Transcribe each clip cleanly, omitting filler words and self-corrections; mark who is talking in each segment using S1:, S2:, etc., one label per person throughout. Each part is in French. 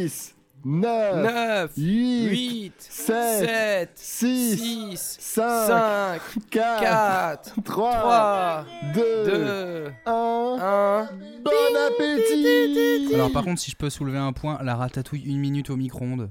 S1: 10, 9, 8, 7, 6, 5, 4, 3, 2, 1. Bon appétit!
S2: Alors par contre, si je peux soulever un point, la ratatouille 1 minute au micro-ondes.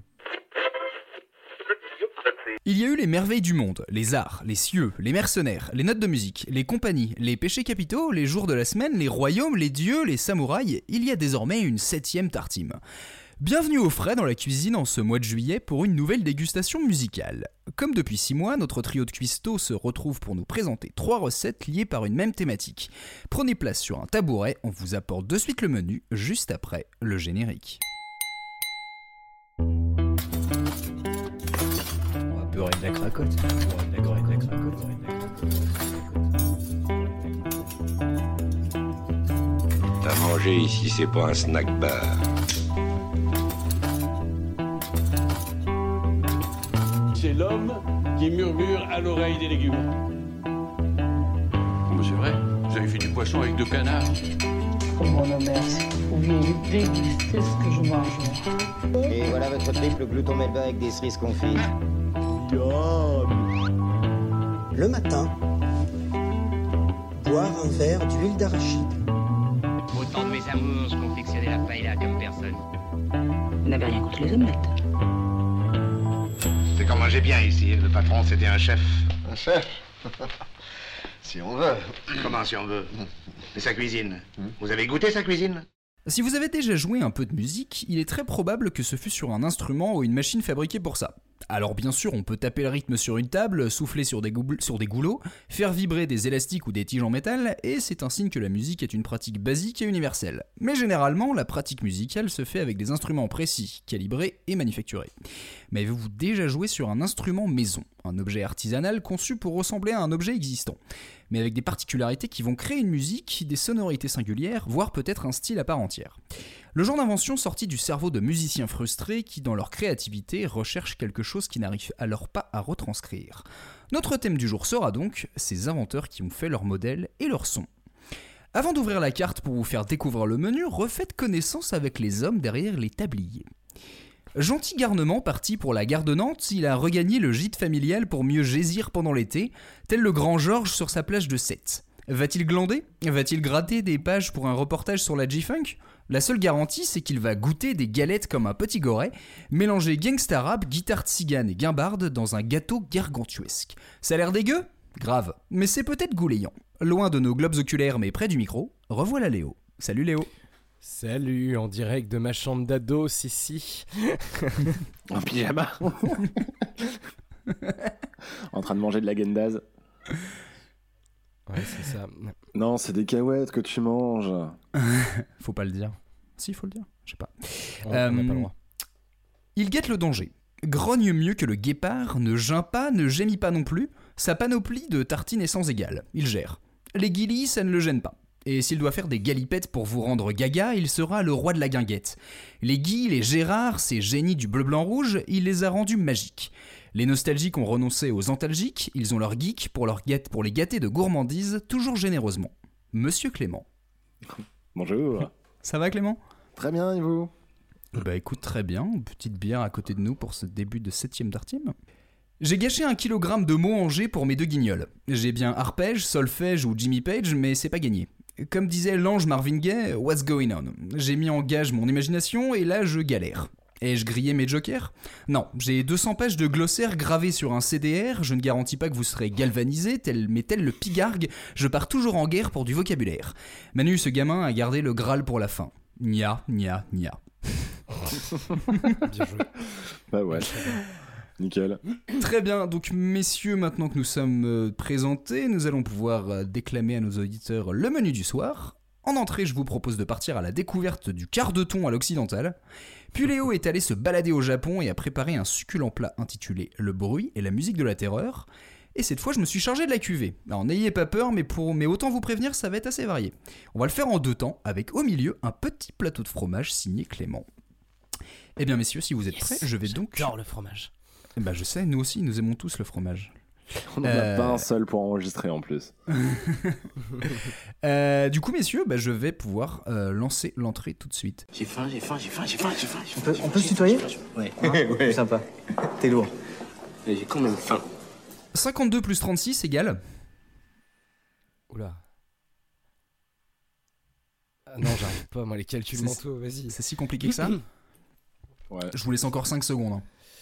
S2: Il y a eu les merveilles du monde, les arts, les cieux, les mercenaires, les notes de musique, les compagnies, les péchés capitaux, les jours de la semaine, les royaumes, les dieux, les samouraïs. Il y a désormais une 7e tartime. Bienvenue au frais dans la cuisine en ce mois de juillet pour une nouvelle dégustation musicale. Comme depuis 6 mois, notre trio de cuistots se retrouve pour nous présenter 3 recettes liées par une même thématique. Prenez place sur un tabouret, on vous apporte de suite le menu, juste après le générique.
S3: Beurre et de la cracotte.
S4: T'as mangé ici, c'est pas un snack bar.
S5: C'est l'homme qui murmure à l'oreille des légumes.
S6: Oh, c'est vrai, vous avez fait du poisson avec 2 canards.
S7: Oh mon Omer, si vous pouviez déguster ce que je mange.
S8: Et voilà votre triple glouton melba avec des cerises confites.
S9: Le matin, boire un verre d'huile d'arachide.
S10: Autant de mes amours, je confectionnais la paella comme personne.
S7: Vous n'avez rien contre les omelettes.
S11: C'est qu'on mangeait bien ici. Le patron, c'était un chef.
S1: Un chef? Si on veut.
S11: Comment si on veut? Mais sa cuisine. Vous avez goûté sa cuisine?
S2: Si vous avez déjà joué un peu de musique, il est très probable que ce fût sur un instrument ou une machine fabriquée pour ça. Alors bien sûr, on peut taper le rythme sur une table, souffler sur des goulots, faire vibrer des élastiques ou des tiges en métal, et c'est un signe que la musique est une pratique basique et universelle. Mais généralement, la pratique musicale se fait avec des instruments précis, calibrés et manufacturés. Mais avez-vous déjà joué sur un instrument maison, un objet artisanal conçu pour ressembler à un objet existant, mais avec des particularités qui vont créer une musique, des sonorités singulières, voire peut-être un style à part entière. Le genre d'invention sorti du cerveau de musiciens frustrés qui, dans leur créativité, recherchent quelque chose qui n'arrive alors pas à retranscrire. Notre thème du jour sera donc ces inventeurs qui ont fait leur modèle et leur son. Avant d'ouvrir la carte pour vous faire découvrir le menu, refaites connaissance avec les hommes derrière les tabliers. Gentil garnement parti pour la gare de Nantes, il a regagné le gîte familial pour mieux gésir pendant l'été, tel le grand Georges sur sa plage de Sète. Va-t-il glander? Va-t-il gratter des pages pour un reportage sur la G-Funk? La seule garantie, c'est qu'il va goûter des galettes comme un petit goret, mélanger gangsta rap, guitare tzigane et guimbarde dans un gâteau gargantuesque. Ça a l'air dégueu? Grave, mais c'est peut-être goulayant. Loin de nos globes oculaires mais près du micro, revoilà Léo. Salut Léo.
S3: Salut, en direct de ma chambre d'ado, ici.
S1: En pyjama. En train de manger de la Gendaz.
S3: Ouais, c'est ça.
S1: Non, c'est des cacahuètes que tu manges.
S2: Faut pas le dire. Si, faut le dire. Je sais pas.
S3: On n'a pas le droit.
S2: Il guette le danger. Grogne mieux que le guépard, ne geint pas, ne gémit pas non plus. Sa panoplie de tartines est sans égale. Il gère. Les guilis, ça ne le gêne pas. Et s'il doit faire des galipettes pour vous rendre gaga, il sera le roi de la guinguette. Les Guy, les Gérard, ces génies du bleu-blanc-rouge, il les a rendus magiques. Les nostalgiques ont renoncé aux antalgiques, ils ont leur geek pour les gâter de gourmandise, toujours généreusement. Monsieur Clément.
S1: Bonjour.
S2: Ça va Clément?
S1: Très bien, et vous?
S2: Bah écoute, très bien, une petite bière à côté de nous pour ce début de 7e tartime. J'ai gâché 1 kilogramme de mots angers pour mes 2 guignols. J'ai bien arpège, solfège ou Jimmy Page, mais c'est pas gagné. Comme disait l'ange Marvin Gaye, what's going on? J'ai mis en gage mon imagination et là je galère. Ai-je grillé mes jokers? Non, j'ai 200 pages de glossaire gravées sur un CDR, je ne garantis pas que vous serez galvanisé, mais tel le pigargue, je pars toujours en guerre pour du vocabulaire. Manu, ce gamin, a gardé le Graal pour la fin. Nia, nia, nia.
S3: Bien joué.
S1: Bah ouais. Nickel.
S2: Très bien, donc messieurs, maintenant que nous sommes présentés, nous allons pouvoir déclamer à nos auditeurs le menu du soir. En entrée, je vous propose de partir à la découverte du quart de thon à l'occidental. Puis Léo est allé se balader au Japon et a préparé un succulent plat intitulé « Le bruit et la musique de la terreur ». Et cette fois, je me suis chargé de la cuvée. Alors n'ayez pas peur, mais autant vous prévenir, ça va être assez varié. On va le faire en 2 temps, avec au milieu un petit plateau de fromage signé Clément. Eh bien messieurs, si vous êtes prêts, je vais donc...
S3: J'adore le fromage.
S2: Bah je sais, nous aussi, nous aimons tous le fromage.
S1: On n'en a pas un seul pour enregistrer en plus.
S2: Du coup, messieurs, je vais pouvoir lancer l'entrée tout de suite.
S11: J'ai faim.
S9: On peut se tutoyer?
S11: Ouais.
S9: Ouais. Sympa. T'es lourd.
S11: Mais j'ai quand même faim.
S2: 52 plus 36 égale...
S3: Oula. Ah non, j'arrive pas, moi, les calculs mentaux, vas-y.
S2: C'est si compliqué que ça?
S1: Ouais.
S2: Je vous laisse encore 5 secondes.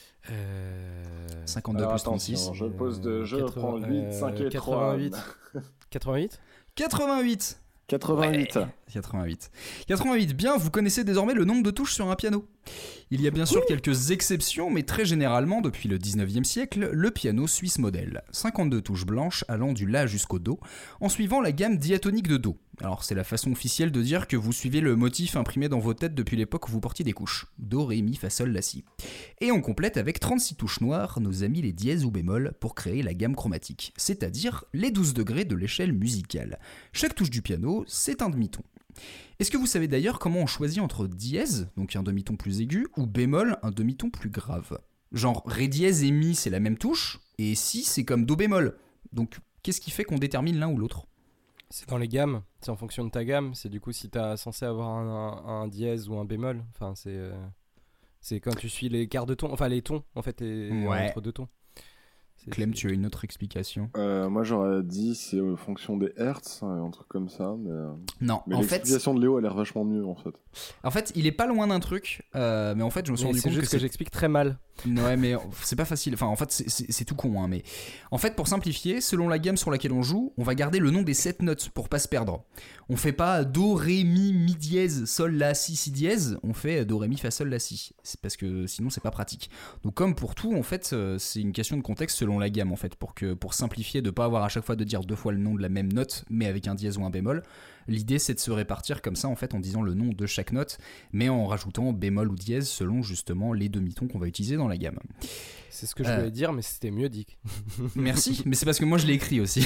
S2: 52
S1: Alors,
S2: plus
S1: attention,
S2: 36.
S1: je pose de jeu, prends 8, 5 et 3.
S3: 88
S2: 88.
S1: 88.
S2: Ouais, 88, bien, vous connaissez désormais le nombre de touches sur un piano. Il y a bien sûr quelques exceptions, mais très généralement, depuis le 19e siècle, le piano suit ce modèle. 52 touches blanches allant du La jusqu'au Do, en suivant la gamme diatonique de Do. Alors c'est la façon officielle de dire que vous suivez le motif imprimé dans vos têtes depuis l'époque où vous portiez des couches. Do, Ré, Mi, Fa, Sol, La, Si. Et on complète avec 36 touches noires, nos amis les dièses ou bémols, pour créer la gamme chromatique, c'est-à-dire les 12 degrés de l'échelle musicale. Chaque touche du piano, c'est un demi-ton. Est-ce que vous savez d'ailleurs comment on choisit entre dièse, donc un demi-ton plus aigu, ou bémol, un demi-ton plus grave? Genre Ré dièse et Mi c'est la même touche, et Si c'est comme Do bémol. Donc qu'est-ce qui fait qu'on détermine l'un ou l'autre?
S3: C'est dans les gammes, c'est en fonction de ta gamme, c'est du coup si t'as censé avoir un dièse ou un bémol, enfin c'est quand tu suis les quarts de ton, enfin les tons en fait, entre deux tons.
S2: Clem, tu as une autre explication?
S1: Moi j'aurais dit c'est en fonction des hertz, un truc comme ça.
S2: Non,
S1: mais
S2: en fait.
S1: L'explication de Léo a l'air vachement mieux en fait.
S2: En fait, il est pas loin d'un truc, mais en fait, je me suis rendu compte
S3: c'est juste que j'explique très mal.
S2: Ouais, mais c'est pas facile. Enfin, en fait, c'est tout con, hein. Mais en fait, pour simplifier, selon la gamme sur laquelle on joue, on va garder le nom des 7 notes pour pas se perdre. On fait pas Do, Ré, Mi, Mi dièse, Sol, La, Si, Si dièse. On fait Do, Ré, Mi, Fa, Sol, La, Si. C'est parce que sinon, c'est pas pratique. Donc, comme pour tout, en fait, c'est une question de contexte selon la gamme, en fait, pour simplifier, de pas avoir à chaque fois de dire 2 fois le nom de la même note, mais avec un dièse ou un bémol. L'idée, c'est de se répartir comme ça, en fait, en disant le nom de chaque note, mais en rajoutant bémol ou dièse selon justement les demi-tons qu'on va utiliser dans la gamme.
S3: C'est ce que je voulais dire, mais c'était mieux dit.
S2: Merci, mais c'est parce que moi je l'ai écrit aussi.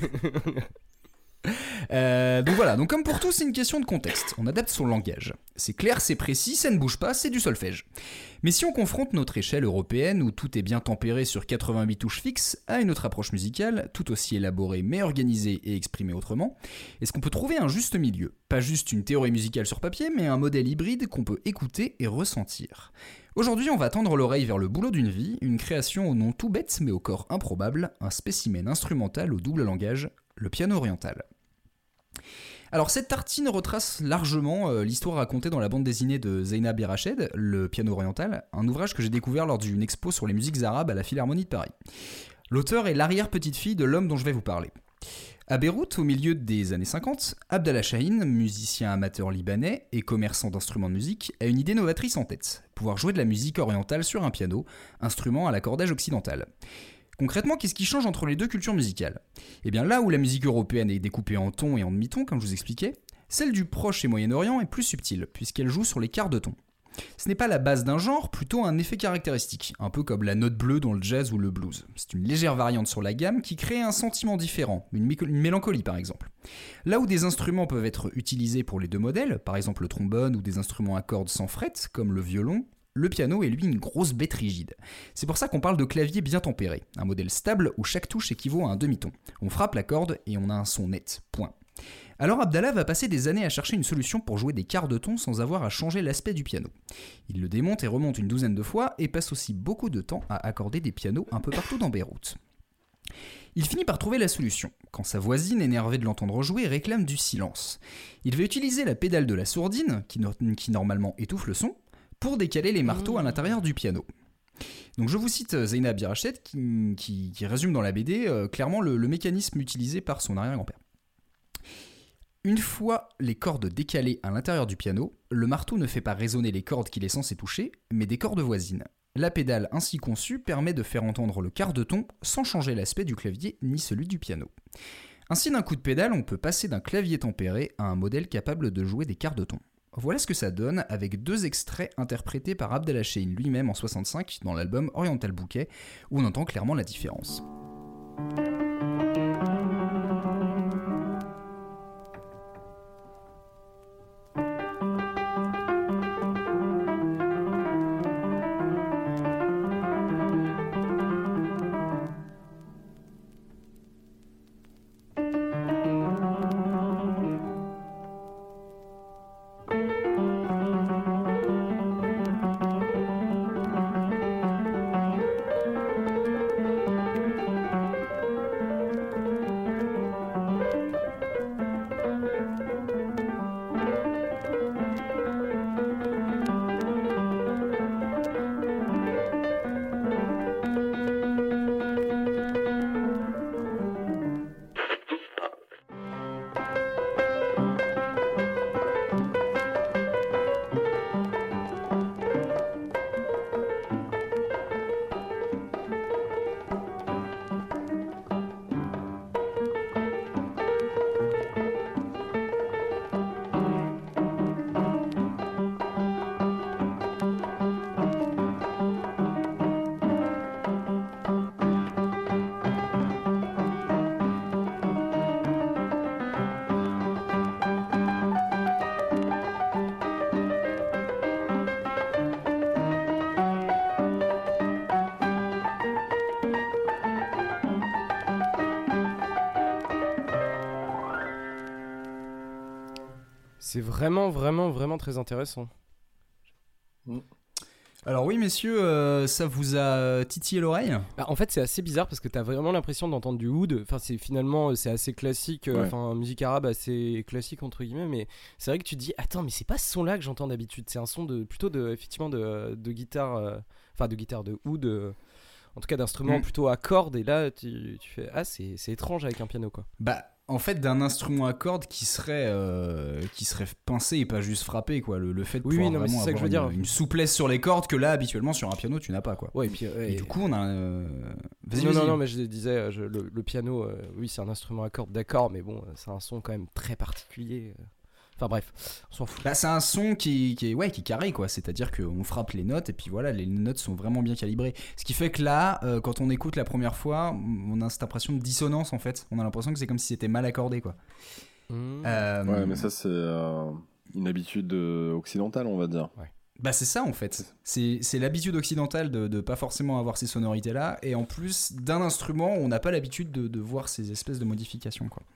S2: Donc voilà, donc comme pour tout, c'est une question de contexte. On adapte son langage. C'est clair, c'est précis, ça ne bouge pas, c'est du solfège. Mais si on confronte notre échelle européenne, où tout est bien tempéré sur 88 touches fixes, à une autre approche musicale, tout aussi élaborée mais organisée et exprimée autrement, est-ce qu'on peut trouver un juste milieu? Pas juste une théorie musicale sur papier, mais un modèle hybride qu'on peut écouter et ressentir. Aujourd'hui, on va tendre l'oreille vers le boulot d'une vie, une création au nom tout bête mais au corps improbable, un spécimen instrumental au double langage, le piano oriental. Alors cette tartine retrace largement l'histoire racontée dans la bande dessinée de Zeina Birached, Le piano oriental, un ouvrage que j'ai découvert lors d'une expo sur les musiques arabes à la Philharmonie de Paris. L'auteur est l'arrière-petite-fille de l'homme dont je vais vous parler. À Beyrouth, au milieu des années 50, Abdallah Chahine, musicien amateur libanais et commerçant d'instruments de musique, a une idée novatrice en tête, pouvoir jouer de la musique orientale sur un piano, instrument à l'accordage occidental. Concrètement, qu'est-ce qui change entre les deux cultures musicales? Eh bien là où la musique européenne est découpée en tons et en demi-tons, comme je vous expliquais, celle du Proche et Moyen-Orient est plus subtile, puisqu'elle joue sur les quarts de ton. Ce n'est pas la base d'un genre, plutôt un effet caractéristique, un peu comme la note bleue dans le jazz ou le blues. C'est une légère variante sur la gamme qui crée un sentiment différent, une mélancolie par exemple. Là où des instruments peuvent être utilisés pour les deux modèles, par exemple le trombone ou des instruments à cordes sans frettes, comme le violon, le piano est lui une grosse bête rigide. C'est pour ça qu'on parle de clavier bien tempéré, un modèle stable où chaque touche équivaut à un demi-ton. On frappe la corde et on a un son net, point. Alors Abdallah va passer des années à chercher une solution pour jouer des quarts de ton sans avoir à changer l'aspect du piano. Il le démonte et remonte une douzaine de fois et passe aussi beaucoup de temps à accorder des pianos un peu partout dans Beyrouth. Il finit par trouver la solution, quand sa voisine, énervée de l'entendre jouer, réclame du silence. Il va utiliser la pédale de la sourdine, qui normalement étouffe le son, pour décaler les marteaux à l'intérieur du piano. Donc je vous cite Zeina Birached qui résume dans la BD clairement le mécanisme utilisé par son arrière-grand-père. Une fois les cordes décalées à l'intérieur du piano, le marteau ne fait pas résonner les cordes qu'il est censé toucher, mais des cordes voisines. La pédale ainsi conçue permet de faire entendre le quart de ton sans changer l'aspect du clavier ni celui du piano. Ainsi d'un coup de pédale, on peut passer d'un clavier tempéré à un modèle capable de jouer des quarts de ton. Voilà ce que ça donne avec 2 extraits interprétés par Abdallah Chahine lui-même en 65 dans l'album Oriental Bouquet, où on entend clairement la différence.
S3: C'est vraiment, vraiment, vraiment très intéressant.
S2: Alors oui, messieurs, ça vous a titillé l'oreille ?
S3: En fait, c'est assez bizarre parce que t'as vraiment l'impression d'entendre du oud. Enfin, c'est assez classique. Enfin, musique arabe assez classique entre guillemets. Mais c'est vrai que tu te dis, attends, mais c'est pas ce son-là que j'entends d'habitude. C'est un son plutôt de guitare, de oud. En tout cas, d'instruments plutôt à cordes. Et là, tu fais, c'est étrange avec un piano, quoi.
S2: En fait, d'un instrument à cordes qui serait pincé et pas juste frappé, quoi. Le fait de pouvoir vraiment avoir une souplesse sur les cordes que là, habituellement, sur un piano, tu n'as pas, quoi.
S3: Ouais, et
S2: du coup, on a... Vas-y.
S3: Non, mais je disais, le piano, oui, c'est un instrument à cordes, d'accord, mais bon, c'est un son quand même très particulier. Enfin bref, on s'en fout.
S2: C'est un son qui est carré, quoi. C'est-à-dire qu'on frappe les notes et puis voilà, les notes sont vraiment bien calibrées. Ce qui fait que là, quand on écoute la première fois, on a cette impression de dissonance en fait. On a l'impression que c'est comme si c'était mal accordé, quoi.
S1: Ouais, mais ça c'est une habitude occidentale, on va dire.
S2: Ouais. C'est ça en fait. C'est l'habitude occidentale de pas forcément avoir ces sonorités là, et en plus d'un instrument, on n'a pas l'habitude de voir ces espèces de modifications, quoi.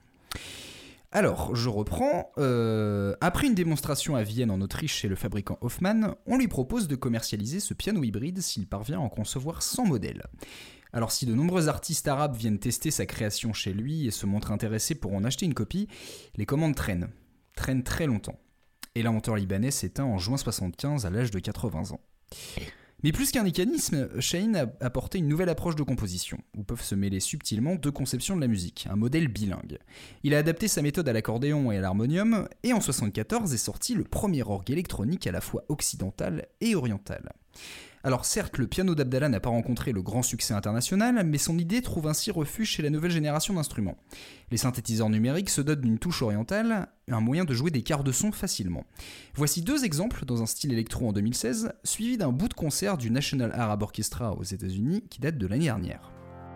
S2: Alors, je reprends. Après une démonstration à Vienne en Autriche chez le fabricant Hoffmann, on lui propose de commercialiser ce piano hybride s'il parvient à en concevoir 100 modèles. Alors si de nombreux artistes arabes viennent tester sa création chez lui et se montrent intéressés pour en acheter une copie, les commandes traînent très longtemps. Et l'inventeur libanais s'éteint en juin 1975 à l'âge de 80 ans. Mais plus qu'un mécanisme, Chahine a apporté une nouvelle approche de composition, où peuvent se mêler subtilement deux conceptions de la musique, un modèle bilingue. Il a adapté sa méthode à l'accordéon et à l'harmonium, et en 1974 est sorti le premier orgue électronique à la fois occidental et oriental. Alors certes, le piano d'Abdallah n'a pas rencontré le grand succès international, mais son idée trouve ainsi refuge chez la nouvelle génération d'instruments. Les synthétiseurs numériques se dotent d'une touche orientale, un moyen de jouer des quarts de son facilement. Voici deux exemples dans un style électro en 2016, suivi d'un bout de concert du National Arab Orchestra aux États-Unis qui date de l'année dernière.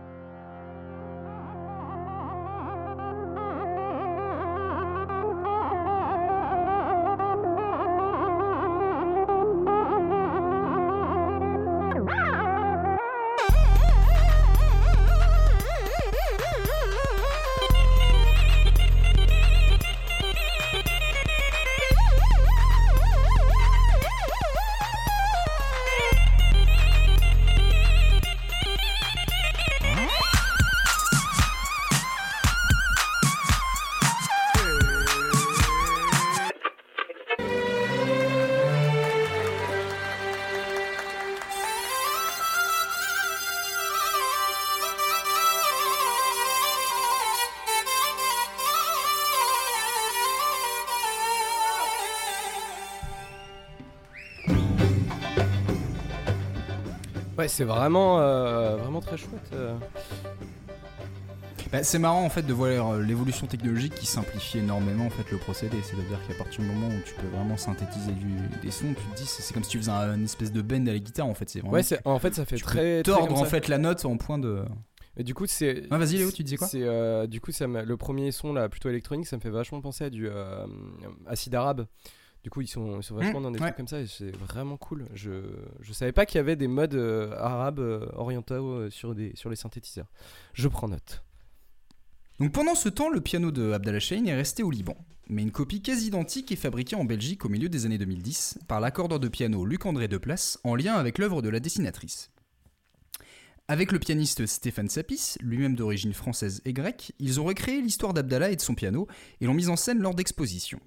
S3: Ouais, c'est vraiment très chouette.
S2: C'est marrant en fait de voir l'évolution technologique qui simplifie énormément en fait le procédé. C'est-à-dire qu'à partir du moment où tu peux vraiment synthétiser des sons, tu te dis c'est comme si tu faisais une espèce de bend à la guitare en fait. C'est vraiment,
S3: en fait ça fait très
S2: tordre
S3: très
S2: en fait la note en point de.
S3: Et du coup c'est.
S2: Ah, vas-y Léo, tu disais quoi ?
S3: Du coup le premier son là plutôt électronique, ça me fait vachement penser à du acide arabe. Du coup, ils sont vachement dans des trucs comme ça et c'est vraiment cool. Je savais pas qu'il y avait des modes arabes orientaux sur les synthétiseurs. Je prends note.
S2: Donc pendant ce temps, le piano de Abdallah Chahine est resté au Liban. Mais une copie quasi identique est fabriquée en Belgique au milieu des années 2010 par l'accordeur de piano Luc-André Deplace en lien avec l'œuvre de la dessinatrice. Avec le pianiste Stéphane Sapis, lui-même d'origine française et grecque, ils ont recréé l'histoire d'Abdallah et de son piano et l'ont mise en scène lors d'expositions.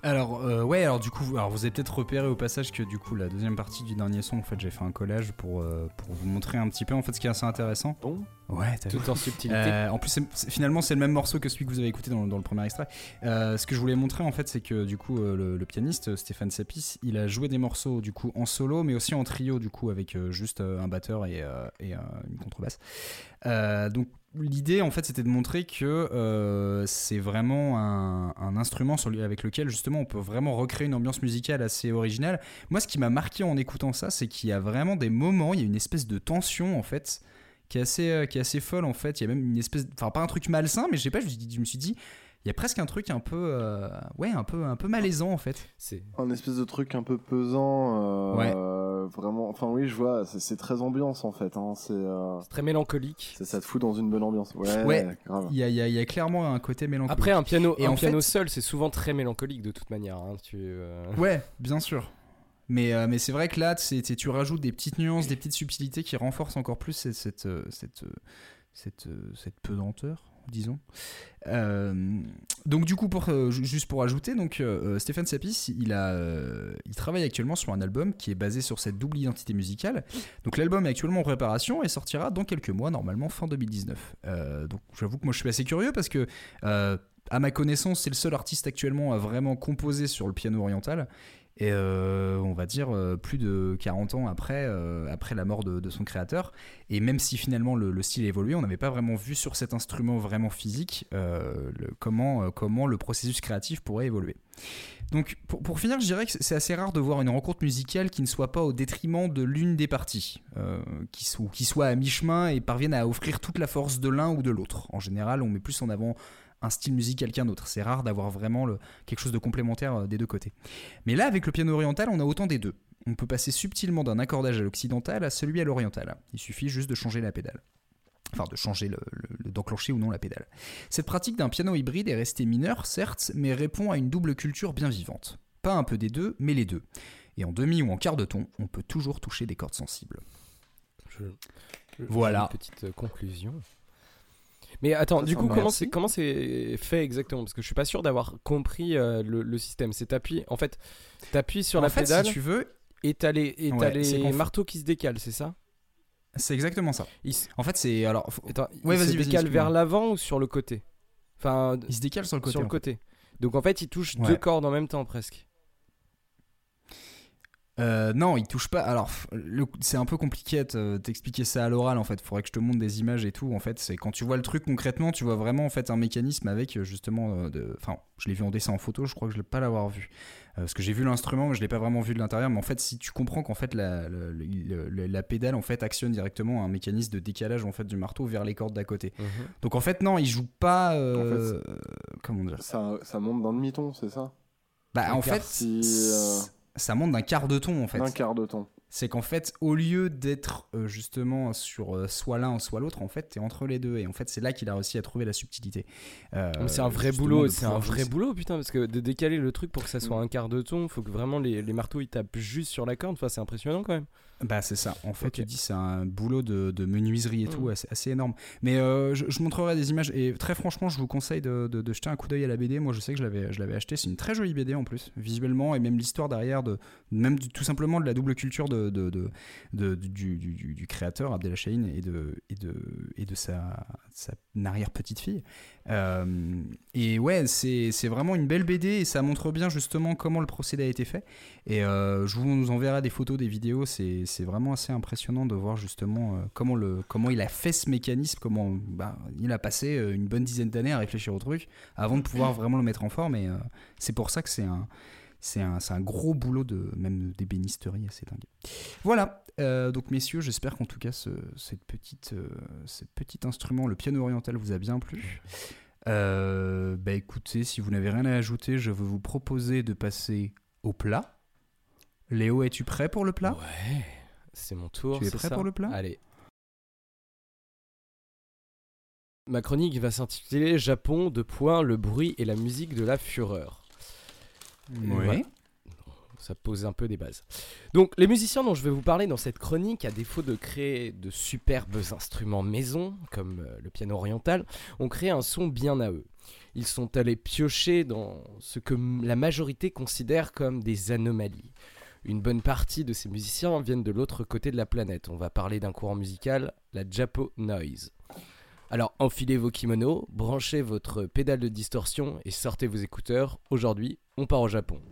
S2: Alors du coup, vous avez peut-être repéré au passage que du coup la deuxième partie du dernier son, en fait, j'ai fait un collage pour vous montrer un petit peu en fait ce qui est assez intéressant.
S3: Bon.
S2: Ouais,
S3: tout en subtilité.
S2: En plus, finalement, c'est le même morceau que celui que vous avez écouté dans le premier extrait. Ce que je voulais montrer en fait, c'est que du coup le pianiste Stéphane Sapis, il a joué des morceaux du coup en solo, mais aussi en trio du coup avec juste un batteur et une contrebasse. Donc l'idée en fait c'était de montrer que c'est vraiment un instrument avec lequel justement on peut vraiment recréer une ambiance musicale assez originale. Moi ce qui m'a marqué en écoutant ça, c'est qu'il y a vraiment des moments, il y a une espèce de tension en fait qui est assez folle en fait. Il y a même une espèce, enfin pas un truc malsain, mais je sais pas, je me suis dit il y a presque un truc un peu un peu malaisant en fait.
S1: C'est un espèce de truc un peu pesant. Vraiment, enfin oui, je vois, c'est très ambiance en fait. Hein, c'est
S3: très mélancolique.
S1: Ça te fout dans une bonne ambiance. Ouais, grave.
S2: Il y a clairement un côté mélancolique.
S3: Après, un piano seul, c'est souvent très mélancolique de toute manière. Hein,
S2: Ouais, bien sûr. Mais c'est vrai que là, tu rajoutes des petites nuances, des petites subtilités qui renforcent encore plus cette pesanteur, disons. Donc du coup, juste pour ajouter, donc Stéphane Sapis, il travaille actuellement sur un album qui est basé sur cette double identité musicale. Donc l'album est actuellement en préparation et sortira dans quelques mois, normalement fin 2019. Donc j'avoue que moi je suis assez curieux parce que à ma connaissance, c'est le seul artiste actuellement à vraiment composer sur le piano oriental. Et on va dire plus de 40 ans après la mort de son créateur. Et même si finalement le style évoluait, on n'avait pas vraiment vu sur cet instrument vraiment physique comment le processus créatif pourrait évoluer. Donc pour finir, je dirais que c'est assez rare de voir une rencontre musicale qui ne soit pas au détriment de l'une des parties, qui soit à mi-chemin et parvienne à offrir toute la force de l'un ou de l'autre. En général, on met plus en avant un style musical qu'un autre. C'est rare d'avoir vraiment quelque chose de complémentaire des deux côtés. Mais là, avec le piano oriental, on a autant des deux. On peut passer subtilement d'un accordage à l'occidental à celui à l'oriental. Il suffit juste de changer la pédale. Enfin, de changer d'enclencher ou non la pédale. Cette pratique d'un piano hybride est restée mineure, certes, mais répond à une double culture bien vivante. Pas un peu des deux, mais les deux. Et en demi ou en quart de ton, on peut toujours toucher des cordes sensibles. Voilà.
S3: Une petite conclusion. Mais attends, du coup, comment c'est fait exactement ? Parce que je suis pas sûr d'avoir compris le système. C'est t'appuies sur la pédale,
S2: si tu veux,
S3: et t'as les marteaux qui se décalent, c'est ça ?
S2: C'est exactement ça. En fait, c'est alors.
S3: Il se décale vers l'avant ou sur le côté ? Enfin,
S2: il se décale sur le côté.
S3: Sur le côté. Donc en fait, il touche deux cordes en même temps presque.
S2: Non, il touche pas. Alors, c'est un peu compliqué de t'expliquer ça à l'oral en fait. Faudrait que je te montre des images et tout. En fait, c'est quand tu vois le truc concrètement, tu vois vraiment en fait un mécanisme avec justement. Enfin, je l'ai vu en dessin en photo. Je crois que je l'ai pas l'avoir vu parce que j'ai vu l'instrument, mais je l'ai pas vraiment vu de l'intérieur. Mais en fait, si tu comprends qu'en fait la pédale en fait actionne directement un mécanisme de décalage en fait du marteau vers les cordes d'à côté. Donc en fait, non, il joue pas. Comment dire ?
S1: Ça monte d'un demi-ton, c'est ça ?
S2: Bah en fait. Ça monte d'un quart de ton en fait.
S1: D'un quart de ton.
S2: C'est qu'en fait, au lieu d'être justement sur soit l'un soit l'autre, en fait, t'es entre les deux. Et en fait, c'est là qu'il a réussi à trouver la subtilité.
S3: C'est un vrai boulot, boulot, putain, parce que de décaler le truc pour que ça soit un quart de ton, faut que vraiment les marteaux ils tapent juste sur la corde. Enfin, c'est impressionnant quand même.
S2: Bah c'est ça. En fait, tu dis c'est un boulot de menuiserie et tout, assez énorme. Mais je montrerai des images et très franchement, je vous conseille de jeter un coup d'œil à la BD. Moi, je sais que je l'avais acheté. C'est une très jolie BD en plus, visuellement et même l'histoire derrière tout simplement de la double culture du créateur Abdelhachaïn et de sa arrière petite fille. Et ouais, c'est vraiment une belle BD et ça montre bien justement comment le procédé a été fait. Et je vous enverrai des photos, des vidéos. C'est vraiment assez impressionnant de voir justement comment il a fait ce mécanisme, comment il a passé une bonne dizaine d'années à réfléchir au truc avant de pouvoir vraiment le mettre en forme. Et c'est pour ça que c'est un gros boulot même d'ébénisterie assez dingue. Voilà, donc messieurs, j'espère qu'en tout cas ce petit instrument, le piano oriental, vous a bien plu. Écoutez, si vous n'avez rien à ajouter, je vais vous proposer de passer au plat. Léo, es-tu prêt pour le plat ?
S3: Ouais, c'est mon tour.
S2: Tu es prêt pour le plat ?
S3: Allez. Ma chronique va s'intituler Japon, le bruit et la musique de la fureur.
S2: Oui.
S3: ça pose un peu des bases. Donc les musiciens dont je vais vous parler dans cette chronique, à défaut de créer de superbes instruments maison, comme le piano oriental, ont créé un son bien à eux. Ils sont allés piocher dans ce que la majorité considère comme des anomalies. Une bonne partie de ces musiciens viennent de l'autre côté de la planète. On va parler d'un courant musical, la Japo Noise. Alors enfilez vos kimonos, branchez votre pédale de distorsion et sortez vos écouteurs. Aujourd'hui, on part au Japon.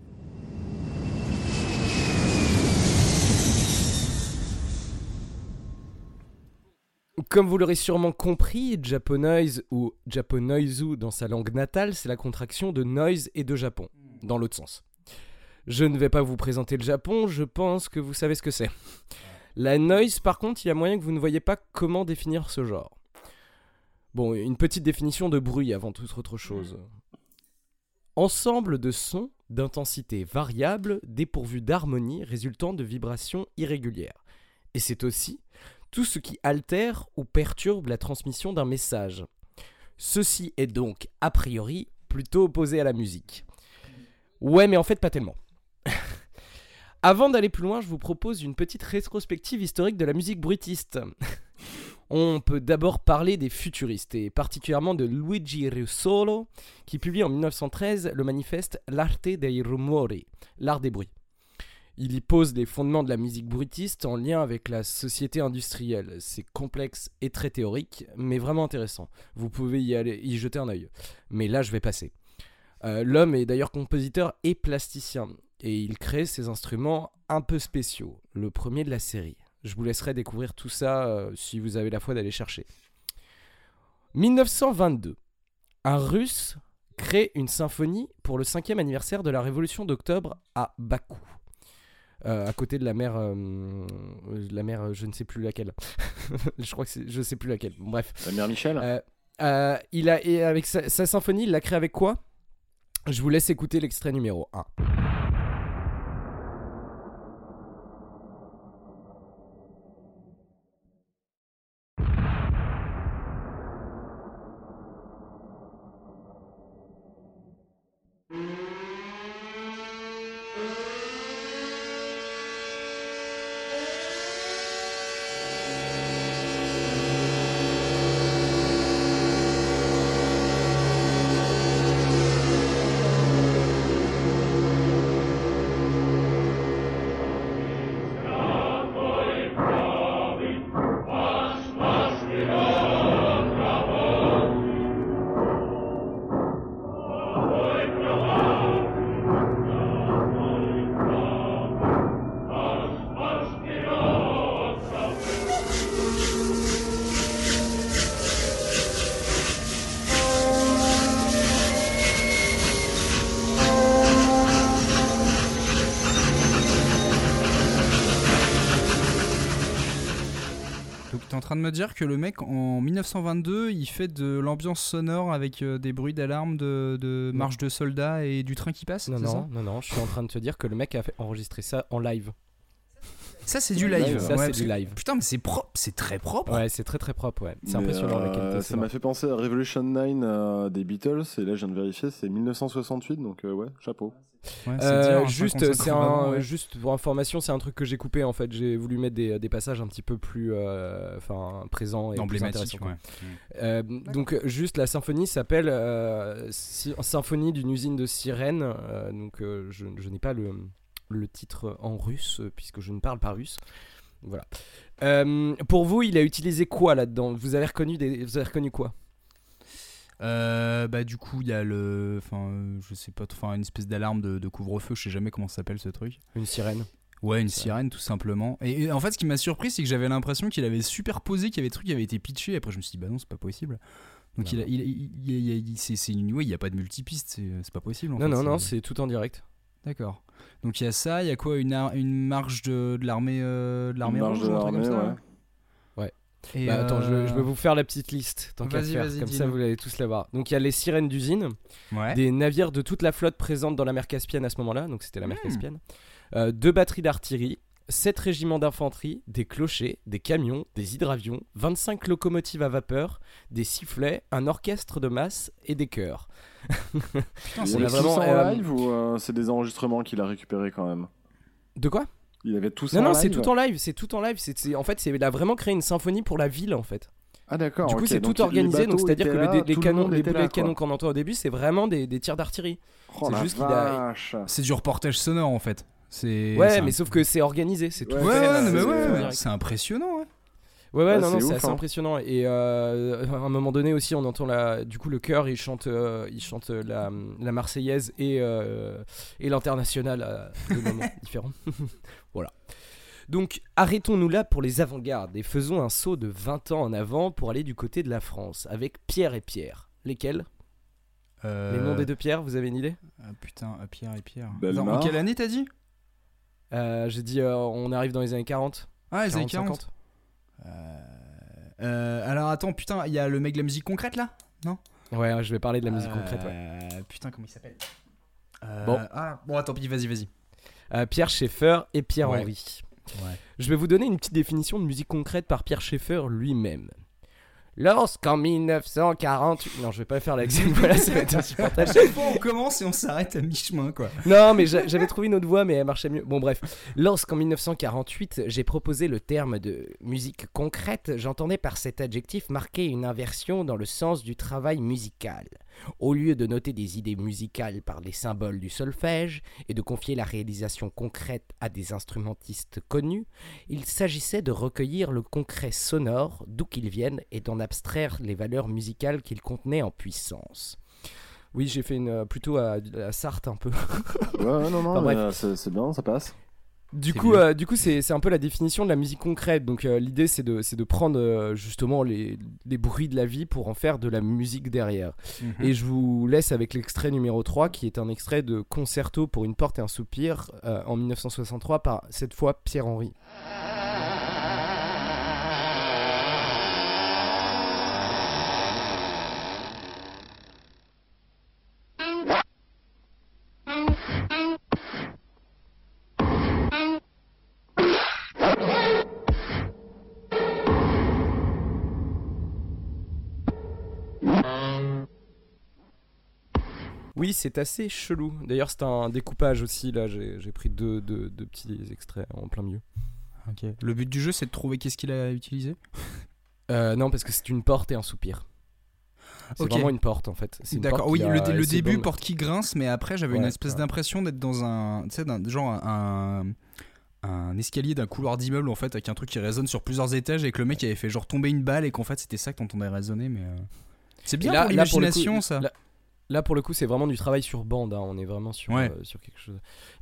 S3: Comme vous l'aurez sûrement compris, Japonoise ou Japonoizu dans sa langue natale, c'est la contraction de noise et de Japon, dans l'autre sens. Je ne vais pas vous présenter le Japon, je pense que vous savez ce que c'est. La noise, par contre, il y a moyen que vous ne voyez pas comment définir ce genre. Bon, une petite définition de bruit avant toute autre chose. Ensemble de sons d'intensité variable dépourvus d'harmonie résultant de vibrations irrégulières. Et c'est aussi tout ce qui altère ou perturbe la transmission d'un message. Ceci est donc, a priori, plutôt opposé à la musique. Ouais, mais en fait, pas tellement. Avant d'aller plus loin, je vous propose une petite rétrospective historique de la musique bruitiste. On peut d'abord parler des futuristes, et particulièrement de Luigi Russolo, qui publie en 1913 le manifeste L'arte dei rumori, l'art des bruits. Il y pose les fondements de la musique bruitiste en lien avec la société industrielle. C'est complexe et très théorique, mais vraiment intéressant. Vous pouvez y jeter un œil. Mais là, je vais passer. L'homme est d'ailleurs compositeur et plasticien, et il crée ses instruments un peu spéciaux, le premier de la série. Je vous laisserai découvrir tout ça si vous avez la foi d'aller chercher. 1922, un Russe crée une symphonie pour le 5e anniversaire de la Révolution d'octobre à Bakou. À côté de la mer, je ne sais plus laquelle. Je sais plus laquelle. Bref.
S1: La mer Michel.
S3: Avec sa symphonie, il l'a créée avec quoi ? Je vous laisse écouter l'extrait numéro 1.
S2: En train de me dire que le mec en 1922 il fait de l'ambiance sonore avec des bruits d'alarme de marche de soldats et du train qui passe.
S3: Non, je suis en train de te dire que le mec a enregistré ça en live.
S2: Ça c'est du live.
S3: Ça c'est du live.
S2: Putain mais c'est propre, c'est très propre.
S3: Ouais, c'est très très propre, ouais. C'est impressionnant la qualité.
S1: Ça m'a fait penser à Revolution 9 des Beatles, et là je viens de vérifier, c'est 1968, donc ouais, chapeau.
S2: Ouais,
S3: juste pour information, c'est un truc que j'ai coupé en fait. J'ai voulu mettre des passages un petit peu plus présents et plus intéressants. Ouais. Donc juste la symphonie s'appelle Symphonie d'une usine de sirènes. Donc je n'ai pas le titre en russe puisque je ne parle pas russe. Voilà. Pour vous, il a utilisé quoi là-dedans ? Vous avez reconnu quoi ?
S2: Du coup il y a je sais pas, une espèce d'alarme de couvre-feu, je sais jamais comment ça s'appelle ce truc.
S3: Une sirène.
S2: Ouais, une sirène tout simplement. Et en fait ce qui m'a surpris c'est que j'avais l'impression qu'il avait superposé, qu'il y avait des trucs qui avaient été pitchés. Après je me suis dit bah non c'est pas possible. Donc il y a pas de multipiste, c'est pas possible.
S3: Non, c'est tout en direct.
S2: D'accord. Donc il y a ça, il y a quoi, une marche de l'armée
S1: rouge,
S2: un truc comme ça.
S3: Ouais. Et attends, je vais vous faire la petite liste tant qu'à faire, comme ça vous allez tous la voir. Donc il y a les sirènes d'usine, des navires de toute la flotte présente dans la mer Caspienne à ce moment-là, donc c'était la mer Caspienne, 2 batteries d'artillerie, 7 régiments d'infanterie, des clochers, des camions, des hydravions, 25 locomotives à vapeur, des sifflets, un orchestre de masse et des chœurs.
S1: Putain, c'est vraiment en live ou c'est des enregistrements qu'il a récupérés quand même ?
S3: De quoi ?
S1: Il avait tout ça
S3: Non,
S1: en
S3: non,
S1: live.
S3: c'est tout en live. C'est tout en live. En fait, il a vraiment créé une symphonie pour la ville, en fait.
S1: Ah d'accord.
S3: Du coup,
S1: ok.
S3: c'est
S1: Donc,
S3: tout organisé. Donc, c'est-à-dire que les
S1: tout le
S3: canons,
S1: monde
S3: les
S1: était
S3: boulets
S1: là,
S3: de canon
S1: quoi.
S3: qu'on entend au début, c'est vraiment des tirs d'artillerie.
S1: Oh
S3: c'est
S1: la
S3: juste
S1: vache.
S2: C'est du reportage sonore en fait.
S3: Ouais, mais sauf que c'est organisé. C'est tout.
S2: C'est impressionnant.
S3: Ouais, non,
S1: c'est
S3: c'est
S1: ouf,
S3: assez impressionnant. Et à un moment donné aussi, on entend du coup le chœur, il chante la Marseillaise et l'Internationale à des moments différents. Voilà. Donc arrêtons-nous là pour les avant-gardes et faisons un saut de 20 ans en avant pour aller du côté de la France avec Pierre et Pierre. Lesquels ? Les noms des deux Pierres, vous avez une idée ?
S2: Putain, Pierre et Pierre.
S1: Bellemare.
S2: En quelle année t'as dit ?
S3: J'ai dit on arrive dans les années 40.
S2: Ah, les années
S3: 40.
S2: 50. Alors attends, putain, il y a le mec de la musique concrète là ? Non ?
S3: Ouais, je vais parler de la musique concrète, ouais.
S2: Putain, comment il s'appelle ?
S3: Bon,
S2: tant pis, vas-y.
S3: Pierre Schaeffer et Pierre
S2: Ouais.
S3: Henry.
S2: Ouais.
S3: Je vais vous donner une petite définition de musique concrète par Pierre Schaeffer lui-même. Lorsqu'en 1948... Non, je vais pas faire l'accent, voilà, ça va être insupportable.
S2: Chaque fois on commence et on s'arrête à mi-chemin quoi.
S3: Non, mais j'avais trouvé une autre voix, mais elle marchait mieux. Bon, bref. Lorsqu'en 1948, j'ai proposé le terme de musique concrète, j'entendais par cet adjectif marquer une inversion dans le sens du travail musical. Au lieu de noter des idées musicales par les symboles du solfège et de confier la réalisation concrète à des instrumentistes connus, il s'agissait de recueillir le concret sonore, d'où qu'il vienne, et d'en abstraire les valeurs musicales qu'il contenait en puissance. Oui, j'ai fait plutôt à Sarthe un peu.
S1: Ouais, non,
S3: Enfin,
S1: mais c'est bien, ça passe.
S3: Du coup, c'est un peu la définition de la musique concrète. Donc, l'idée, c'est de prendre justement les bruits de la vie pour en faire de la musique derrière. Mm-hmm. Et je vous laisse avec l'extrait numéro 3, qui est un extrait de Concerto pour une porte et un soupir en 1963 par, cette fois, Pierre Henry. Oui, c'est assez chelou. D'ailleurs, c'est un découpage aussi. Là, j'ai pris deux petits extraits en plein milieu.
S2: Ok. Le but du jeu, c'est de trouver qu'est-ce qu'il a utilisé ?
S3: Non, parce que c'est une porte et un soupir. C'est vraiment une porte en fait. C'est
S2: d'accord. Oui, le début, porte qui grince, mais après, j'avais une espèce d'impression d'être dans un escalier d'un couloir d'immeuble en fait, avec un truc qui résonne sur plusieurs étages et que le mec avait fait genre tomber une balle et qu'en fait c'était ça que t'entendais résonner. Mais c'est bien là, pour l'imagination ça.
S3: Là pour le coup c'est vraiment du travail sur bande, hein. On est vraiment sur quelque chose.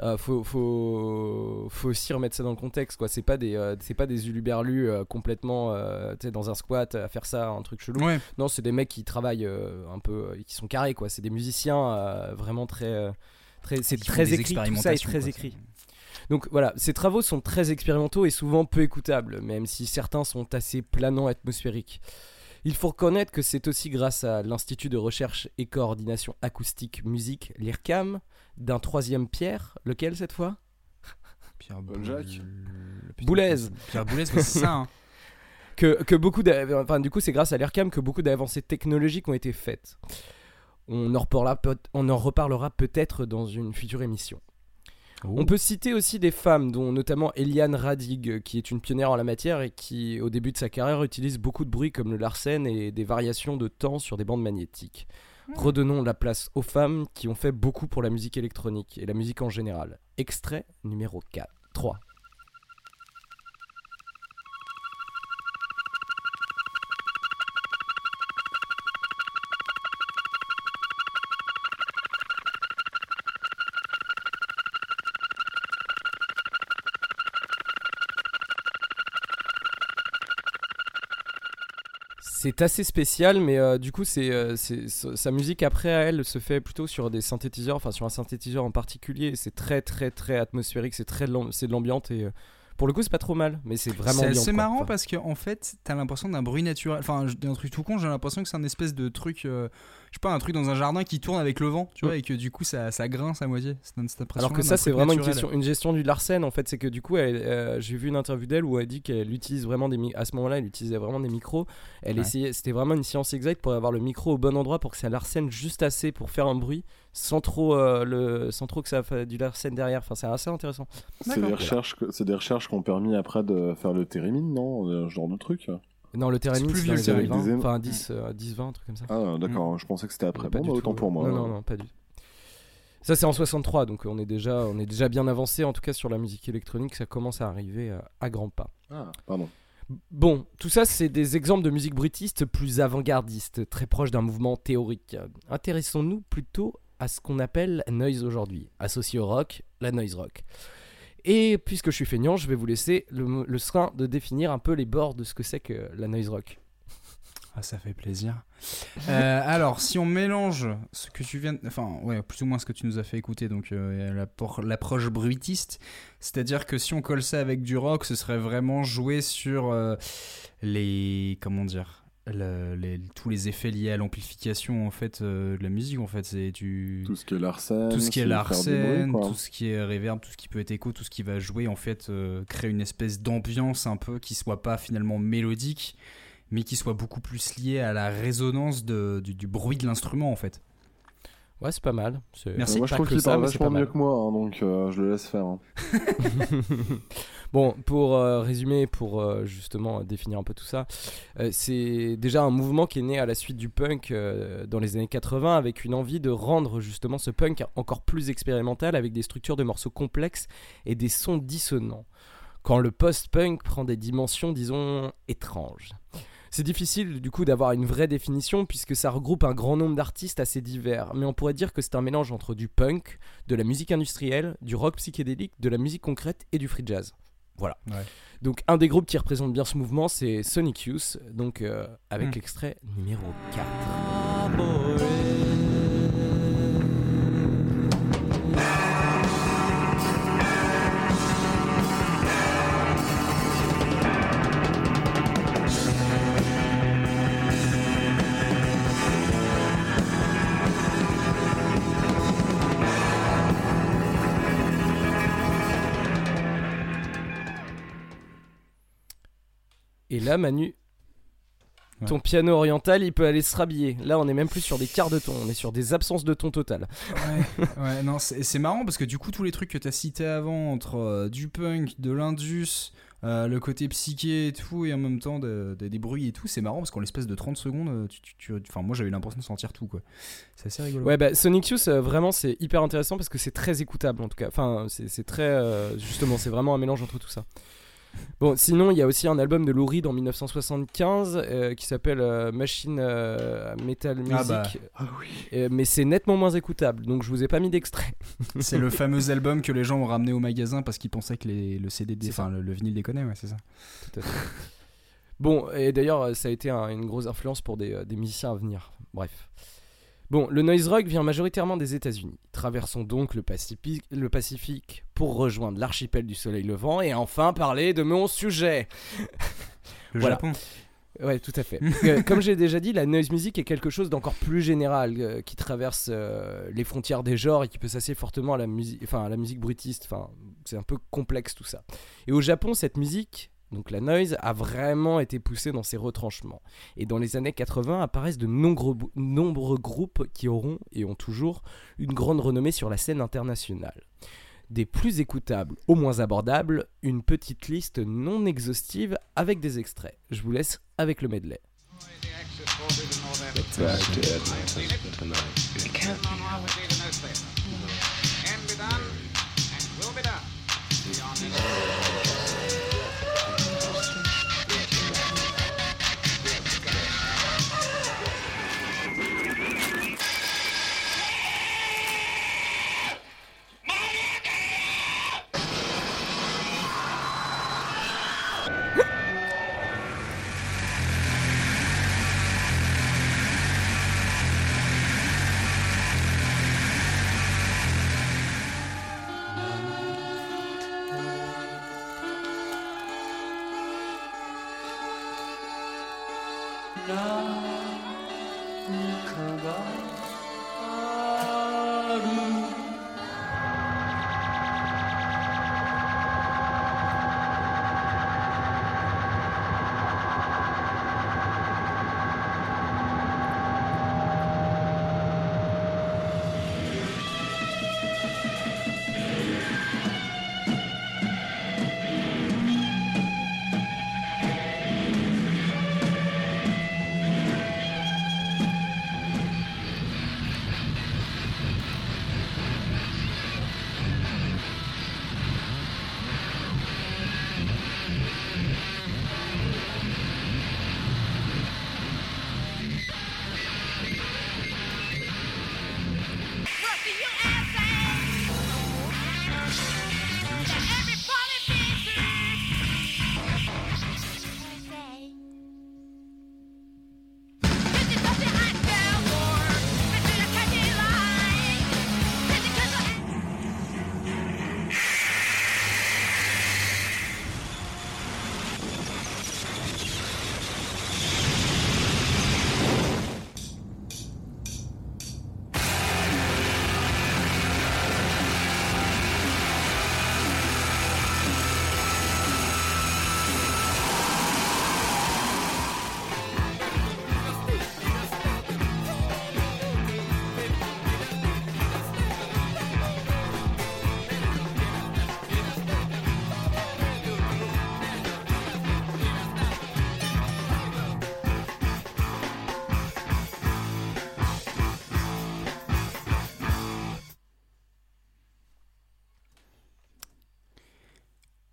S3: Faut aussi remettre ça dans le contexte quoi. C'est pas des uluberlus complètement dans un squat à faire ça, un truc chelou. Ouais. Non, c'est des mecs qui travaillent un peu, qui sont carrés quoi. C'est des musiciens vraiment très c'est très écrit, tout ça est très écrit. Donc voilà, ces travaux sont très expérimentaux et souvent peu écoutables, même si certains sont assez planants, atmosphériques. Il faut reconnaître que c'est aussi grâce à l'Institut de recherche et coordination acoustique musique, l'IRCAM, d'un troisième Pierre, lequel cette fois ?
S2: Pierre
S1: Jacques
S3: Boulez.
S2: Pierre Boulez, c'est ça. Hein.
S3: que beaucoup du coup, c'est grâce à l'IRCAM que beaucoup d'avancées technologiques ont été faites. On en reparlera peut-être dans une future émission. On peut citer aussi des femmes, dont notamment Eliane Radig, qui est une pionnière en la matière et qui, au début de sa carrière, utilise beaucoup de bruits comme le Larsen et des variations de temps sur des bandes magnétiques. Redonnons la place aux femmes qui ont fait beaucoup pour la musique électronique et la musique en général. Extrait numéro 3. C'est assez spécial, mais du coup, sa musique après, elle se fait plutôt sur des synthétiseurs, enfin sur un synthétiseur en particulier. C'est très très très atmosphérique, c'est de l'ambiance et pour le coup, c'est pas trop mal, mais c'est vraiment bien.
S2: C'est marrant parce qu'en fait, t'as l'impression d'un bruit naturel. Enfin, d'un truc tout con, j'ai l'impression que c'est un espèce de truc, je sais pas, un truc dans un jardin qui tourne avec le vent, tu vois, et que du coup, ça grince à moitié.
S3: Alors que ça, c'est vraiment une gestion du Larsen, en fait. C'est que du coup, j'ai vu une interview d'elle où elle dit qu'elle utilise vraiment à ce moment-là, elle utilisait vraiment des micros. Elle essayait, c'était vraiment une science exacte pour avoir le micro au bon endroit pour que ça Larsen juste assez pour faire un bruit sans trop que ça fasse du Larsen derrière. Enfin, c'est assez intéressant.
S1: C'est des recherches qui ont permis après de faire le Theremin, non, ce genre de truc.
S3: Non, le Theremin, c'est dans les années 20, enfin 10, 20, un truc comme ça.
S1: Ah, d'accord, je pensais que c'était après. Bon, bah, autant pour moi.
S3: Non, pas du tout. Ça, c'est en 63, donc on est déjà bien avancé, en tout cas sur la musique électronique, ça commence à arriver à grands pas.
S1: Ah, pardon.
S3: Bon, tout ça, c'est des exemples de musique bruitiste plus avant-gardiste, très proche d'un mouvement théorique. Intéressons-nous plutôt à ce qu'on appelle noise aujourd'hui, associé au rock, la noise rock. Et puisque je suis feignant, je vais vous laisser le soin de définir un peu les bords de ce que c'est que la noise rock.
S2: Ah, ça fait plaisir. Alors, si on mélange ce que tu viens, enfin, ouais, plus ou moins ce que tu nous as fait écouter, donc l'approche bruitiste, c'est-à-dire que si on colle ça avec du rock, ce serait vraiment jouer sur tous les effets liés à l'amplification en fait de la musique en fait, c'est
S1: tout ce qui est Larsen,
S2: tout ce qui est reverb, tout ce qui peut être écho, tout ce qui va jouer en fait, créer une espèce d'ambiance un peu qui soit pas finalement mélodique, mais qui soit beaucoup plus lié à la résonance du bruit de l'instrument en fait.
S3: Ouais, c'est pas mal.
S2: Merci.
S1: Moi je trouve qu'il parle vachement mieux que moi, hein, donc je le laisse faire. Hein.
S3: Bon, pour résumer, pour justement définir un peu tout ça, c'est déjà un mouvement qui est né à la suite du punk dans les années 80, avec une envie de rendre justement ce punk encore plus expérimental, avec des structures de morceaux complexes et des sons dissonants. Quand le post-punk prend des dimensions, disons, étranges. C'est difficile du coup d'avoir une vraie définition puisque ça regroupe un grand nombre d'artistes assez divers, mais on pourrait dire que c'est un mélange entre du punk, de la musique industrielle, du rock psychédélique, de la musique concrète et du free jazz. Voilà. Ouais. Donc un des groupes qui représente bien ce mouvement, c'est Sonic Youth, donc avec l'extrait numéro 4. Et là, Manu, ton piano oriental, il peut aller se rhabiller. Là, on n'est même plus sur des quarts de ton, on est sur des absences de ton total.
S2: Ouais, non, c'est marrant parce que du coup, tous les trucs que tu as cités avant, entre du punk, de l'indus, le côté psyché et tout, et en même temps des bruits et tout, c'est marrant parce qu'en l'espace de 30 secondes, moi j'avais l'impression de sentir tout, quoi. C'est assez rigolo.
S3: Ouais, Sonic Youth, vraiment, c'est hyper intéressant parce que c'est très écoutable en tout cas. Enfin, c'est très. Justement, c'est vraiment un mélange entre tout ça. Bon, sinon, il y a aussi un album de Lou Reed en 1975 qui s'appelle Machine Metal Music.
S1: Oui.
S3: Mais c'est nettement moins écoutable, donc je vous ai pas mis d'extrait.
S2: C'est le fameux album que les gens ont ramené au magasin parce qu'ils pensaient que le CD, le vinyle déconnait, ouais, c'est ça.
S3: Tout à fait. Bon, et d'ailleurs, ça a été une grosse influence pour des musiciens à venir. Bref. Bon, le noise rock vient majoritairement des États-Unis. Traversons donc le Pacifique pour rejoindre l'archipel du soleil levant et enfin parler de mon sujet.
S2: Le Japon.
S3: Ouais, tout à fait. Comme j'ai déjà dit, la noise music est quelque chose d'encore plus général qui traverse les frontières des genres et qui peut s'associer fortement à la musique bruitiste. Enfin, c'est un peu complexe tout ça. Et au Japon, cette musique, donc la noise, a vraiment été poussée dans ses retranchements. Et dans les années 80 apparaissent de nombreux groupes qui auront et ont toujours une grande renommée sur la scène internationale. Des plus écoutables aux moins abordables, une petite liste non exhaustive avec des extraits. Je vous laisse avec le medley.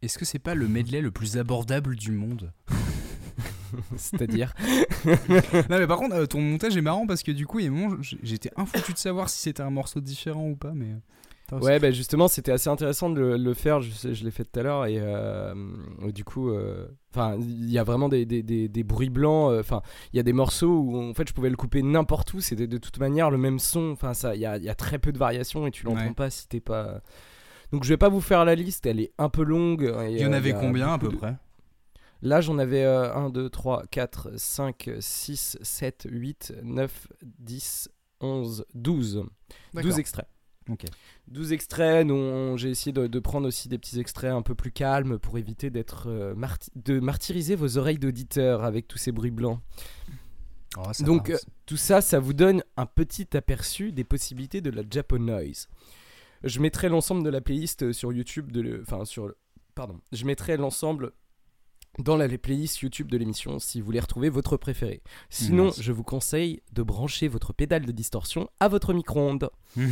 S2: Est-ce que c'est pas le medley le plus abordable du monde ?
S3: C'est-à-dire
S2: Non mais par contre ton montage est marrant parce que du coup j'étais infoutu de savoir si c'était un morceau différent ou pas, mais
S3: ouais bah justement c'était assez intéressant de le faire, je l'ai fait tout à l'heure et du coup enfin il y a vraiment des bruits blancs, enfin il y a des morceaux où en fait je pouvais le couper n'importe où, c'était de toute manière le même son, enfin ça il y a très peu de variations et tu l'entends pas si t'es pas, donc je vais pas vous faire la liste, elle est un peu longue.
S2: Il y en avait combien à peu près ?
S3: Là, j'en avais 1, 2, 3, 4, 5, 6, 7, 8, 9, 10, 11, 12. D'accord. 12 extraits.
S2: Okay.
S3: 12 extraits dont j'ai essayé de prendre aussi des petits extraits un peu plus calmes pour éviter de martyriser vos oreilles d'auditeurs avec tous ces bruits blancs. Oh, donc tout ça vous donne un petit aperçu des possibilités de la Japonoise. Je mettrai l'ensemble de la playlist sur YouTube je mettrai l'ensemble dans la playlist YouTube de l'émission si vous voulez retrouver votre préféré. Sinon, je vous conseille de brancher votre pédale de distorsion à votre micro-ondes.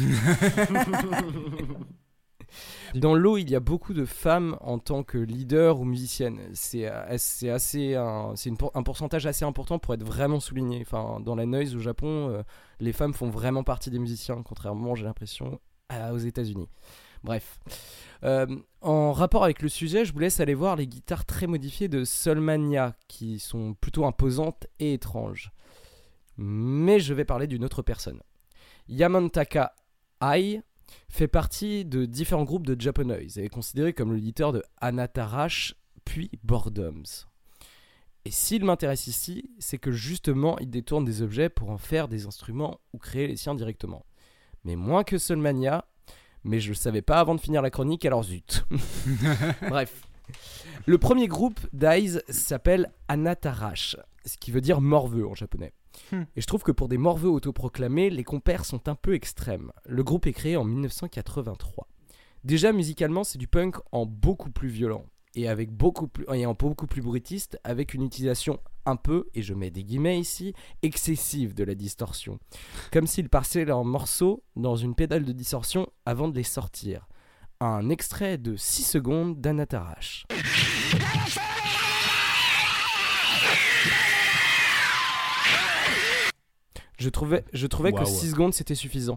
S3: Dans l'eau, il y a beaucoup de femmes en tant que leader ou musiciennes. C'est un pourcentage assez important pour être vraiment souligné. Enfin, dans la noise au Japon, les femmes font vraiment partie des musiciens, contrairement, j'ai l'impression, aux États-Unis. Bref. En rapport avec le sujet, je vous laisse aller voir les guitares très modifiées de Solmania, qui sont plutôt imposantes et étranges. Mais je vais parler d'une autre personne. Yamantaka Ai fait partie de différents groupes de Japonoise et est considéré comme le leader de Anatarash puis Boredoms. Et s'il m'intéresse ici, c'est que justement il détourne des objets pour en faire des instruments ou créer les siens directement. Mais moins que Solmania, mais je le savais pas avant de finir la chronique, alors zut. Bref. Le premier groupe d'Aiz s'appelle Anatarash, ce qui veut dire morveux en japonais. Et je trouve que pour des morveux autoproclamés, les compères sont un peu extrêmes. Le groupe est créé en 1983. Déjà musicalement, c'est du punk en beaucoup plus violent et en beaucoup plus bruitiste, avec une utilisation un peu, et je mets des guillemets ici, excessive de la distorsion. Comme s'ils passaient leurs morceaux dans une pédale de distorsion avant de les sortir. Un extrait de 6 secondes d'Anatarash. Je trouvais que 6 secondes c'était suffisant.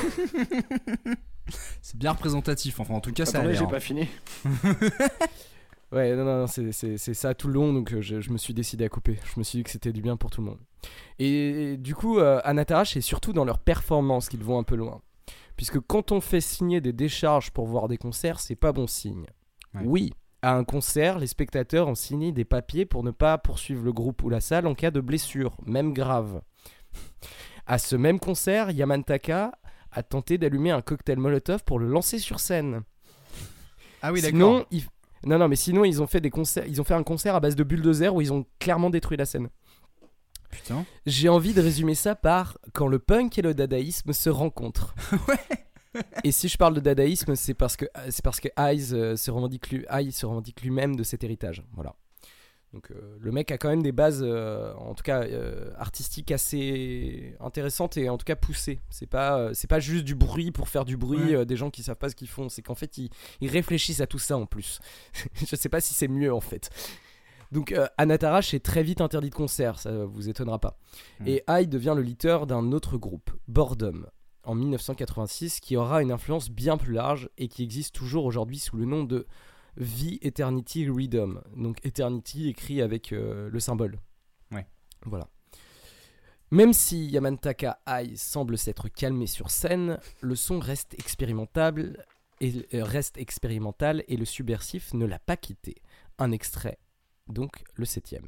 S2: C'est bien représentatif, enfin en tout cas ça a
S1: l'air.
S2: J'ai
S1: pas fini.
S3: Ouais, non, c'est ça tout le long, donc je me suis décidé à couper. Je me suis dit que c'était du bien pour tout le monde. Et du coup, Anatarash, c'est surtout dans leur performance qu'ils vont un peu loin. Puisque quand on fait signer des décharges pour voir des concerts, c'est pas bon signe. Ouais. Oui, à un concert, les spectateurs ont signé des papiers pour ne pas poursuivre le groupe ou la salle en cas de blessure, même grave. À ce même concert, Yamantaka a tenté d'allumer un cocktail Molotov pour le lancer sur scène.
S2: Ah oui, d'accord.
S3: Non, mais sinon ils ont fait un concert à base de bulldozer où ils ont clairement détruit la scène.
S2: Putain.
S3: J'ai envie de résumer ça par quand le punk et le dadaïsme se rencontrent.
S2: Ouais.
S3: Et si je parle de dadaïsme, c'est parce que Aiz se revendique lui-même de cet héritage. Voilà. Donc le mec a quand même des bases, en tout cas artistiques assez intéressantes et en tout cas poussées. C'est pas juste du bruit pour faire du bruit, ouais. Des gens qui savent pas ce qu'ils font. C'est qu'en fait ils réfléchissent à tout ça en plus. Je sais pas si c'est mieux en fait. Donc Anatarash est très vite interdit de concert, ça vous étonnera pas. Et Ai devient le leader d'un autre groupe, Boredom, en 1986, qui aura une influence bien plus large et qui existe toujours aujourd'hui sous le nom de The Eternity Rhythm. Donc Eternity écrit avec le symbole.
S2: Ouais.
S3: Voilà. Même si Yamantaka Ai semble s'être calmé sur scène, le son reste expérimental et le subversif ne l'a pas quitté. Un extrait. Donc le 7e.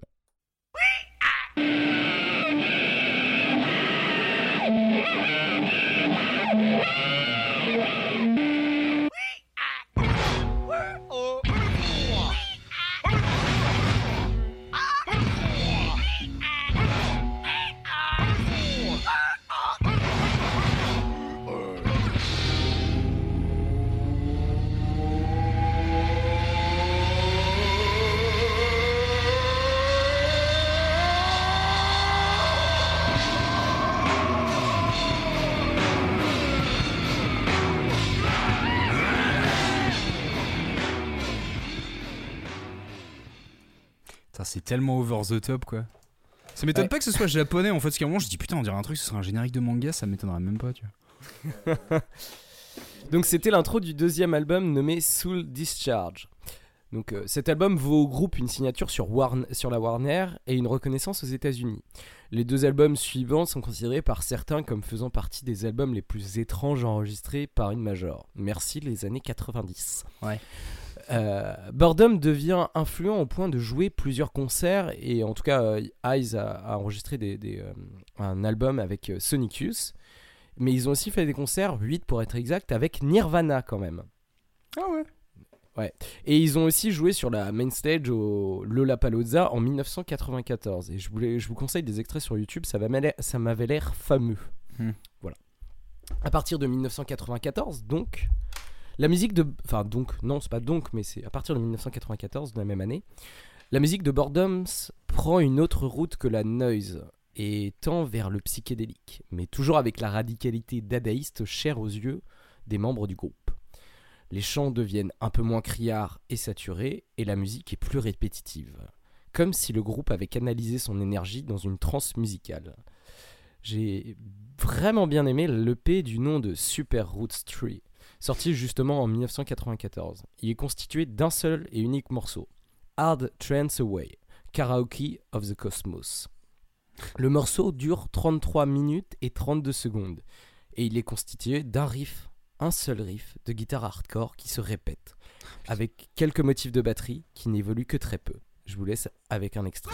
S2: c'est tellement over the top quoi. Ça m'étonne pas que ce soit japonais en fait, parce qu'à un moment je dis putain on dirait un truc, ce serait un générique de manga, ça m'étonnerait même pas tu vois.
S3: Donc c'était l'intro du deuxième album nommé Soul Discharge. Donc cet album vaut au groupe une signature sur la Warner et une reconnaissance aux États-Unis. Les 2 albums suivants sont considérés par certains comme faisant partie des albums les plus étranges enregistrés par une major. Merci les années 90.
S2: Ouais.
S3: Boredom devient influent au point de jouer plusieurs concerts et en tout cas Eyes a enregistré un album avec Sonic Youth, mais ils ont aussi fait des concerts, 8 pour être exact, avec Nirvana quand même.
S2: Ah ouais.
S3: Ouais. Et ils ont aussi joué sur la main stage au Lollapalooza en 1994. Et je vous conseille des extraits sur YouTube, ça m'avait l'air fameux. Voilà. À partir de 1994, donc, la musique de... Enfin, donc, non, c'est pas donc, mais c'est à partir de 1994, de la même année, la musique de Boredom prend une autre route que la noise et tend vers le psychédélique, mais toujours avec la radicalité dadaïste chère aux yeux des membres du groupe. Les chants deviennent un peu moins criards et saturés, et la musique est plus répétitive. Comme si le groupe avait canalisé son énergie dans une transe musicale. J'ai vraiment bien aimé l'EP du nom de Super Roots Tree, sorti justement en 1994. Il est constitué d'un seul et unique morceau, Hard Trance Away, Karaoke of the Cosmos. Le morceau dure 33 minutes et 32 secondes, et il est constitué un seul riff de guitare hardcore qui se répète, avec quelques motifs de batterie qui n'évoluent que très peu. Je vous laisse avec un extrait.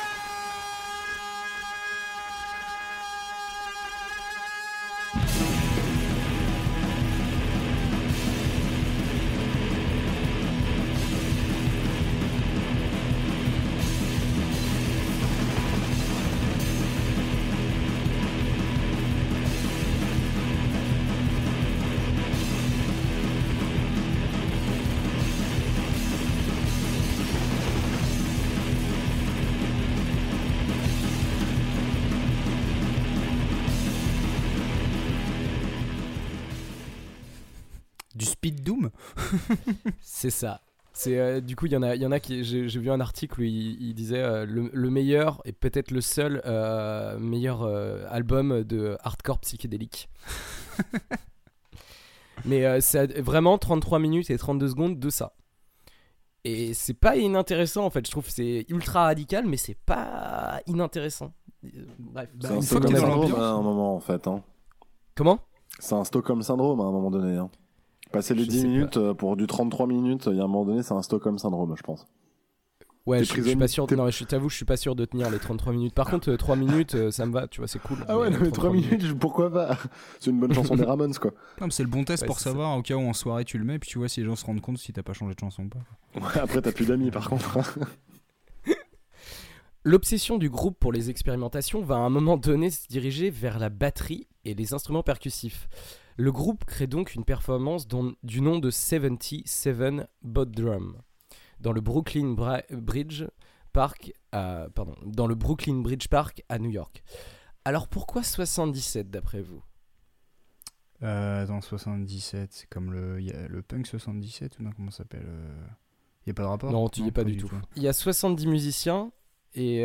S2: Du speed doom.
S3: C'est ça. C'est du coup il y en a qui j'ai vu un article où il disait le meilleur et peut-être le seul meilleur album de hardcore psychédélique. Mais c'est vraiment 33 minutes et 32 secondes de ça. Et c'est pas inintéressant en fait, je trouve que c'est ultra radical mais c'est pas inintéressant. Bref,
S1: c'est un Stockholm syndrome à un moment en fait hein.
S3: Comment ?
S1: C'est un Stockholm syndrome à un moment donné hein. Passer les 10 minutes pour du 33 minutes, il y a un moment donné, c'est un Stockholm syndrome, je pense.
S3: Ouais, je suis pas sûr. Non, je t'avoue, je suis pas sûr de tenir les 33 minutes. Par contre, 3 minutes, ça me va, tu vois, c'est cool.
S1: Ah ouais, mais 3 minutes, pourquoi pas ? C'est une bonne chanson des Ramones, quoi.
S2: Non, mais c'est le bon test pour savoir, ça. Au cas où en soirée tu le mets, puis tu vois si les gens se rendent compte si t'as pas changé de chanson ou pas.
S1: Ouais, après, t'as plus d'amis, par contre.
S3: L'obsession du groupe pour les expérimentations va à un moment donné se diriger vers la batterie et les instruments percussifs. Le groupe crée donc une performance du nom de 77 Bodrum dans le Brooklyn Bridge Park à New York. Alors pourquoi 77 d'après vous ?
S2: Dans 77, c'est comme le punk 77 ou non, comment ça s'appelle Il y a pas de rapport ?
S3: Non, tu y es pas du tout. Il y a 70 musiciens et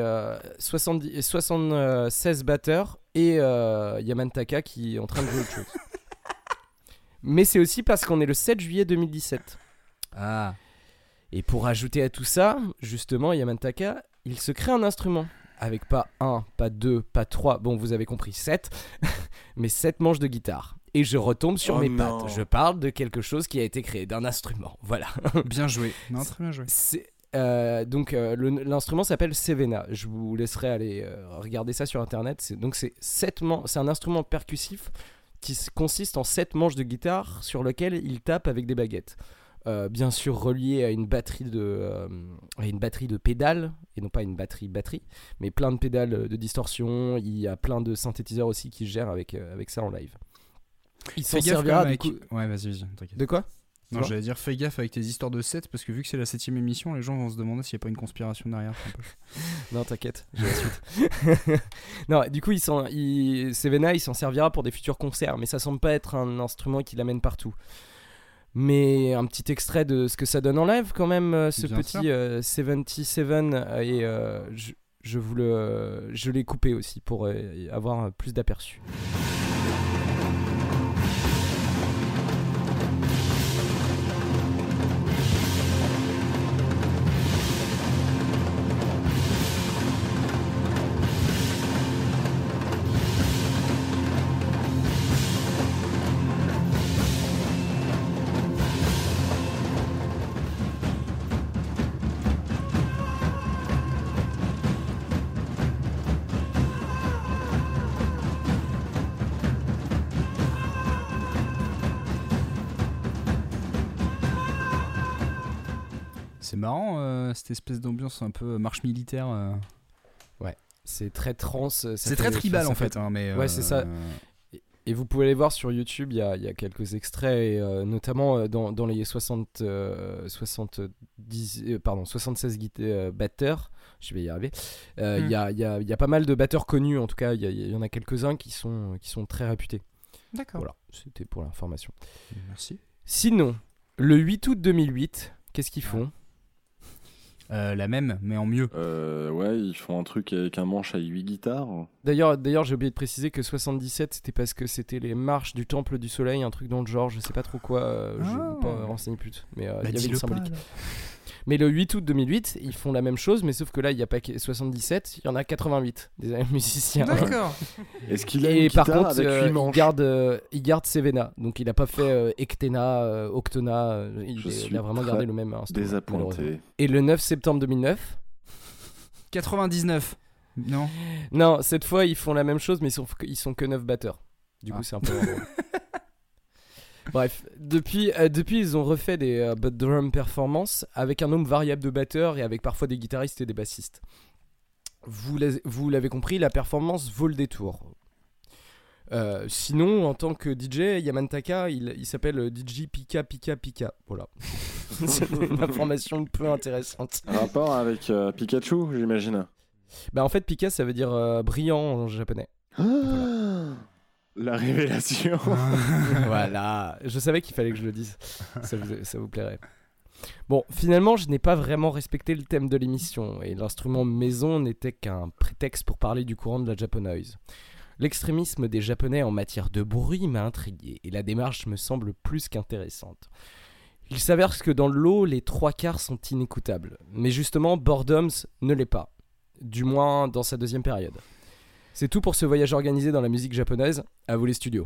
S3: 76 batteurs et Yamantaka qui est en train de jouer autre chose. Mais c'est aussi parce qu'on est le 7 juillet 2017.
S2: Ah.
S3: Et pour ajouter à tout ça, justement, Yamantaka, il se crée un instrument. Avec pas 1, pas 2, pas 3, bon vous avez compris, 7, mais 7 manches de guitare. Et je retombe sur mes pattes. Je parle de quelque chose qui a été créé, d'un instrument. Voilà.
S2: Bien joué. Non, très bien joué.
S3: L'instrument s'appelle Sevena. Je vous laisserai aller regarder ça sur internet. C'est un instrument percussif qui consiste en 7 manches de guitare sur lesquelles il tape avec des baguettes. Bien sûr relié à une batterie de pédales, et non pas une batterie, mais plein de pédales de distorsion. Il y a plein de synthétiseurs aussi qui se gèrent avec ça en live. Il s'en servira du coup...
S2: Ouais, vas-y, t'inquiète.
S3: De quoi ?
S2: Non, j'allais dire fais gaffe avec tes histoires de 7 parce que vu que c'est la 7ème émission, les gens vont se demander s'il n'y a pas une conspiration derrière.
S3: Non, t'inquiète, j'ai la suite. Non, du coup, Sevena, il s'en servira pour des futurs concerts, mais ça semble pas être un instrument qui l'amène partout. Mais un petit extrait de ce que ça donne en live quand même, ce
S2: Bien
S3: petit 77 et je l'ai coupé aussi pour avoir plus d'aperçu.
S2: C'est marrant cette espèce d'ambiance un peu marche militaire.
S3: Ouais, c'est très trans.
S2: C'est très tribal en fait. Mais
S3: ouais, c'est ça. Et vous pouvez aller voir sur YouTube, il y a quelques extraits, et, notamment dans les 76 batteurs, je vais y arriver. Il y a pas mal de batteurs connus, en tout cas, il y en a quelques-uns qui sont très réputés.
S2: D'accord.
S3: Voilà, c'était pour l'information.
S2: Merci.
S3: Sinon, le 8 août 2008, qu'est-ce qu'ils font ?
S2: La même, mais en mieux.
S1: Ouais, ils font un truc avec un manche à 8 guitares.
S3: D'ailleurs, j'ai oublié de préciser que 77, c'était parce que c'était les marches du Temple du Soleil, un truc dans le genre, je sais pas trop quoi, je ne vais pas renseigner plus. Mais il y avait une symbolique. Mais le 8 août 2008, ils font la même chose, mais sauf que là, il n'y a pas 77, il y en a 88 des musiciens.
S2: D'accord.
S1: Est-ce qu'il a une
S3: par
S1: guitare
S3: contre,
S1: avec 8 manches
S3: il garde Sevena, donc il n'a pas fait Ectena, Octona, il a vraiment gardé le même instrument.
S1: Désappointé.
S3: Et le 9 septembre 2009
S2: 99. Non.
S3: Non, cette fois, ils font la même chose, mais ils sont que 9 batteurs. Du coup, c'est un peu... Bref, depuis, ils ont refait des drum performances avec un nombre variable de batteurs et avec parfois des guitaristes et des bassistes. Vous l'avez compris, la performance vaut le détour. Sinon, en tant que DJ, Yamantaka, il s'appelle DJ Pika Pika Pika. Voilà. C'est une information peu intéressante.
S1: Un rapport avec Pikachu, j'imagine.
S3: Bah en fait, Pika, ça veut dire brillant en japonais. Voilà.
S1: La révélation.
S3: Voilà, je savais qu'il fallait que je le dise. Ça vous plairait. Bon, finalement, je n'ai pas vraiment respecté le thème de l'émission et l'instrument maison n'était qu'un prétexte pour parler du courant de la japonoise. L'extrémisme des Japonais en matière de bruit m'a intrigué et la démarche me semble plus qu'intéressante. Il s'avère que dans le lot, les 3/4 sont inécoutables, mais justement, Boredoms ne l'est pas, du moins dans sa deuxième période. C'est tout pour ce voyage organisé dans la musique japonaise. À vous les studios.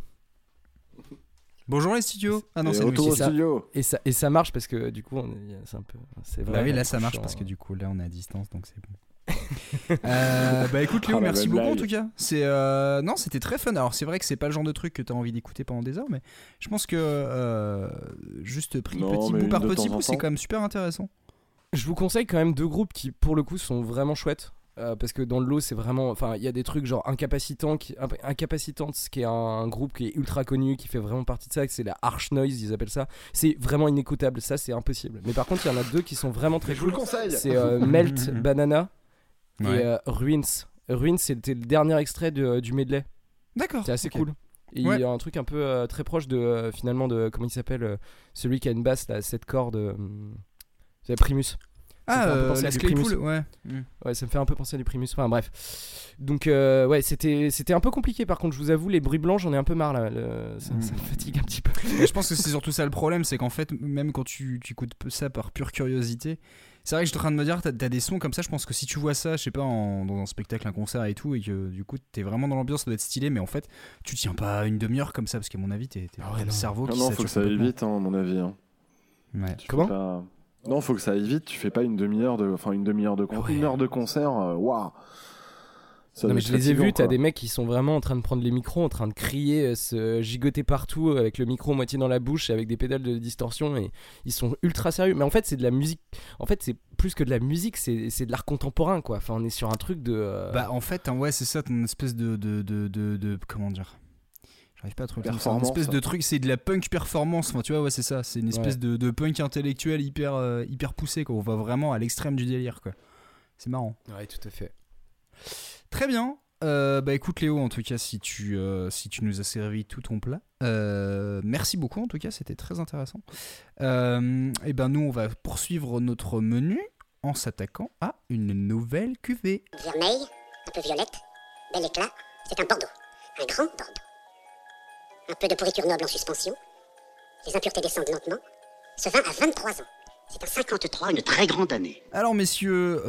S2: Bonjour les studios. Ah non,
S1: et
S2: c'est
S1: retour au studio.
S3: Et ça marche parce que du coup, c'est un peu. C'est vrai.
S2: Bah oui, là ça marche parce que du coup, là on est à distance, donc c'est bon. Bah écoute Léo, merci beaucoup en tout cas. Non, c'était très fun. Alors c'est vrai que c'est pas le genre de truc que t'as envie d'écouter pendant des heures, mais je pense que juste pris petit bout par petit bout, c'est quand même super intéressant.
S3: Je vous conseille quand même 2 groupes qui, pour le coup, sont vraiment chouettes. Parce que dans le lot, c'est vraiment. Enfin, il y a des trucs genre Incapacitants, qui est un groupe qui est ultra connu, qui fait vraiment partie de ça, c'est la Harsh Noise, ils appellent ça. C'est vraiment inécoutable, ça c'est impossible. Mais par contre, il y en a 2 qui sont vraiment très cool. C'est Melt Banana et Ruins. Ruins, c'était le dernier extrait du medley.
S2: D'accord.
S3: C'est assez cool. Et il y a un truc un peu très proche de finalement de comment il s'appelle celui qui a une basse là, 7 cordes. C'est Primus.
S2: La Claypool, ouais.
S3: Ouais, ça me fait un peu penser à du Primus. Enfin bref. Donc ouais, c'était un peu compliqué. Par contre, je vous avoue, les bruits blancs, j'en ai un peu marre là. Ça me fatigue un petit peu.
S2: Mais je pense que c'est surtout ça le problème, c'est qu'en fait, même quand tu écoutes ça par pure curiosité, c'est vrai que je suis en train de me dire, t'as des sons comme ça. Je pense que si tu vois ça, je sais pas, dans un spectacle, un concert et tout, et que du coup t'es vraiment dans l'ambiance, ça doit être stylé, mais en fait, tu tiens pas une demi-heure comme ça, parce qu'à mon avis, t'es le cerveau qui
S1: non,
S2: sature.
S1: faut que ça aille vite, à mon avis.
S2: Ouais.
S3: Comment ?
S1: Non, faut que ça aille vite. Tu fais pas une demi-heure de une heure de concert. Waouh.
S3: Non mais je les ai vus. T'as des mecs qui sont vraiment en train de prendre les micros, en train de crier, se gigoter partout avec le micro moitié dans la bouche, avec des pédales de distorsion, et ils sont ultra sérieux. Mais en fait, c'est de la musique. En fait, c'est plus que de la musique, c'est de l'art contemporain, quoi. Enfin, on est sur un truc de.
S2: Bah en fait, ouais, c'est ça, ton espèce de comment dire. J'arrive pas à trouver une espèce de truc, c'est de la punk performance, enfin tu vois, ouais, c'est ça, c'est une espèce de punk intellectuel hyper poussé, quoi. On va vraiment à l'extrême du délire, quoi. C'est marrant.
S3: Ouais, tout à fait.
S2: Très bien. Bah écoute Léo, en tout cas, si tu nous as servi tout ton plat, merci beaucoup, en tout cas, c'était très intéressant. Et ben nous, on va poursuivre notre menu en s'attaquant à une nouvelle cuvée.
S12: Vermeil, un peu violette, bel éclat, c'est un Bordeaux, un grand Bordeaux. Un peu de pourriture noble en suspension, les impuretés descendent lentement. Ce vin a 23 ans. C'est un 53, une très grande année.
S2: Alors messieurs,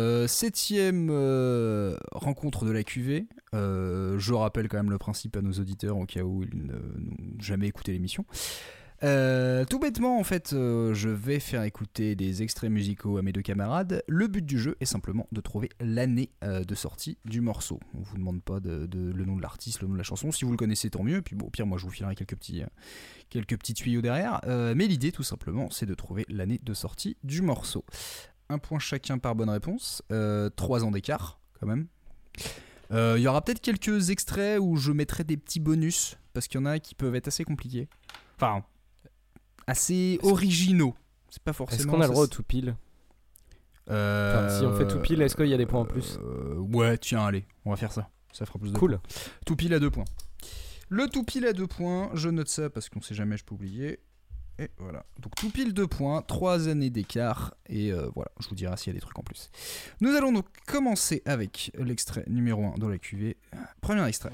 S2: 7e rencontre de la cuvée. Je rappelle quand même le principe à nos auditeurs au cas où ils n'ont jamais écouté l'émission. Tout bêtement en fait, je vais faire écouter des extraits musicaux à mes deux camarades. Le but du jeu est simplement de trouver l'année de sortie du morceau. On vous demande pas le nom de l'artiste, le nom de la chanson. Si vous le connaissez, tant mieux. Puis bon, au pire, moi je vous filerai quelques petits tuyaux derrière. Mais l'idée, tout simplement, c'est de trouver l'année de sortie du morceau. 1 point chacun par bonne réponse. 3 ans d'écart, quand même. Il y aura peut-être quelques extraits où je mettrai des petits bonus, parce qu'il y en a qui peuvent être assez compliqués. Enfin, assez originaux. C'est pas forcément.
S3: Est-ce qu'on a le droit au tout pile si on fait tout pile, est-ce qu'il y a des points en plus
S2: Ouais, tiens, allez, on va faire ça. Ça fera plus de
S3: cool.
S2: Points. Tout pile à 2 points. Le tout pile à 2 points, je note ça parce qu'on sait jamais, je peux oublier. Et voilà. Donc tout pile 2 points, 3 années d'écart. Et voilà, je vous dirai s'il y a des trucs en plus. Nous allons donc commencer avec l'extrait numéro 1 de la cuvée. Premier extrait.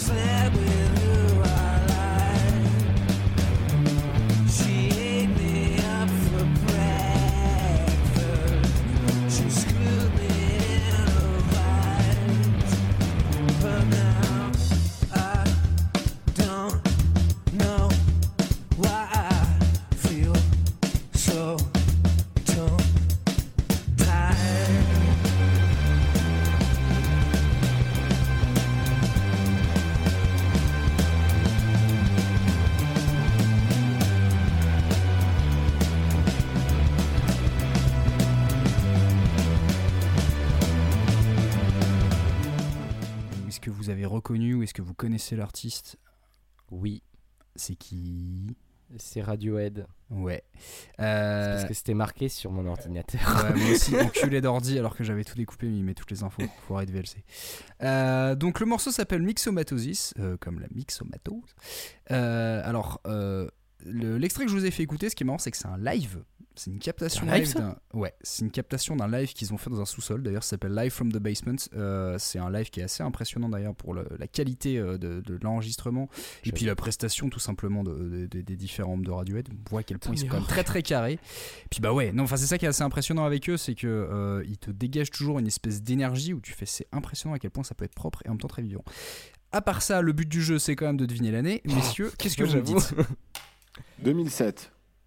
S2: Vous avez reconnu ou est-ce que vous connaissez l'artiste?
S3: Oui.
S2: C'est qui?
S3: C'est Radiohead.
S2: Ouais.
S3: C'est parce que c'était marqué sur mon ordinateur.
S2: Ouais, moi aussi, enculé d'ordi alors que j'avais tout découpé, mais il met toutes les infos. Faut arrêter de VLC. Donc le morceau s'appelle Myxomatosis, comme la myxomatose. Alors, l'extrait que je vous ai fait écouter, ce qui est marrant, c'est que c'est un live. C'est une captation live c'est une captation d'un live qu'ils ont fait dans un sous-sol. D'ailleurs, ça s'appelle Live from the Basement. C'est un live qui est assez impressionnant d'ailleurs pour la qualité de l'enregistrement et puis la prestation tout simplement des différents membres de Radiohead. On voit à quel point ils sont quand même très très carrés. Puis bah ouais, non, enfin c'est ça qui est assez impressionnant avec eux, c'est que ils te dégagent toujours une espèce d'énergie où tu fais, c'est impressionnant à quel point ça peut être propre et en même temps très vivant. À part ça, le but du jeu, c'est quand même de deviner l'année. Messieurs, qu'est-ce que vous dites?
S1: 2007.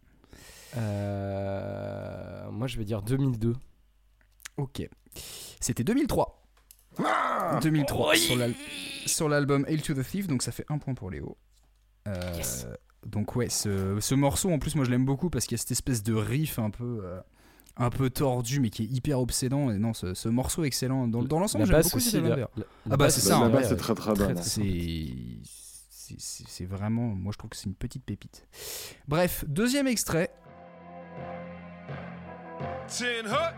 S3: Moi je vais dire 2002.
S2: Ok. C'était 2003. 2003 sur l'album Hail to the Thief, donc ça fait 1 point pour Léo. Yes. Donc ouais, ce morceau en plus moi je l'aime beaucoup parce qu'il y a cette espèce de riff un peu tordu mais qui est hyper obsédant. Et non, ce morceau est excellent. Dans l'ensemble, j'aime beaucoup cette album. Ah bah c'est ça.
S1: La basse est très très bonne.
S2: C'est vraiment, moi je trouve que c'est une petite pépite. Bref, deuxième extrait.
S13: Tin Hut,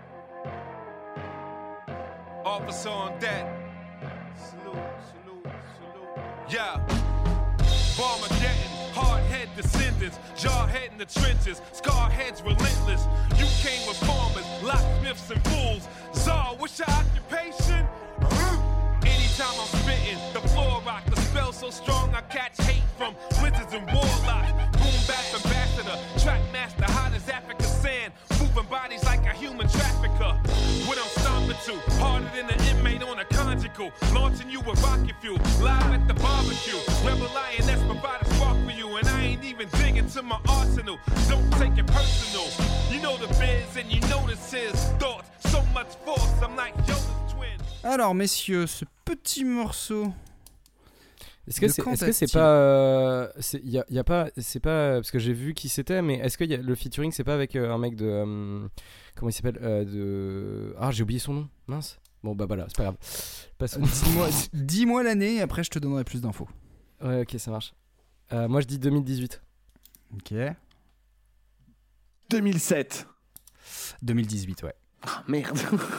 S13: officer on deck. Salute. Yeah, Bombergetting, hard head descendants, jarhead in the trenches, scar heads relentless. You came with farmers, locksmiths and fools. Czar, what's your occupation? Anytime I'm spitting, the floor rock, the spell so strong I catch hate from wizards and warlocks. Boom bap ambassador, track master, hot as Africa sand, moving bodies like a human trafficker. What I'm stomping to, harder than an inmate on a conjugal, launching you with rocket fuel, live at the barbecue. Rebel lioness provide a spark for you, and I ain't even digging to my arsenal. Don't take it personal. You know the biz and you know this is thoughts. So much force, I'm like Yoda's twin.
S2: Alors messieurs, ce petit morceau.
S3: Est-ce que c'est pas y a pas, c'est pas parce que j'ai vu qui c'était, mais est-ce que le featuring c'est pas avec un mec de comment il s'appelle j'ai oublié son nom, mince. Bon bah voilà, c'est pas grave.
S2: Dis-moi l'année et après je te donnerai plus d'infos.
S3: Ouais, ok, ça marche. Moi je dis 2018.
S2: Ok.
S1: 2007.
S2: 2018, ouais.
S1: Ah merde.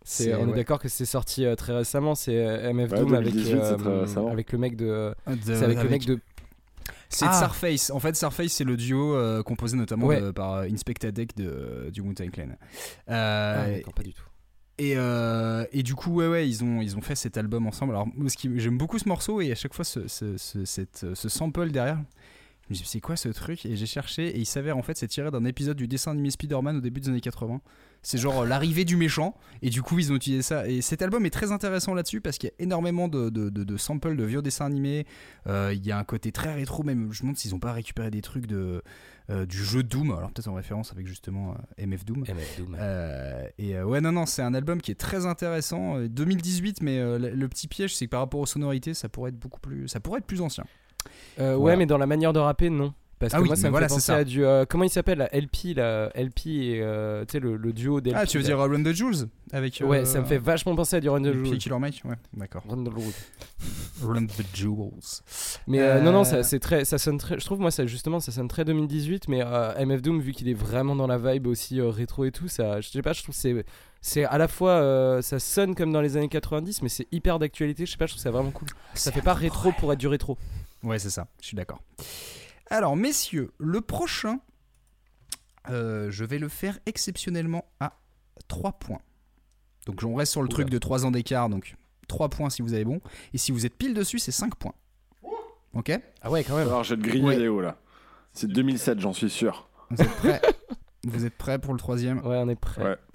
S3: On est d'accord que c'est sorti très récemment. C'est MF Doom avec le mec de. C'est avec le mec de.
S2: C'est Starface. En fait, Starface, c'est le duo composé notamment par Inspectah Deck du Wu-Tang Clan.
S3: D'accord, pas du tout.
S2: Et du coup, ils ont fait cet album ensemble. Alors, j'aime beaucoup ce morceau et à chaque fois, ce sample derrière. Je me suis dit, c'est quoi ce truc ? Et j'ai cherché et il s'avère en fait c'est tiré d'un épisode du dessin animé Spider-Man au début des années 80. C'est genre l'arrivée du méchant et du coup ils ont utilisé ça. Et cet album est très intéressant là-dessus parce qu'il y a énormément de samples de vieux dessins animés. Il y a un côté très rétro, même je me demande s'ils n'ont pas récupéré des trucs du jeu Doom, alors peut-être en référence avec justement MF Doom. Non, c'est un album qui est très intéressant. 2018, mais le petit piège c'est que par rapport aux sonorités ça pourrait être plus ancien.
S3: Ouais, mais dans la manière de rapper, non. Parce que moi, ça me fait penser à du. Comment il s'appelle la LP et tu sais, le duo d'LP.
S2: Ah, tu veux dire Run the Jewels avec,
S3: ouais, ça me fait vachement penser à du Run the Jewels.
S2: Killer Mike, ouais, d'accord. Run the Jewels.
S3: Mais non, ça sonne très. Je trouve, moi, ça sonne très 2018. Mais MF Doom, vu qu'il est vraiment dans la vibe aussi rétro et tout, ça, je sais pas, je trouve c'est à la fois ça sonne comme dans les années 90 mais c'est hyper d'actualité, je sais pas, je trouve ça vraiment cool. Ça fait pas rétro pour être du rétro.
S2: Ouais, c'est ça, je suis d'accord. Alors messieurs, le prochain je vais le faire exceptionnellement à 3 points. Donc on reste sur le truc de 3 ans d'écart, donc 3 points si vous avez bon, et si vous êtes pile dessus c'est 5 points. Ok ?
S3: Ah ouais, quand même.
S1: Alors je vais te griller Léo là. C'est 2007, j'en suis sûr.
S2: Vous êtes prêts ? Vous êtes prêts pour le troisième ?
S3: Ouais, on est prêts.
S1: Ouais.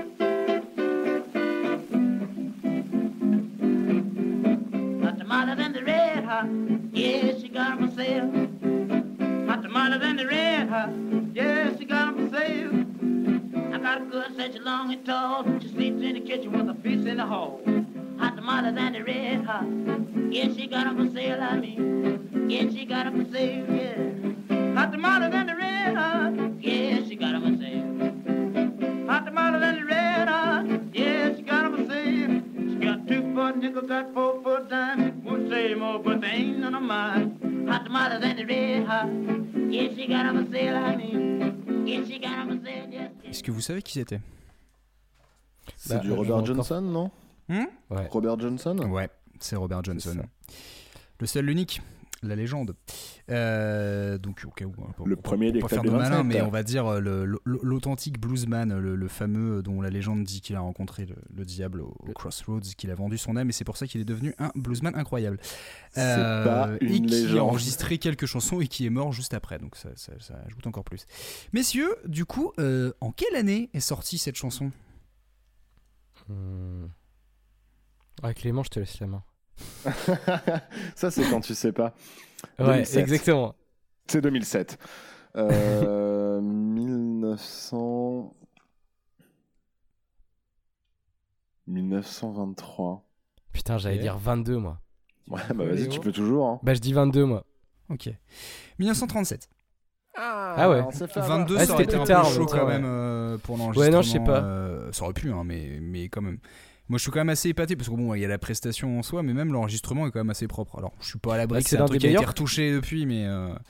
S14: Hotter than the red hot, yeah, she got 'em for sale. Hotter than the red hot, yeah, she got 'em for sale. I got a good such long and tall, she sleeps in the kitchen with a piece in the hall. Hotter than the red hot, yeah, she got 'em for sale, I mean, yeah, she got 'em for sale, yeah. Hotter than the red hot, yeah, she got 'em for sale. Hotter than the red hot, yeah, she got 'em for sale. She got 2 for nickel, got 4 for dime. Won't say more, but they ain't none of mine. Hotter than the red hot, yeah, she got 'em for sale, I mean, yeah, she got 'em for sale, yeah.
S2: Est-ce que vous savez qui c'était ?
S1: C'est du Robert Johnson, non ?
S2: Ouais.
S1: Robert Johnson ?
S2: Ouais, c'est Robert Johnson. Le seul, l'unique, la légende. Donc au cas où,
S1: le premier des
S2: pas faire de malin, mais on va dire l'authentique bluesman, le fameux dont la légende dit qu'il a rencontré le diable au Crossroads, qu'il a vendu son âme et c'est pour ça qu'il est devenu un bluesman incroyable.
S1: C'est pas une
S2: et qui
S1: légende.
S2: a enregistré quelques chansons et qui est mort juste après, donc ça ajoute encore plus. Messieurs, du coup, en quelle année est sortie cette chanson ?
S3: Clément, je te laisse la main.
S1: Ça, c'est quand tu sais pas.
S3: Ouais,
S1: 2007.
S3: exactement.
S1: C'est 2007. 1923.
S3: Putain, j'allais dire 22, moi.
S1: Ouais, bah vas-y, tu peux toujours. Hein.
S3: Bah, je dis 22, moi.
S2: Ok. 1937.
S3: Ah ouais.
S2: 22, ça aurait été un peu chaud quand même pour l'enregistrement.
S3: Ouais, non, je sais pas.
S2: Ça aurait pu, hein, mais quand même. Moi, je suis quand même assez épaté parce que bon, il y a la prestation en soi, mais même l'enregistrement est quand même assez propre. Alors, je suis pas à l'abri que c'est un truc qui a été retouché depuis, mais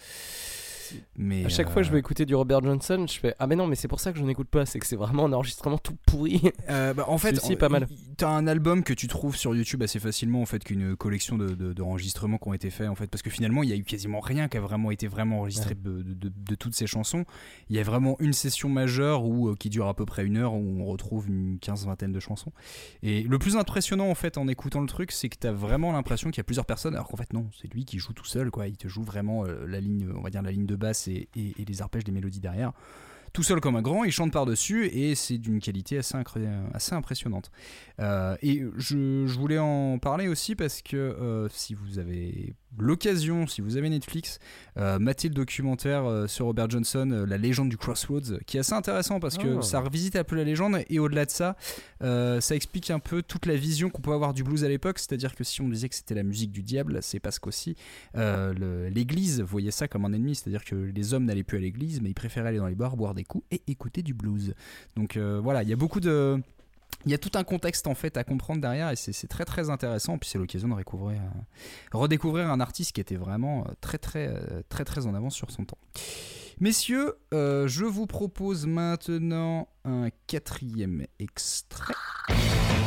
S3: à chaque fois que je veux écouter du Robert Johnson, je fais mais non, mais c'est pour ça que je n'écoute pas, c'est que c'est vraiment un enregistrement tout pourri.
S2: En fait,
S3: c'est pas mal.
S2: T'as un album que tu trouves sur YouTube assez facilement en fait, qu'une collection d'enregistrements qui ont été faits en fait, parce que finalement il y a eu quasiment rien qui a vraiment été enregistré de toutes ces chansons. Il y a vraiment une session majeure qui dure à peu près 1 heure où on retrouve une 15-20 de chansons. Et le plus impressionnant en fait en écoutant le truc, c'est que t'as vraiment l'impression qu'il y a plusieurs personnes, alors qu'en fait non, c'est lui qui joue tout seul quoi. Il te joue vraiment la ligne, on va dire la ligne de basse et les arpèges des mélodies derrière. Tout seul comme un grand, il chante par-dessus et c'est d'une qualité assez impressionnante. Et je voulais en parler aussi parce que si vous avez l'occasion, si vous avez Netflix, matez le documentaire sur Robert Johnson, la légende du Crossroads, qui est assez intéressant parce que ça revisite un peu la légende et au-delà de ça, ça explique un peu toute la vision qu'on peut avoir du blues à l'époque, c'est-à-dire que si on disait que c'était la musique du diable, c'est parce qu'aussi l'église voyait ça comme un ennemi, c'est-à-dire que les hommes n'allaient plus à l'église mais ils préféraient aller dans les bars, boire des coups et écouter du blues. Donc voilà, il y a beaucoup de... Il y a tout un contexte en fait à comprendre derrière et c'est très très intéressant. Puis c'est l'occasion de redécouvrir un artiste qui était vraiment très en avance sur son temps. Messieurs, je vous propose maintenant un 4e extrait.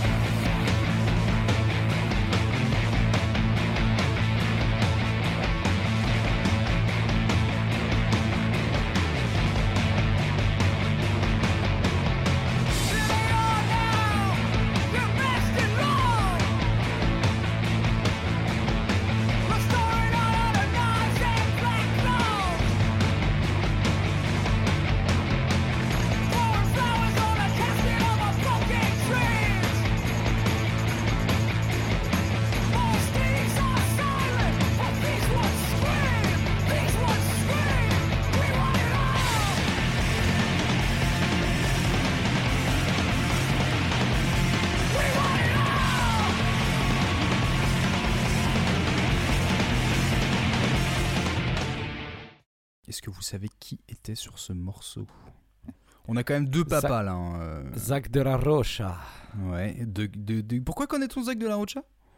S2: est-ce que vous savez qui était sur ce morceau ? On a quand même 2 papas là.
S3: Zach de la Rocha.
S2: Ouais. Pourquoi connaît-on Zach de la Rocha ?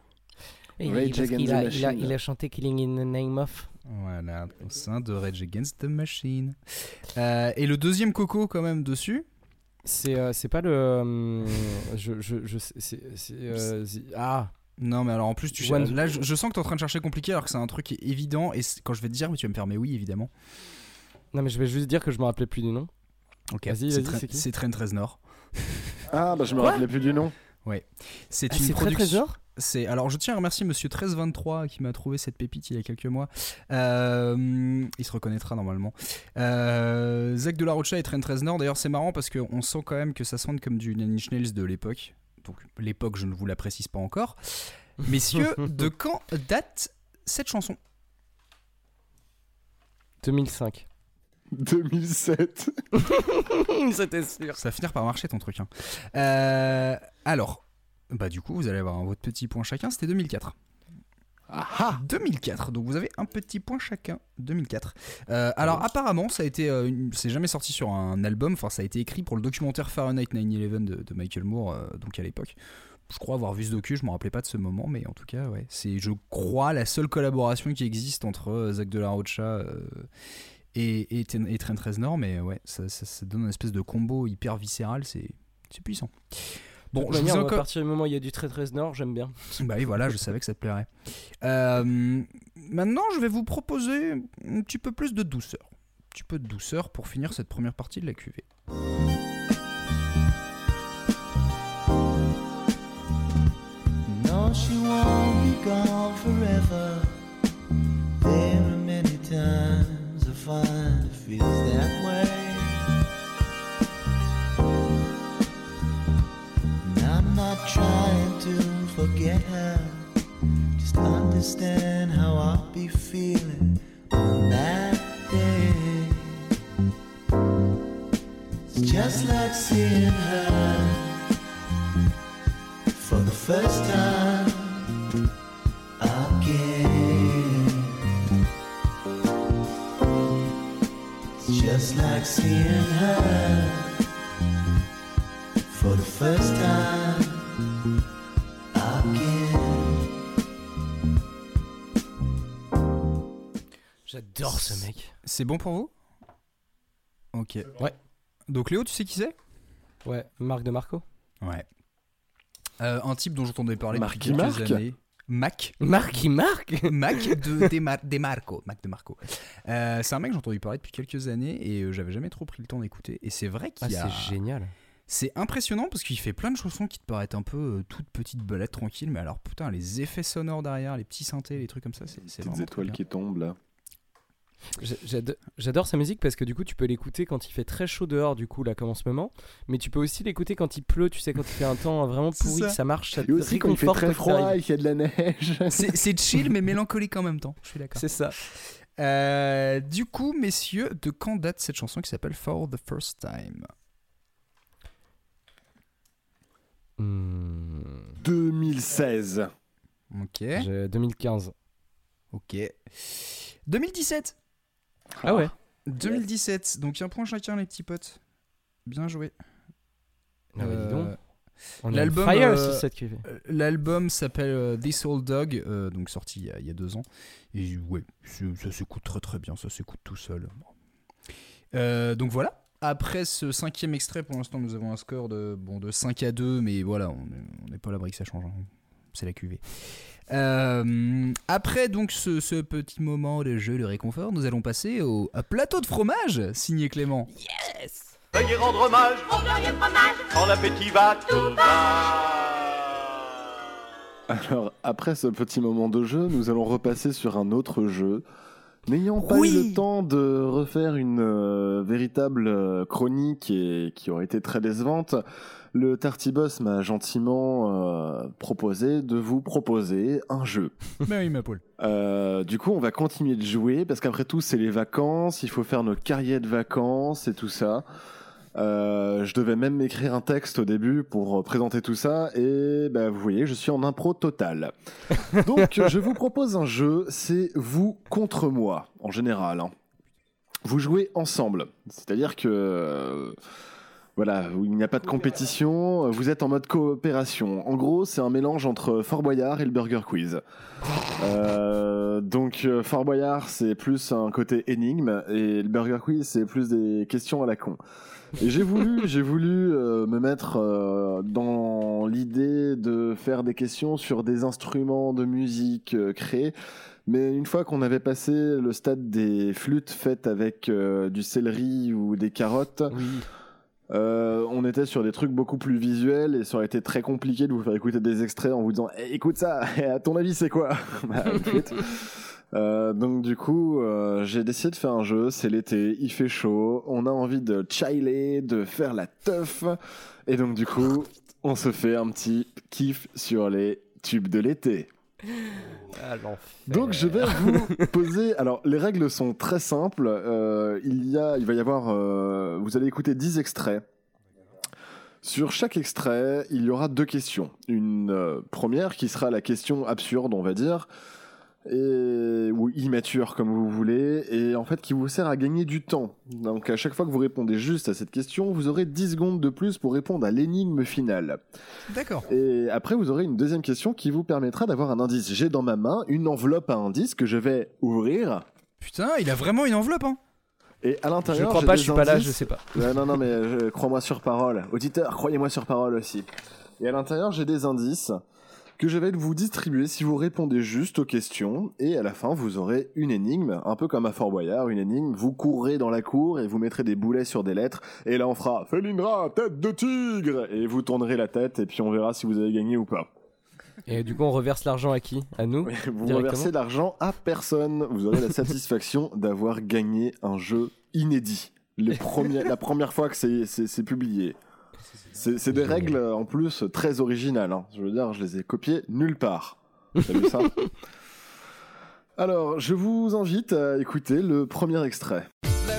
S3: Il a chanté Killing in the Name of.
S2: Voilà, au sein de Rage Against the Machine. Et le deuxième coco quand même dessus.
S3: C'est pas le.
S2: Non, mais alors en plus, là, je sens que t'es en train de chercher compliqué alors que c'est un truc qui est évident. Et quand je vais te dire, mais tu vas me faire, mais oui, évidemment.
S3: Non, mais je vais juste dire que je me rappelais plus du nom.
S2: Ok,
S3: vas-y, c'est qui ?
S2: C'est Trent Reznor.
S1: Ah, bah je me rappelais plus du nom.
S2: Ouais. C'est
S3: une production.
S2: Alors je tiens à remercier monsieur 1323 qui m'a trouvé cette pépite il y a quelques mois. Il se reconnaîtra normalement. Zach de la Rocha et Trent Reznor. D'ailleurs c'est marrant parce qu'on sent quand même que ça sonne comme du Nine Inch Nails de l'époque. Donc l'époque je ne vous la précise pas encore. Messieurs, de quand date cette chanson ?
S3: 2005.
S1: 2007.
S3: C'était sûr.
S2: Ça va finir par marcher ton truc. Alors, bah du coup, vous allez avoir votre petit point chacun. C'était 2004.
S1: Ah
S2: 2004. Donc vous avez un petit point chacun. 2004. Alors apparemment, ça a été, c'est jamais sorti sur un album. Enfin, ça a été écrit pour le documentaire Fahrenheit 9/11 de Michael Moore, donc à l'époque. Je crois avoir vu ce docu, je me rappelais pas de ce moment, mais en tout cas, ouais, c'est, je crois, la seule collaboration qui existe entre Zach de la Rocha et Trent Reznor, mais ouais, ça donne une espèce de combo hyper viscéral, c'est puissant.
S3: Bon, je à partir du moment où il y a du Trent Reznor, j'aime bien.
S2: Bah oui, voilà, je savais que ça te plairait. Maintenant, je vais vous proposer un petit peu plus de douceur. Un petit peu de douceur pour finir cette première partie de la cuvée.
S15: No, she won't be gone forever. There are many times I find it feels that way. And I'm not trying to forget her. Just understand how I'll be feeling on that day. It's just like seeing her for the first time again. It's just like seeing her for the first time again.
S3: J'adore ce mec.
S2: C'est bon pour vous ? Ok.
S3: Ouais.
S2: Donc Léo, tu sais qui c'est ?
S3: Ouais, Marc de Marco.
S2: Ouais. Un type dont j'entendais parler
S1: Marc
S2: depuis quelques années. Mac
S3: de
S2: Marco. Mac de Marco. C'est un mec que j'ai entendu parler depuis quelques années et j'avais jamais trop pris le temps d'écouter. Et c'est vrai qu'il y a...
S3: C'est génial.
S2: C'est impressionnant parce qu'il fait plein de chansons qui te paraissent un peu toutes petites belettes tranquilles, mais alors putain, les effets sonores derrière, les petits synthés, les trucs comme ça, c'est vraiment
S1: des étoiles qui tombent là.
S3: J'adore sa musique parce que du coup tu peux l'écouter quand il fait très chaud dehors, du coup là comme en ce moment, mais tu peux aussi l'écouter quand il pleut, tu sais, quand il fait un temps vraiment pourri, ça marche, ça te réconforte.
S1: Et aussi quand il fait très froid et qu'il y a de la neige.
S2: C'est chill mais mélancolique en même temps, je suis d'accord.
S3: C'est ça.
S2: Du coup, messieurs, de quand date cette chanson qui s'appelle For the First Time ?
S1: 2016.
S2: Ok.
S3: 2015.
S2: Ok. 2017.
S3: Ah ouais.
S2: 2017. Donc un point chacun les petits potes. Bien joué.
S3: Ah bah dis donc. On l'album, sur cette cuvée.
S2: L'album s'appelle This Old Dog, donc sorti il y a 2 ans. Et ouais, ça s'écoute très très bien, ça s'écoute tout seul. Donc voilà. Après ce 5e extrait, pour l'instant, nous avons un score de 5-2, mais voilà, on n'est pas à l'abri que ça change. Hein. C'est la cuvée. Après donc ce petit moment de jeu de réconfort, nous allons passer au plateau de fromage signé Clément.
S16: Yes. Veuillez rendre hommage au glorieux fromage. Quand l'appétit va, tout va.
S1: Alors après ce petit moment de jeu, nous allons repasser sur un autre jeu. N'ayant pas eu le temps de refaire une véritable chronique qui aurait été très décevante, le Tartiboss m'a gentiment proposé de vous proposer un jeu.
S2: Ben oui, ma poule.
S1: Du coup, on va continuer de jouer parce qu'après tout, c'est les vacances, il faut faire nos carrières de vacances et tout ça. Je devais même m'écrire un texte au début pour présenter tout ça et bah, vous voyez, je suis en impro totale. Donc, je vous propose un jeu, c'est vous contre moi, en général. Hein. vous jouez ensemble. C'est-à-dire que voilà, il n'y a pas de compétition, vous êtes en mode coopération. En gros, c'est un mélange entre Fort Boyard et le Burger Quiz. Donc Fort Boyard, c'est plus un côté énigme et le Burger Quiz, c'est plus des questions à la con. Et j'ai voulu me mettre dans l'idée de faire des questions sur des instruments de musique créés. Mais une fois qu'on avait passé le stade des flûtes faites avec du céleri ou des carottes, on était sur des trucs beaucoup plus visuels et ça aurait été très compliqué de vous faire écouter des extraits en vous disant hey, écoute ça, à ton avis c'est quoi? Donc du coup j'ai décidé de faire un jeu, c'est l'été, il fait chaud, on a envie de chiller, de faire la teuf et donc du coup on se fait un petit kiff sur les tubes de l'été. Donc je vais vous poser, alors les règles sont très simples, il va y avoir, vous allez écouter 10 extraits. Sur chaque extrait, il y aura 2 questions. Une première qui sera la question absurde, on va dire, ou immature comme vous voulez, et en fait qui vous sert à gagner du temps. Donc à chaque fois que vous répondez juste à cette question, vous aurez 10 secondes de plus pour répondre à l'énigme finale.
S2: D'accord.
S1: Et après vous aurez une deuxième question qui vous permettra d'avoir un indice. J'ai dans ma main une enveloppe à indices que je vais ouvrir.
S2: Putain, il a vraiment une enveloppe, hein.
S1: Et à l'intérieur,
S3: je crois pas, je suis pas là, je sais pas.
S1: Non, mais crois-moi sur parole. Auditeur, croyez-moi sur parole aussi. Et à l'intérieur, j'ai des indices que je vais vous distribuer si vous répondez juste aux questions. Et à la fin, vous aurez une énigme, un peu comme à Fort Boyard, une énigme. Vous courrez dans la cour et vous mettrez des boulets sur des lettres. Et là, on fera « Felindra, tête de tigre !» Et vous tournerez la tête et puis on verra si vous avez gagné ou pas.
S3: Et du coup, on reverse l'argent à qui? À nous?
S1: Vous reversez l'argent à personne. Vous aurez la satisfaction d'avoir gagné un jeu inédit. La première fois que c'est publié. C'est des règles en plus très originales. Hein. Je veux dire, je les ai copiées nulle part. T'as vu ça? Alors, je vous invite à écouter le premier extrait.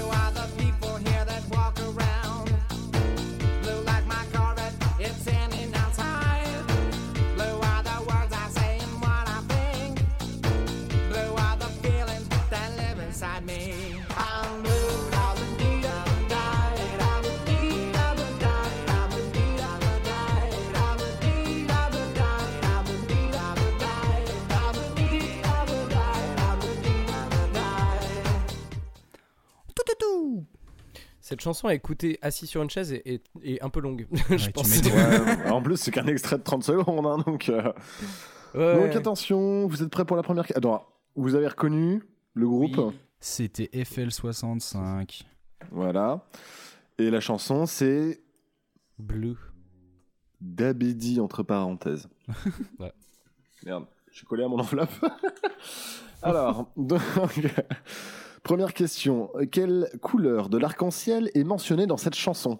S3: Cette chanson à écouter assis sur une chaise est un peu longue, je pense.
S1: En plus, c'est qu'un extrait de 30 secondes, hein, donc... Donc attention, vous êtes prêts pour la première... Attends, vous avez reconnu le groupe?
S2: Oui. C'était FL65.
S1: Voilà. Et la chanson, c'est...
S3: Blue.
S1: Dabedi, entre parenthèses.
S3: Ouais.
S1: Merde, je suis collé à mon enveloppe. Alors, donc... Première question, quelle couleur de l'arc-en-ciel est mentionnée dans cette chanson?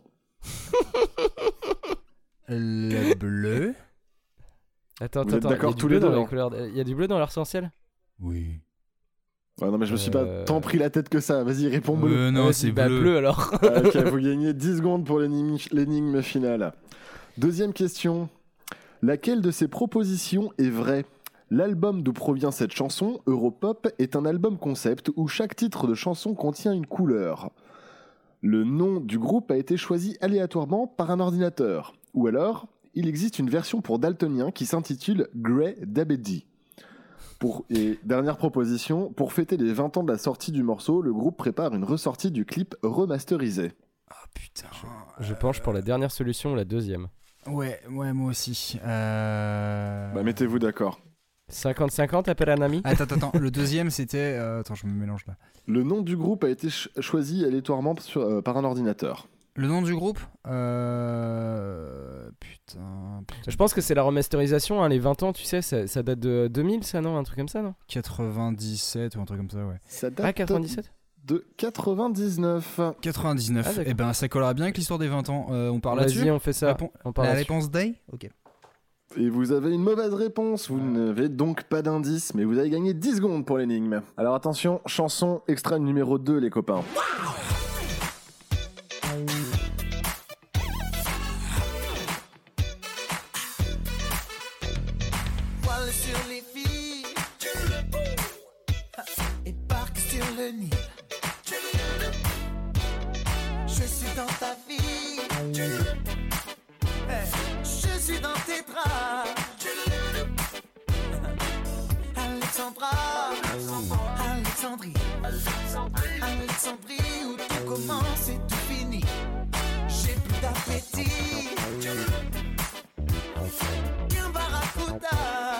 S2: Le bleu.
S3: Attends,
S1: d'accord tous les deux,
S3: il y a du bleu dans l'arc-en-ciel?
S2: Oui.
S1: Ouais, non mais je me suis pas tant pris la tête que ça, vas-y réponds bleu.
S2: Non, c'est bleu
S3: alors.
S1: Ok, vous gagnez 10 secondes pour l'énigme finale. Deuxième question, laquelle de ces propositions est vraie? L'album d'où provient cette chanson, Europop, est un album concept où chaque titre de chanson contient une couleur. Le nom du groupe a été choisi aléatoirement par un ordinateur. Ou alors, il existe une version pour daltonien qui s'intitule Grey Dabedi. Et dernière proposition, pour fêter les 20 ans de la sortie du morceau, le groupe prépare une ressortie du clip remasterisé.
S2: Ah putain.
S3: Je penche pour la dernière solution, la deuxième.
S2: Ouais, moi aussi.
S1: Bah mettez-vous d'accord.
S3: 50-50, appelle un ami.
S2: Attends, le deuxième c'était... Attends, je me mélange là.
S1: Le nom du groupe a été choisi aléatoirement par un ordinateur.
S2: Le nom du groupe Putain.
S3: Je pense que c'est la remasterisation, hein, les 20 ans, tu sais, ça date de 2000, ça, non? Un truc comme ça, non?
S2: 97 ou un truc comme ça, ouais.
S1: Ça date
S3: 97
S1: de 99.
S2: 99, et ben ça collera bien avec l'histoire des 20 ans. On parle là-dessus?
S3: Vas-y, on fait ça.
S2: La réponse Day? Ok.
S1: Et vous avez une mauvaise réponse, vous n'avez donc pas d'indice, mais vous avez gagné 10 secondes pour l'énigme. Alors attention, chanson extrait numéro 2 les copains.
S15: Voilà sur les filles et parc sur le Nil. Alexandra, Alexandrie, Alexandrie où tout commence et tout finit. J'ai plus d'appétit qu'un barracuda.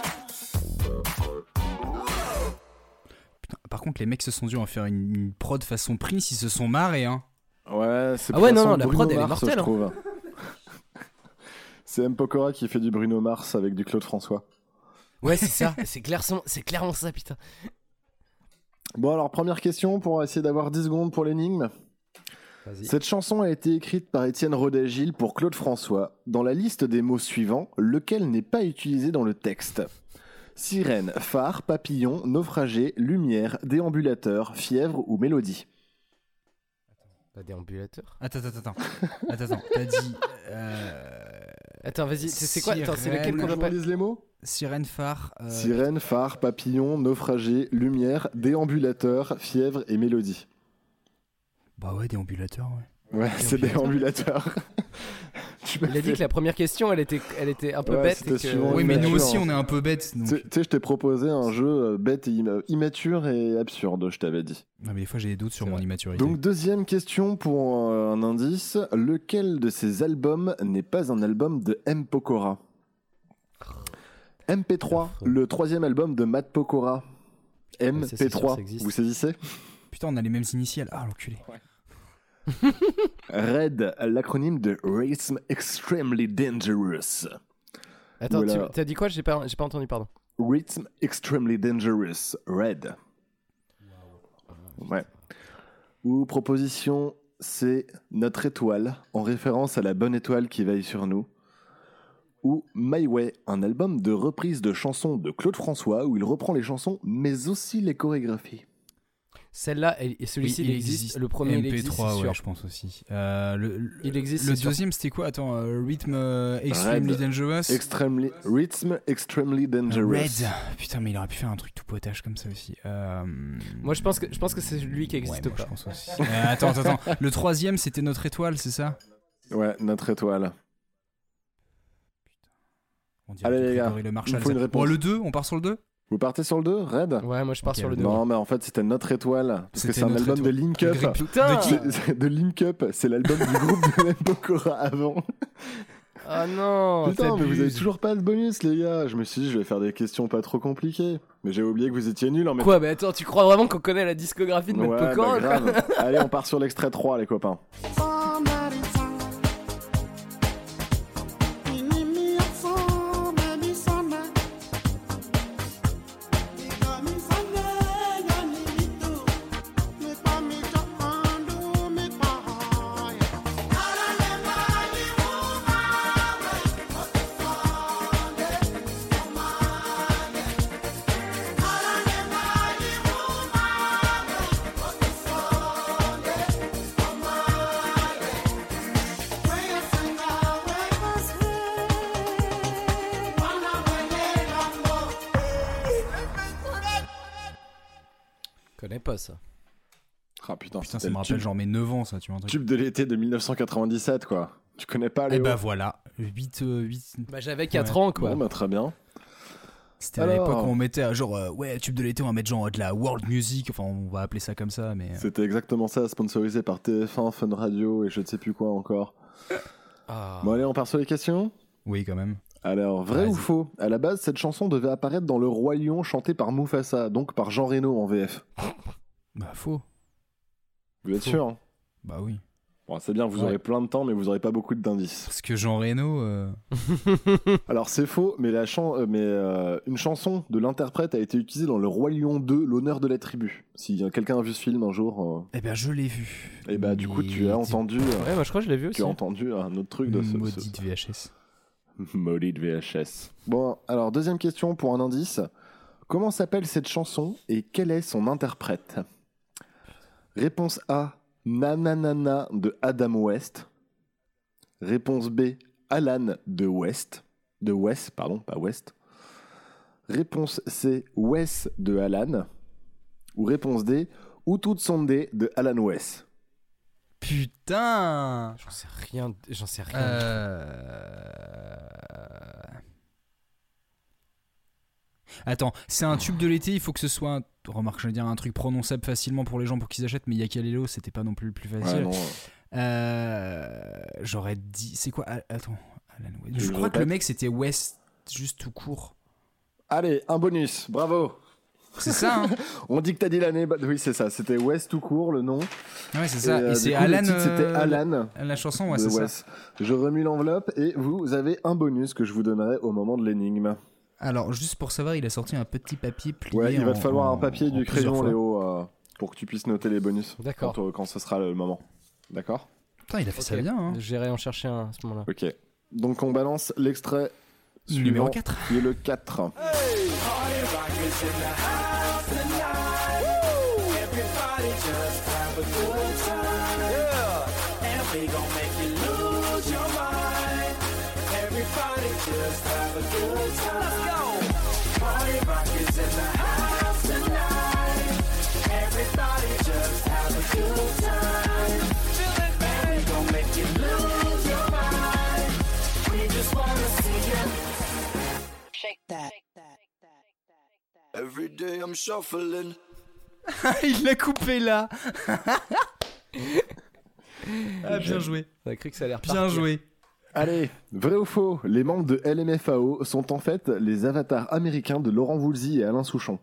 S2: Putain, par contre, les mecs se sont dû en faire une prod façon Prince, ils se sont marrés, hein.
S1: Ouais, c'est
S3: Ah ouais,
S1: façon
S3: non, la
S1: Bruno
S3: prod, elle est
S1: Mars,
S3: mortelle,
S1: je
S3: hein.
S1: trouve. C'est M. Pokora qui fait du Bruno Mars avec du Claude François.
S3: Ouais, c'est ça, c'est clairement ça, putain.
S1: Bon, alors, première question pour essayer d'avoir 10 secondes pour l'énigme.
S3: Vas-y.
S1: Cette chanson a été écrite par Étienne Rodet-Gilles pour Claude François. Dans la liste des mots suivants, lequel n'est pas utilisé dans le texte ? Sirène, phare, papillon, naufragé, lumière, déambulateur, fièvre ou mélodie ?
S3: Pas déambulateur.
S2: Attends, t'as dit...
S3: Attends, vas-y, c'est quoi ? Attends, c'est lequel
S1: Vous
S3: qu'on
S1: voulez que je
S3: appelle ?
S1: vous lise les mots ?
S2: Sirène, phare...
S1: Sirène, phare, papillon, naufragé, lumière, déambulateur, fièvre et mélodie.
S2: Bah ouais, déambulateur, ouais.
S1: Ouais, c'est déambulateur.
S3: Il a dit que la première question, elle était un peu bête. Et que...
S2: Oui, mais nous aussi, on est un peu bêtes.
S1: Tu sais, je t'ai proposé un jeu bête et immature et absurde, je t'avais dit.
S2: Non, mais des fois, j'ai des doutes sur mon immaturité.
S1: Donc, deuxième question pour un indice. Lequel de ces albums n'est pas un album de M. Pokora ? MP3, le troisième album de Matt Pokora. MP3, vous saisissez ?
S2: Putain, on a les mêmes initiales. Ah, l'enculé.
S1: Ouais. RED, l'acronyme de Rhythm Extremely Dangerous.
S3: Attends, t'as dit quoi ? J'ai pas entendu, pardon.
S1: Rhythm Extremely Dangerous, RED. Ouais. Ou proposition C, Notre étoile, en référence à la bonne étoile qui veille sur nous. Ou My Way, un album de reprise de chansons de Claude François où il reprend les chansons mais aussi les chorégraphies.
S3: Celle-là, et celui-ci, il existe. Le premier,
S2: MP3,
S3: il existe, c'est
S2: ouais,
S3: sûr.
S2: je pense aussi.
S3: Il existe.
S2: Le deuxième, c'était quoi ? Attends, Rhythm Extremely
S1: Red.
S2: Dangerous.
S1: Rhythm Extremely Dangerous.
S2: Red. Putain, mais il aurait pu faire un truc tout potage comme ça aussi.
S3: Moi, je pense que c'est lui qui existe pas.
S2: Je pense aussi. Attends. Le troisième, c'était Notre étoile, c'est ça ?
S1: Ouais, Notre étoile.
S2: On dirait
S1: allez les gars,
S2: le Marshall,
S1: il faut une réponse.
S2: Bon, le 2, on part sur le 2 ?
S1: Vous partez sur le 2, Red ?
S3: Ouais, moi je pars sur le 2.
S1: Non, mais en fait, c'était Notre étoile. Parce que c'est un
S2: Notre
S1: album
S2: étoile.
S1: de Link Up.
S3: Putain
S1: De Link Up, c'est l'album du groupe de M. Pokora avant.
S3: Ah non.
S1: Putain, mais
S3: t'abuses.
S1: vous avez toujours pas de bonus, les gars. Je me suis dit, je vais faire des questions pas trop compliquées. Mais j'ai oublié que vous étiez nuls en même temps.
S3: Quoi, mais attends, tu crois vraiment qu'on connaît la discographie de M. Pokora ?
S1: Bah grave. Allez, on part sur l'extrait 3, les copains.
S3: Je connais pas ça.
S1: Ah putain,
S2: ça me rappelle genre mes 9 ans, ça, tu vois. Un truc.
S1: Tube de l'été de 1997, quoi. Tu connais pas, Léo ?
S2: Et bah voilà, 8...
S3: Bah j'avais 4 ans, quoi.
S1: Bon, bah très bien.
S2: C'était à l'époque où on mettait genre, ouais, tube de l'été, on va mettre genre de la world music, enfin on va appeler ça comme ça, mais...
S1: C'était exactement ça, sponsorisé par TF1, Fun Radio et je ne sais plus quoi encore.
S3: Ah.
S1: Bon allez, on part sur les questions ?
S2: Oui, quand même.
S1: Alors, vrai ou faux ? À la base, cette chanson devait apparaître dans Le Roi Lion chanté par Mufasa, donc par Jean Reno en VF.
S2: Bah faux.
S1: Vous êtes sûr, hein ?
S2: Bah oui.
S1: Bon, c'est bien, vous aurez plein de temps, mais vous aurez pas beaucoup d'indices.
S2: Parce que Jean Reno...
S1: Alors c'est faux, mais, une chanson de l'interprète a été utilisée dans Le Roi Lion 2, L'honneur de la tribu. Si quelqu'un a vu ce film un jour...
S2: Eh ben je l'ai vu.
S1: Et bah du coup tu as entendu...
S3: Ouais, moi je crois que je l'ai vu aussi.
S1: Tu as entendu un autre truc de ce...
S2: Maudite VHS.
S1: Maudite VHS. Bon, alors deuxième question pour un indice. Comment s'appelle cette chanson et quel est son interprète ? Réponse A, Nananana de Adam West. Réponse B, Alan de West. De West, pardon, pas West. Réponse C, Wes de Alan. Ou réponse D, Utu Tsonde de Alan West.
S2: Putain.
S3: J'en sais rien.
S2: Attends, c'est un tube de l'été, il faut que ce soit remarque, je veux dire un truc prononçable facilement pour les gens pour qu'ils achètent, mais Yakalelo, c'était pas non plus le plus facile. J'aurais dit... C'est quoi? Attends, Alan West. Je crois que le mec c'était West, juste tout court.
S1: Allez, un bonus, bravo.
S2: C'est ça, hein.
S1: On dit que t'as dit l'année. Oui, c'est ça. C'était West tout court, le nom.
S2: Ouais, c'est ça. Et c'est
S1: coup,
S2: Alan.
S1: C'était Alan.
S2: La chanson, ouais, c'est
S1: West. Ça. Je remue l'enveloppe et vous avez un bonus que je vous donnerai au moment de l'énigme.
S2: Alors, juste pour savoir, il a sorti un petit papier plié.
S1: Ouais, il va te falloir un papier du crayon, Léo, pour que tu puisses noter les bonus.
S3: D'accord.
S1: Quand ce sera le moment. D'accord.
S2: Putain, il a fait ça bien. Hein.
S3: J'irai en chercher un à ce moment-là.
S1: Ok. Donc, on balance l'extrait
S2: numéro 4.
S1: Qui est le 4. Hey,
S15: Every day I'm shuffling.
S2: Il l'a coupé là. Ah, bien joué.
S3: T'as cru que ça a l'air
S2: bien joué.
S1: Allez, vrai ou faux, les membres de LMFAO sont en fait les avatars américains de Laurent Voulzy et Alain Souchon.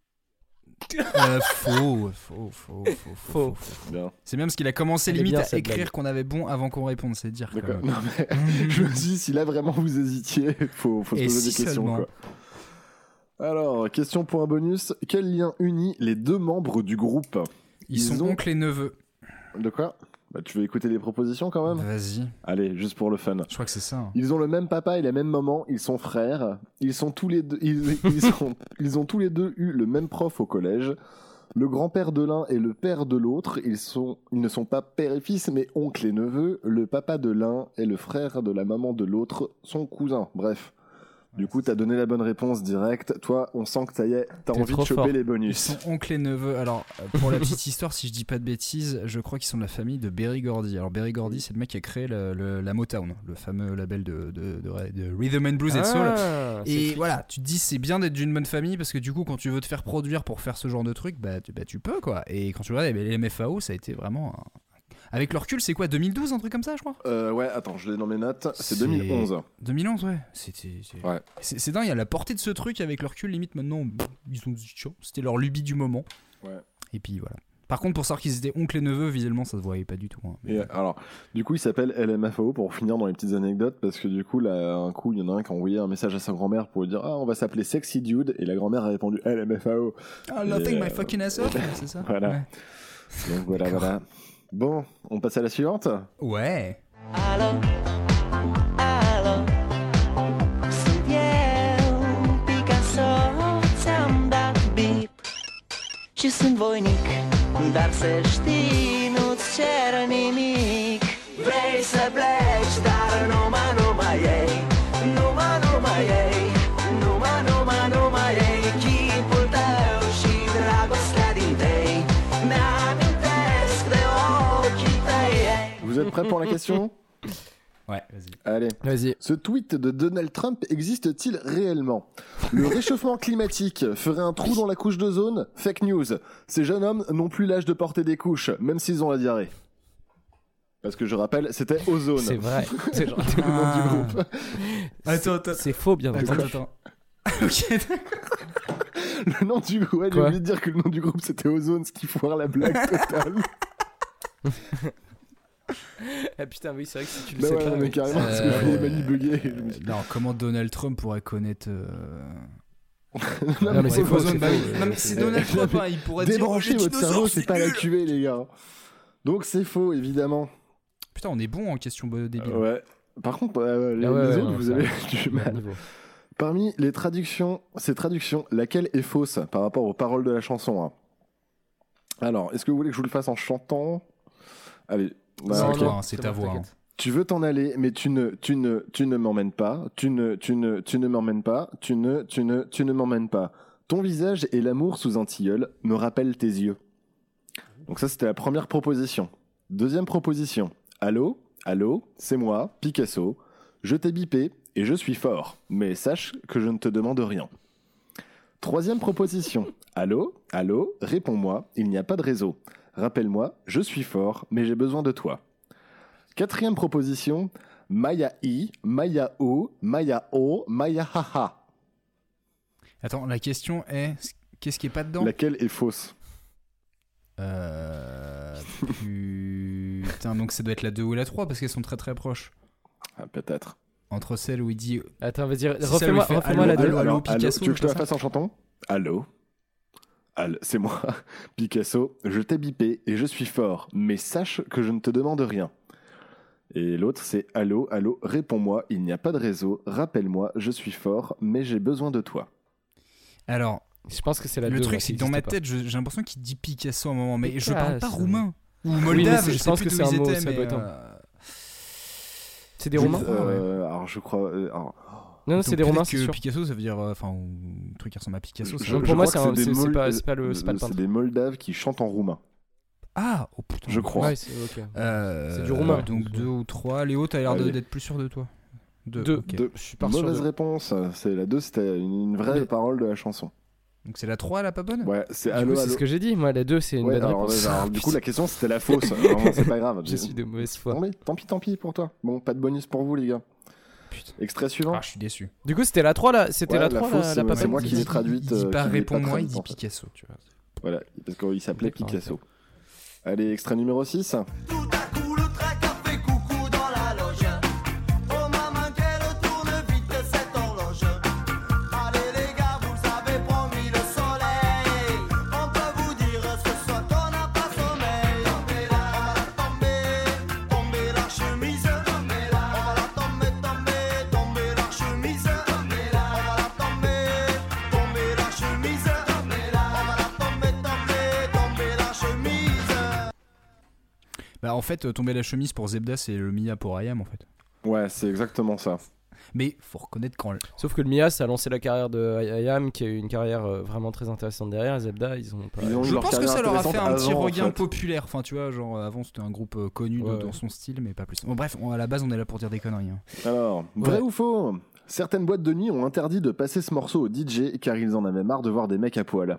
S2: Faux.
S1: Bien.
S2: C'est bien parce qu'il a commencé limite à écrire qu'on avait bon avant qu'on réponde, c'est dire.
S1: D'accord. Non mais je me dis si là vraiment vous hésitiez, faut se poser des questions quoi. Alors, question pour un bonus. Quel lien unit les deux membres du groupe?
S2: Ils sont oncles et neveux.
S1: De quoi? Bah, tu veux écouter les propositions quand même?
S2: Vas-y.
S1: Allez, juste pour le fun.
S2: Je crois que c'est ça. Hein.
S1: Ils ont le même papa et la même maman. Ils sont frères. Ils sont tous les deux. Ils ont tous les deux eu le même prof au collège. Le grand-père de l'un et le père de l'autre. Ils ne sont pas père et fils, mais oncle et neveu. Le papa de l'un et le frère de la maman de l'autre sont cousins. Bref. Du coup, t'as donné la bonne réponse directe. Toi, on sent que ça y est, t'as envie de choper les bonus.
S2: Ils sont oncles et neveux. Alors, pour la petite histoire, si je dis pas de bêtises, je crois qu'ils sont de la famille de Berry Gordy. Alors, Berry Gordy, c'est le mec qui a créé la Motown, le fameux label de Rhythm and Blues et de Soul. Et voilà, tu te dis c'est bien d'être d'une bonne famille parce que du coup, quand tu veux te faire produire pour faire ce genre de truc, tu peux quoi. Et quand tu regardes les MFAO, ça a été vraiment Avec le recul, c'est quoi, 2012, un truc comme ça, je crois?
S1: Ouais, attends, je l'ai dans mes notes. C'est 2011.
S2: 2011, ouais.
S1: Ouais.
S2: C'est dingue, il y a la portée de ce truc avec le recul, limite maintenant, ils ont dit tiens, c'était leur lubie du moment.
S1: Ouais.
S2: Et puis voilà. Par contre, pour savoir qu'ils étaient oncles et neveux, visuellement, ça se voyait pas du tout. Hein.
S1: Et alors, du coup, il s'appelle LMFAO pour finir dans les petites anecdotes parce que du coup, là, un coup, il y en a un qui a envoyé un message à sa grand-mère pour lui dire on va s'appeler Sexy Dude et la grand-mère a répondu LMFAO.
S2: Laughing my fucking ass off, c'est ça?
S1: Voilà.
S2: Ouais.
S1: Donc voilà. Bon, on passe à la suivante?
S2: Ouais.
S15: Allô, studieu Picasso, ți-am dat bip și sunt voinic, dar să știi, nu-ți cer nimic. Vrei să pleci, dar numai ei, numai ei, numai ei, chipul tău și dragostea din tei, mi-amintesc de ochii tăi.
S1: Vous êtes prêts pour la question?
S2: Ouais, vas-y.
S1: Allez,
S3: vas-y.
S1: Ce tweet de Donald Trump existe-t-il réellement? Le réchauffement climatique ferait un trou dans la couche d'ozone? Fake news. Ces jeunes hommes n'ont plus l'âge de porter des couches, même s'ils ont la diarrhée. Parce que je rappelle, c'était ozone.
S3: C'est vrai.
S1: C'est le nom du groupe.
S2: Attends.
S3: C'est faux, bien entendu.
S2: Attends. Ok,
S1: Le nom du groupe, j'ai oublié de dire que le nom du groupe c'était ozone, ce qui foire la blague totale.
S3: Ah putain, oui, c'est vrai que si tu le
S1: Bah
S3: sais
S1: ouais,
S3: pas.
S1: mais carrément, parce que je voulais Manu bugger.
S2: Non, comment Donald Trump pourrait connaître.
S1: Non, mais c'est faux.
S2: Non, mais c'est Donald Trump, hein, il pourrait dire.
S1: Débranchez votre cerveau, c'est pas la QV, les gars. Donc c'est faux, évidemment.
S2: Putain, on est bon en question débile.
S1: Ouais. Par contre, les autres, vous avez du mal. Parmi ces traductions, laquelle est fausse par rapport aux paroles de la chanson, hein? Alors, est-ce que vous voulez que je vous le fasse en chantant? Allez.
S2: Non, c'est ta voix. Hein.
S1: Tu veux t'en aller, mais tu ne m'emmènes pas. Tu ne m'emmènes pas. Tu ne m'emmènes pas. Ton visage et l'amour sous un tilleul me rappellent tes yeux. Donc ça, c'était la première proposition. Deuxième proposition. Allô, c'est moi, Picasso. Je t'ai bipé et je suis fort. Mais sache que je ne te demande rien. Troisième proposition. Allô, allô, réponds-moi, il n'y a pas de réseau. Rappelle-moi, je suis fort, mais j'ai besoin de toi. Quatrième proposition. Maya I, Maya O, Maya O, Maya Haha.
S2: Attends, la question est, qu'est-ce qui est pas dedans ?
S1: Laquelle est fausse ?
S2: Putain, donc ça doit être la 2 ou la 3 parce qu'elles sont très très proches.
S1: Ah, peut-être.
S2: Entre celle où il dit...
S3: Attends, vas-y,
S2: Si
S3: refais-moi la 2.
S2: Allô, Picasso.
S1: Tu veux que je te la fasse en chantant ? Allô, c'est moi, Picasso, je t'ai bipé et je suis fort, mais sache que je ne te demande rien. Et l'autre, c'est allô, allô, réponds-moi, il n'y a pas de réseau, rappelle-moi, je suis fort, mais j'ai besoin de toi.
S2: Alors,
S3: je pense que c'est la 2.
S2: Le truc, c'est que dans ma tête, j'ai l'impression qu'il dit Picasso à un moment, mais
S3: Picasso.
S2: je parle pas roumain. Ou moldave,
S3: oui,
S2: je sais plus d'où ils étaient, mais...
S3: C'est des Roumains
S1: Alors, je crois...
S3: Non, c'est des Romains, c'est
S2: que
S3: sûr.
S2: Picasso, ça veut dire... Enfin, un truc qui ressemble à Picasso.
S3: Pour moi, c'est pas le
S1: C'est
S3: peintre.
S1: des Moldaves qui chantent en roumain.
S2: Ah, oh putain.
S1: Je crois.
S3: Ouais, c'est du roumain.
S2: Donc 2 ou 3. Léo, t'as l'air d'être plus sûr de toi. 2. Okay.
S1: Je suis pas sûr. Mauvaise réponse. C'est la 2, c'était une vraie parole de la chanson.
S2: Donc c'est la 3, elle a pas bonne ?
S1: Ouais, c'est
S3: allô, c'est ce que j'ai dit. Moi, la 2, c'est une bonne réponse.
S1: Alors, du coup, la question, c'était la fausse. Vraiment, c'est pas grave.
S3: Je suis de mauvaise foi.
S1: Tant pis pour toi. Bon, pas de bonus pour vous, les gars. Putain. Extrait suivant.
S2: Ah, je suis déçu.
S3: Du coup, c'était la 3 là. C'était la 3
S1: fausse,
S3: la
S1: c'est moi qui l'ai traduite.
S2: Il dit pas réponds-moi, il dit Picasso, tu vois.
S1: Voilà, parce qu'il s'appelait Picasso. Allez, extrait numéro 6.
S15: Tout à coup, le trac a fait coucou dans la loge. Oh maman, qu'elle tourne vite cette horloge. Allez les gars, vous avez promis le soleil. On peut vous dire ce soir qu'on n'a pas sommeil. Tombez là, tomber la chemise. Tombez là, on va la tomber la chemise. Tombez là, on va la tomber la chemise. Tombez là, on va la tomber la chemise.
S2: Bah en fait, tomber la chemise pour Zebda, c'est le Mia pour Ayam en fait.
S1: Ouais, c'est exactement ça.
S2: Mais faut reconnaître quand...
S3: Sauf que le Mia, ça a lancé la carrière de Ayam, qui a eu une carrière vraiment très intéressante derrière. Zebda, ils ont pas...
S2: Je pense que ça leur a fait un petit regain populaire. Enfin, tu vois, genre avant c'était un groupe connu dans son style, mais pas plus. Bon, bref, à la base, on est là pour dire des conneries. Hein.
S1: Alors, vrai ou faux ? Certaines boîtes de nuit ont interdit de passer ce morceau au DJ car ils en avaient marre de voir des mecs à poil.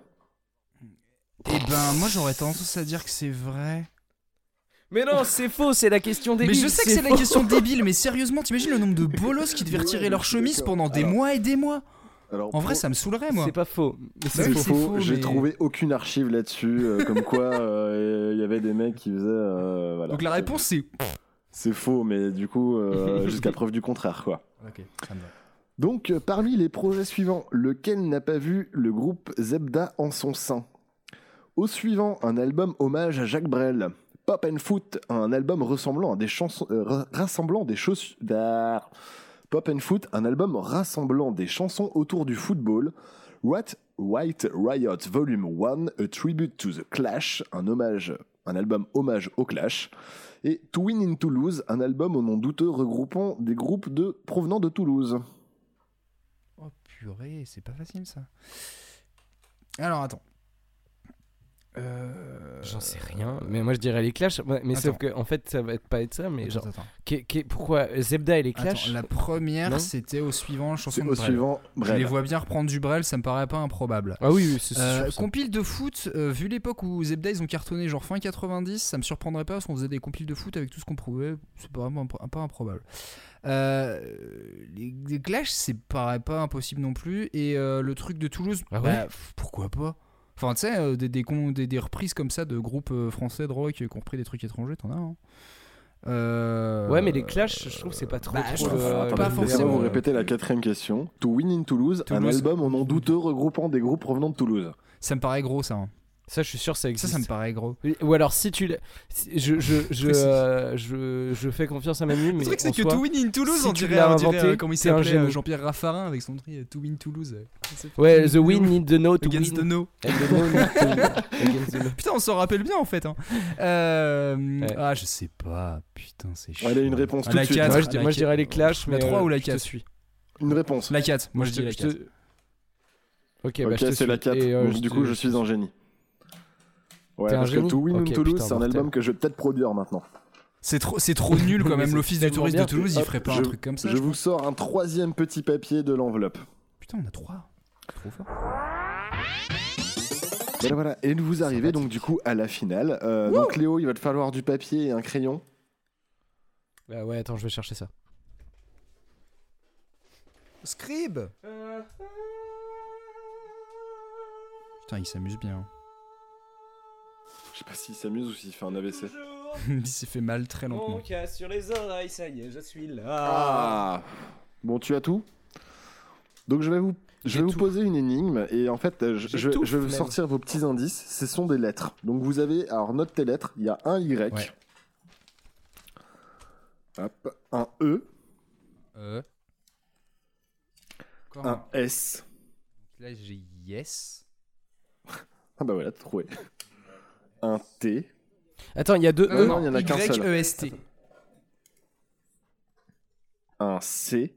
S2: Eh ben, moi j'aurais tendance à dire que c'est vrai.
S3: Mais non, c'est faux, c'est la question débile.
S2: Mais je sais que c'est la question débile, mais sérieusement, t'imagines le nombre de bolos qui devaient retirer leur chemise pendant des mois et des mois ? En vrai, ça me saoulerait, moi.
S3: C'est pas faux.
S1: C'est faux. J'ai trouvé aucune archive là-dessus, comme quoi il y avait des mecs qui faisaient. Voilà.
S2: Donc la réponse, c'est.
S1: C'est faux, mais du coup, jusqu'à preuve du contraire, quoi.
S2: Ok, ça me va.
S1: Donc, parmi les projets suivants, lequel n'a pas vu le groupe Zebda en son sein ? Au suivant, un album hommage à Jacques Brel. Pop and Foot, un album rassemblant des chansons, Pop and Foot, un album rassemblant des chansons autour du football. White Riot Volume 1, A Tribute to the Clash, un album hommage au Clash. Et To Win in Toulouse, un album au nom douteux regroupant des groupes provenant de Toulouse.
S2: Oh purée, c'est pas facile ça. Alors attends.
S3: J'en sais rien, mais moi je dirais les Clash. Mais sauf que en fait ça va pas être ça, mais genre. Pourquoi Zebda et les Clash ?
S2: La première c'était au suivant, chanson de Brel.
S1: Suivant,
S2: Brel. Je les vois bien reprendre du Brel, ça me paraît pas improbable.
S3: Ah oui, c'est sûr.
S2: Compile de foot, vu l'époque où Zebda ils ont cartonné genre fin 90, ça me surprendrait pas parce qu'on faisait des compiles de foot avec tout ce qu'on prouvait, c'est vraiment pas improbable. Les Clash, c'est paraît pas impossible non plus, et le truc de Toulouse, pourquoi pas ? Enfin, tu sais, des reprises comme ça de groupes français de rock qui ont repris des trucs étrangers, t'en as, hein.
S3: Ouais, mais les Clash, je trouve que c'est pas trop.
S1: Pas forcément. Répéter la quatrième question. To Win in Toulouse, un album au nom douteux regroupant des groupes provenant de Toulouse.
S2: Ça me paraît gros, ça. Hein.
S3: Ça, je suis sûr, ça existe.
S2: Ça me paraît gros.
S3: Ou alors, si tu. Je fais confiance à Manu, mais.
S2: Le truc, c'est que To Win in Toulouse,
S3: si
S2: on dirait comment il s'appelait Jean-Pierre Raffarin avec son tri To Win Toulouse.
S3: Ouais, The Win need the no to
S2: against
S3: win.
S2: The no. Putain, on s'en rappelle bien en fait. Hein. Ah, je sais pas. Putain, c'est chiant.
S1: Allez, une réponse tout de suite.
S3: Moi, je dirais les Clash, mais.
S2: La 3 ou la 4
S3: suis.
S1: Une réponse.
S2: La 4. Moi, je dis la 4.
S3: Ok,
S1: c'est la 4. Du coup, je suis un génie. Ouais, parce que To Win in Toulouse, c'est un album que je vais peut-être produire maintenant.
S2: C'est trop nul quand même. L'office du tourisme de Toulouse, il ferait pas un truc comme ça.
S1: Je vous sors un troisième petit papier de l'enveloppe.
S2: Putain, on a 3. Trop fort.
S1: Voilà. Et vous arrivez donc du coup à la finale. Donc Léo, il va te falloir du papier et un crayon.
S3: Bah ouais, attends, je vais chercher ça.
S2: Scribe. Putain, il s'amuse bien.
S1: Je sais pas s'il s'amuse ou s'il fait un AVC.
S2: Il s'est fait mal très lentement.
S3: Mon casque sur les oreilles, ça y est, je suis là.
S1: Ah. Bon, tu as tout. Donc je vais vous poser une énigme et en fait je vais vous sortir vos petits indices. Ce sont des lettres. Donc vous avez, alors note tes lettres. Il y a un Y, hop, un E, un S.
S2: Là j'ai yes.
S1: Ah bah voilà, t'as trouvé. Un T.
S3: Attends, il y a deux.
S1: Non, il y en a qu'un seul.
S2: Y-E-S-T.
S1: Un C.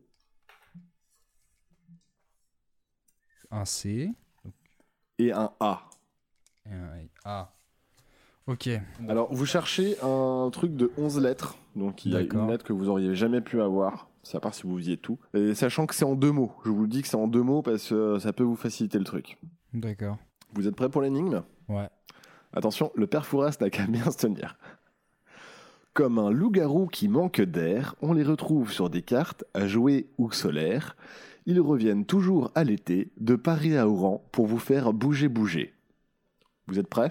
S2: Un C.
S1: Et un A.
S2: Et un A. Ok.
S1: Alors, vous cherchez un truc de 11 lettres. Donc, il y a une lettre que vous auriez jamais pu avoir. C'est à part si vous faisiez tout. Et sachant que c'est en 2 mots. Je vous le dis que c'est en 2 mots parce que ça peut vous faciliter le truc.
S2: D'accord.
S1: Vous êtes prêts pour l'énigme ?
S2: Ouais.
S1: Attention, le père Fouras n'a qu'à bien se tenir. Comme un loup-garou qui manque d'air, on les retrouve sur des cartes à jouer ou solaires. Ils reviennent toujours à l'été, de Paris à Oran, pour vous faire bouger. Vous êtes prêts ?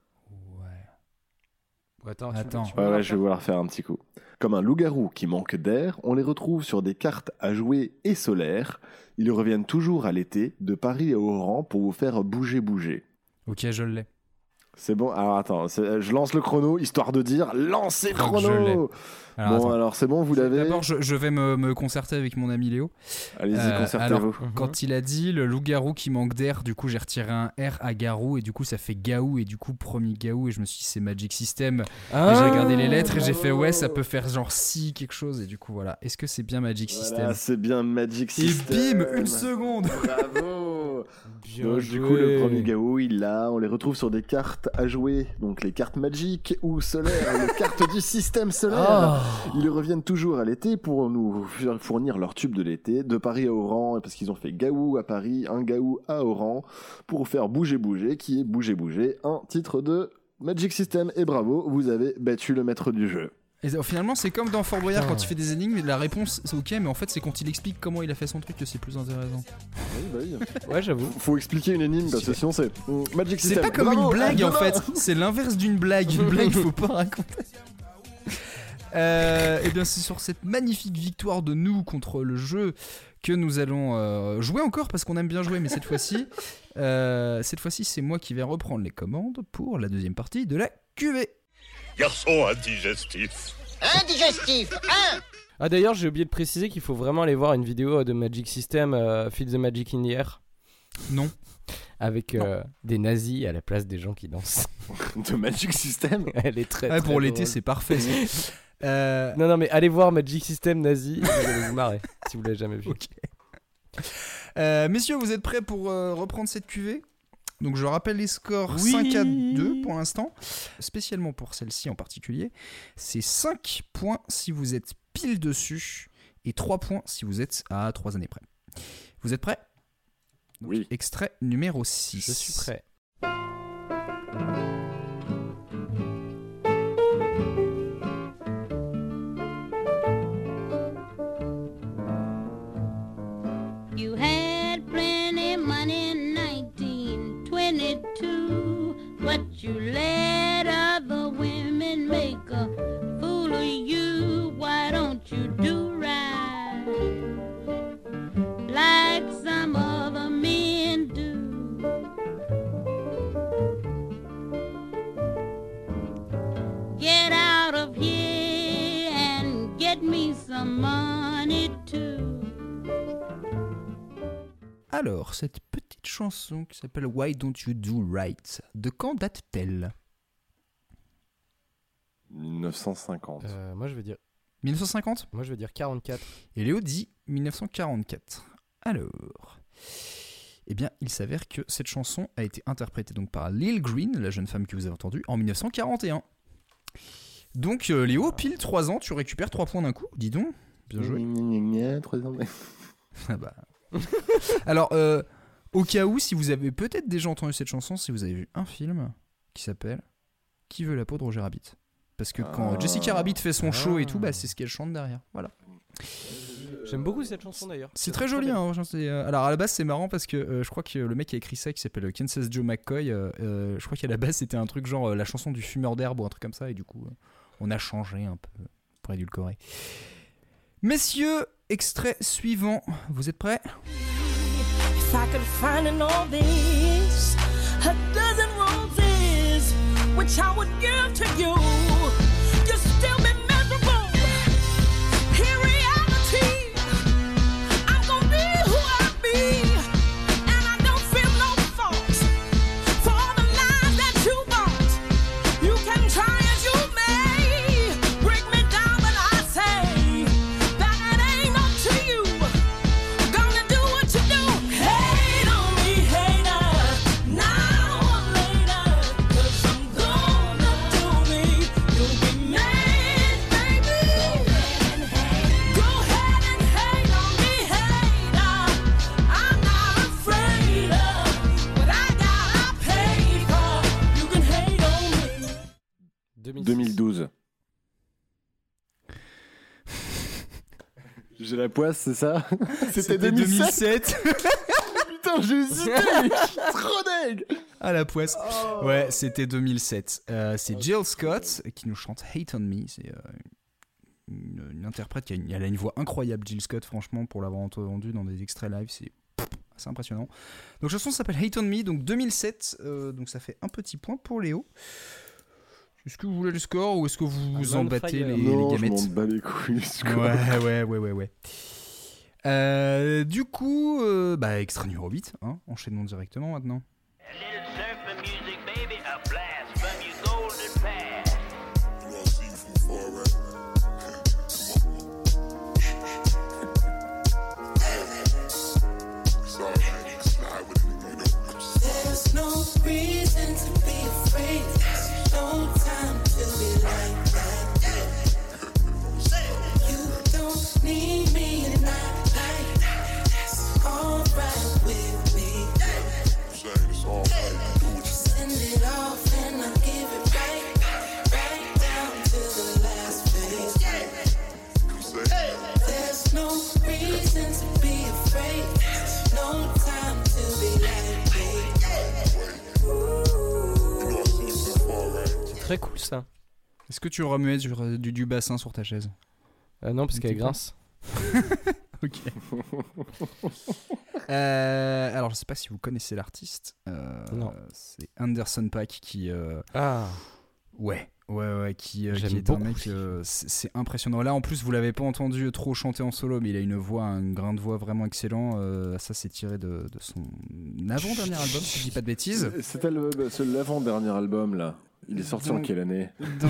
S3: Attends.
S1: Ouais, je vais vous la refaire un petit coup. Comme un loup-garou qui manque d'air, on les retrouve sur des cartes à jouer et solaires. Ils reviennent toujours à l'été, de Paris à Oran, pour vous faire bouger.
S2: Ok, je l'ai.
S1: C'est bon. Alors attends, je lance le chrono, histoire de dire lancez chrono. Alors c'est bon, vous l'avez.
S2: D'abord, je vais me concerter avec mon ami Léo.
S1: Allez-y, concertez-vous.
S2: Quand il a dit le loup-garou qui manque d'air, du coup j'ai retiré un R à garou et du coup ça fait gaou et du coup premier gaou et je me suis dit c'est Magic System. Et j'ai regardé les lettres et j'ai fait ouais, ça peut faire genre si quelque chose et du coup voilà. Est-ce que c'est bien Magic System ?
S1: C'est bien Magic System.
S2: Et bim, 1 seconde.
S1: Bravo. Donc, du coup le premier gaou on les retrouve sur des cartes à jouer, donc les cartes Magic ou solaires, les cartes du système solaire. Ils reviennent toujours à l'été pour nous fournir leur tube de l'été, de Paris à Oran, parce qu'ils ont fait gaou à Paris, un gaou à Oran, pour faire bouger, qui est bouger, un titre de Magic System. Et bravo, vous avez battu le maître du jeu.
S2: Et finalement, c'est comme dans Fort Boyard quand il fait des énigmes, la réponse c'est ok, mais en fait, c'est quand il explique comment il a fait son truc que c'est plus intéressant.
S1: Oui.
S3: Ouais, j'avoue.
S1: Faut expliquer une énigme parce que sinon c'est Magic System.
S2: C'est pas comme une blague en fait, c'est l'inverse d'une blague. Une blague, faut pas raconter. Et bien, c'est sur cette magnifique victoire de nous contre le jeu que nous allons jouer encore parce qu'on aime bien jouer, mais cette fois-ci, c'est moi qui vais reprendre les commandes pour la deuxième partie de la cuvée.
S17: Garçon indigestif.
S3: Ah d'ailleurs, j'ai oublié de préciser qu'il faut vraiment aller voir une vidéo de Magic System, Feel the Magic in the Air.
S2: Non.
S3: Avec des nazis à la place des gens qui dansent.
S1: De Magic System.
S3: Elle est très
S2: pour
S3: drôle.
S2: l'été, c'est parfait.
S3: Non, mais allez voir Magic System nazi, vous allez vous marrer si vous l'avez jamais vu.
S2: Ok. Messieurs, vous êtes prêts pour reprendre cette cuvée ? Donc je rappelle les scores, 5-2 pour l'instant, spécialement pour celle-ci en particulier. C'est 5 points si vous êtes pile dessus et 3 points si vous êtes à 3 années près. Vous êtes prêts ?
S1: Oui.
S2: Extrait numéro 6.
S3: Je suis prêt.
S18: You had plenty money in 1922, but you let other women make a fool of you. Why don't you do right like some other men do? Get out of here and get me some money too.
S2: Alors, cette petite chanson qui s'appelle Why Don't You Do Right, de quand date-t-elle ?
S1: 1950.
S3: Moi je vais dire
S2: 1950 ?
S3: Moi je vais dire 44.
S2: Et Léo dit 1944. Alors, eh bien, il s'avère que cette chanson a été interprétée donc par Lil Green, la jeune femme que vous avez entendue, en 1941. Donc, Léo, pile 3 ans, tu récupères 3 points d'un coup. Dis donc, bien joué.
S1: 3 ans.
S2: Ah bah. Alors, Au cas où, si vous avez peut-être déjà entendu cette chanson, si vous avez vu un film qui s'appelle Qui veut la peau de Roger Rabbit. Parce que quand Jessica Rabbit fait son show et tout, bah, c'est ce qu'elle chante derrière. Voilà.
S3: J'aime beaucoup cette chanson d'ailleurs.
S2: C'est très joli. Hein, alors à la base, c'est marrant parce que je crois que le mec qui a écrit ça, qui s'appelle Kansas Joe McCoy, je crois qu'à la base, c'était un truc genre la chanson du fumeur d'herbe ou un truc comme ça. Et du coup, on a changé un peu pour édulcorer. Messieurs, extrait suivant. Vous êtes prêts?
S15: If I could find in all this a dozen roses, which I would give to you, you'd still be miserable. In reality, I'm gonna be who I be, and I don't feel no fault for all the lies that you bought. You can try as you may, break me down, but I say that it ain't up to you. Gonna do what you do. Hate on me, hater, now or later, 'cause I'm gonna do me. You'll be mad, baby. Go ahead and hate on me, hater. I'm not afraid of what I gotta pay for. You can hate on me.
S1: 2012. J'ai la poisse, c'est ça? C'était 2007. Putain, j'ai hésité. Je suis trop deg.
S2: Ah la poisse. Ouais, c'était 2007. C'est Jill Scott qui nous chante Hate on Me. C'est une interprète elle a une voix incroyable, Jill Scott, franchement, pour l'avoir entendue dans des extraits live, c'est assez impressionnant. Donc la chanson s'appelle Hate on Me, donc 2007, donc ça fait un petit point pour Léo. Est-ce que vous voulez le score ou est-ce que vous vous en battez les gamètes?
S1: Non, je m'en bats les couilles.
S2: Ouais. Du coup, extrait numéro 8, hein, enchaînons directement maintenant.
S15: There's no reason to be afraid. There's no time to be like that. You don't need me and not like that. That's alright with me. Send it off and I'll give it right down to the last page. There's no reason to be afraid. There's no time to be like
S3: Très cool ça.
S2: Est-ce que tu remuais du bassin sur ta chaise?
S3: Non, parce qu'elle grince.
S2: Ok. Alors, je sais pas si vous connaissez l'artiste.
S3: Non.
S2: C'est Anderson .Paak qui. Qui est un mec. C'est impressionnant. Là, en plus, vous l'avez pas entendu trop chanter en solo, mais il a un grain de voix vraiment excellent. Ça, c'est tiré de son avant-dernier album, si je dis pas de bêtises.
S1: C'était l'avant-dernier album là. Il est sorti en quelle année?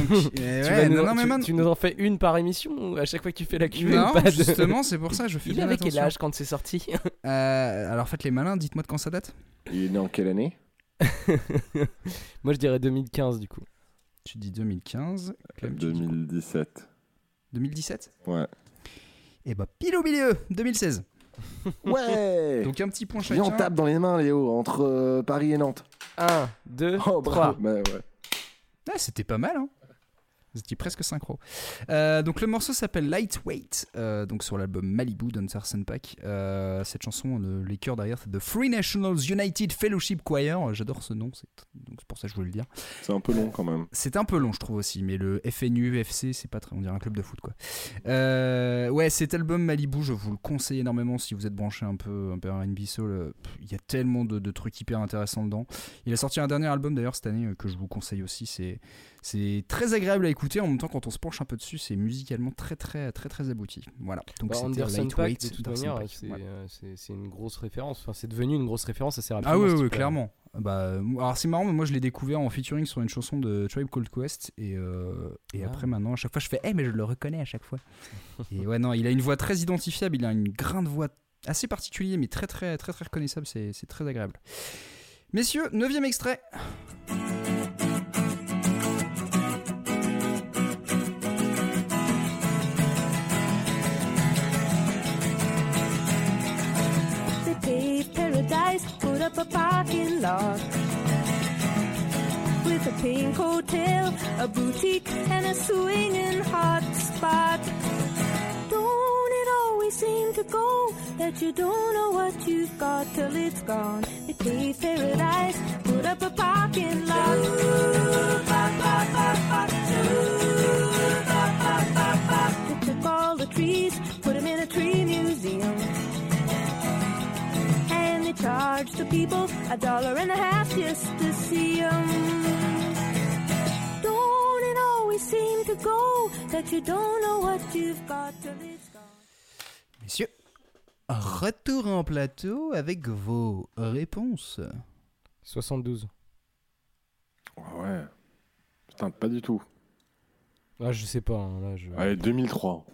S3: Tu nous en fais une par émission à chaque fois que tu fais la cuvée?
S2: Non, justement, c'est pour ça je fais bien attention.
S3: Il avait quel âge quand c'est sorti?
S2: Alors faites les malins, dites-moi de quand ça date.
S1: Il est né en quelle année?
S3: Moi je dirais 2015 du coup.
S2: Tu dis 2015.
S1: 2017.
S2: 2017?
S1: Ouais.
S2: Et bah pile au milieu, 2016.
S1: Ouais.
S2: Donc un petit point chacun.
S1: Viens, on tape dans les mains, Léo, entre Paris et Nantes.
S3: 1, 2, 3.
S1: Bah ouais.
S2: Ah, c'était pas mal, hein. C'était presque synchro. Donc le morceau s'appelle Lightweight, donc sur l'album Malibu d'Anderson .Paak. Cette chanson, les chœurs derrière, c'est The Free Nationals United Fellowship Choir. J'adore ce nom, donc c'est pour ça que je voulais le dire.
S1: C'est un peu long quand même.
S2: C'est un peu long, je trouve aussi, mais le FNU, FC, c'est pas très, on dirait un club de foot quoi. Ouais, cet album Malibu, je vous le conseille énormément si vous êtes branché un peu R&B soul. Il y a tellement de trucs hyper intéressants dedans. Il a sorti un dernier album d'ailleurs cette année que je vous conseille aussi. C'est très agréable à écouter, en même temps quand on se penche un peu dessus, c'est musicalement très abouti. Voilà. Donc
S3: Anderson .Paak, de toute manière, c'est une grosse référence. Enfin, c'est devenu une grosse référence assez rapidement.
S2: Ah oui, clairement. Alors c'est marrant, mais moi je l'ai découvert en featuring sur une chanson de Tribe Called Quest et après maintenant à chaque fois je fais mais je le reconnais à chaque fois. Et ouais, non, il a une voix très identifiable, il a une grain de voix assez particulier mais très reconnaissable, c'est très agréable. Messieurs, 9e extrait.
S19: paradise, put up a parking lot. With a pink hotel, a boutique, and a swinging hot spot. Don't it always seem to go that you don't know what you've got till it's gone? It pays paradise, put up a parking lot. They took all the trees, put them in a tree museum. And they charged the people $1.50 just to see them. Don't it always seem to go that you don't know what you've got till it's gone?
S2: Messieurs, retour en plateau avec vos réponses.
S3: 72.
S1: Ouais. Putain, pas du tout.
S3: Ah, je sais pas. Hein, là,
S1: Allez, 2003.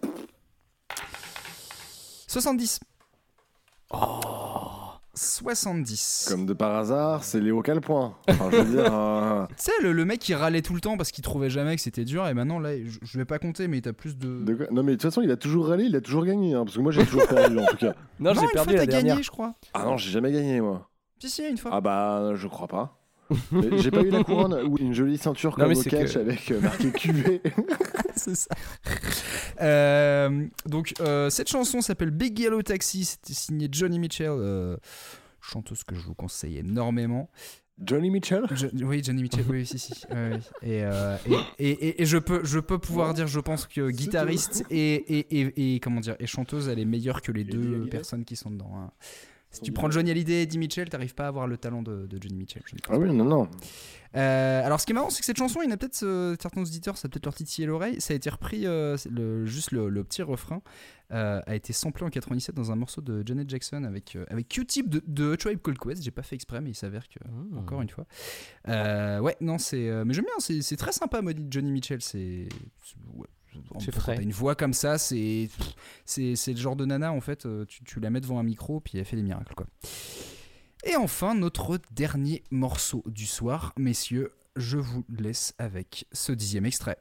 S2: 70. Oh, 70.
S1: Comme de par hasard, c'est Léo Calpoint. Enfin, je veux dire...
S2: Tu sais, le mec qui râlait tout le temps parce qu'il trouvait jamais que c'était dur, et maintenant, là, je vais pas compter, mais t'as plus de quoi ?
S1: Non, mais de toute façon, il a toujours râlé, il a toujours gagné. Hein, parce que moi, j'ai toujours perdu, en tout cas.
S3: Non, j'ai perdu la dernière.
S2: Gagné, je crois.
S1: Ah non, j'ai jamais gagné, moi.
S2: Si, une fois.
S1: Ah bah, je crois pas. Mais j'ai pas eu la couronne ou une jolie ceinture comme au catch avec marqué QV.
S2: C'est ça. Donc cette chanson s'appelle Big Yellow Taxi. C'était signé Johnny Mitchell, chanteuse que je vous conseille énormément.
S1: Johnny Mitchell.
S2: Oui, Johnny Mitchell. Oui, si. Et je peux pouvoir dire, je pense que guitariste et comment dire, et chanteuse, elle est meilleure que les deux personnes qui sont dedans. Hein. Si tu prends Johnny Hallyday et Eddie Mitchell, t'arrives pas à avoir le talent de Johnny Mitchell.
S1: Ah oui, non.
S2: Alors ce qui est marrant, c'est que cette chanson, il y en a peut-être certains auditeurs, ça peut-être leur titiller l'oreille. Ça a été repris, juste le petit refrain a été samplé en 97 dans un morceau de Janet Jackson avec Q-Tip de Tribe Called Quest. J'ai pas fait exprès, mais il s'avère que encore une fois. Ouais, non, mais j'aime bien. C'est très sympa, Johnny Mitchell. C'est
S3: frais.
S2: T'as une voix comme ça, c'est le genre de nana en fait. Tu la mets devant un micro, puis elle fait des miracles, quoi. Et enfin, notre dernier morceau du soir, messieurs, je vous laisse avec ce 10e extrait.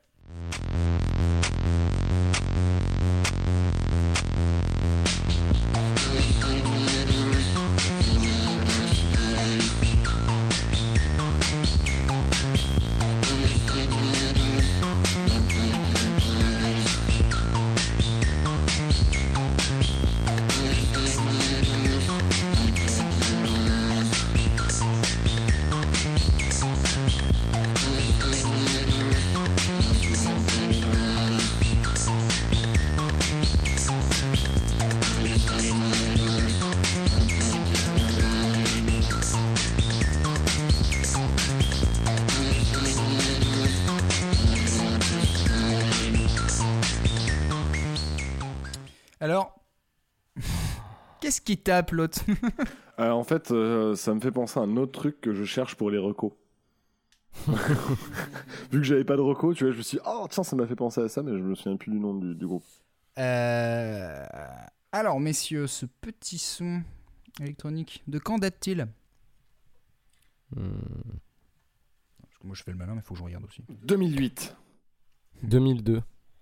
S2: Alors, qu'est-ce qui tape l'autre?
S1: En fait, ça me fait penser à un autre truc que je cherche pour les recos. Vu que j'avais pas de recos, tu vois, je me suis dit, oh tiens, ça m'a fait penser à ça, mais je me souviens plus du nom du groupe.
S2: Alors, messieurs, ce petit son électronique, de quand date-t-il? Parce que moi je fais le malin, mais il faut que je regarde aussi.
S1: 2008.
S3: 2002.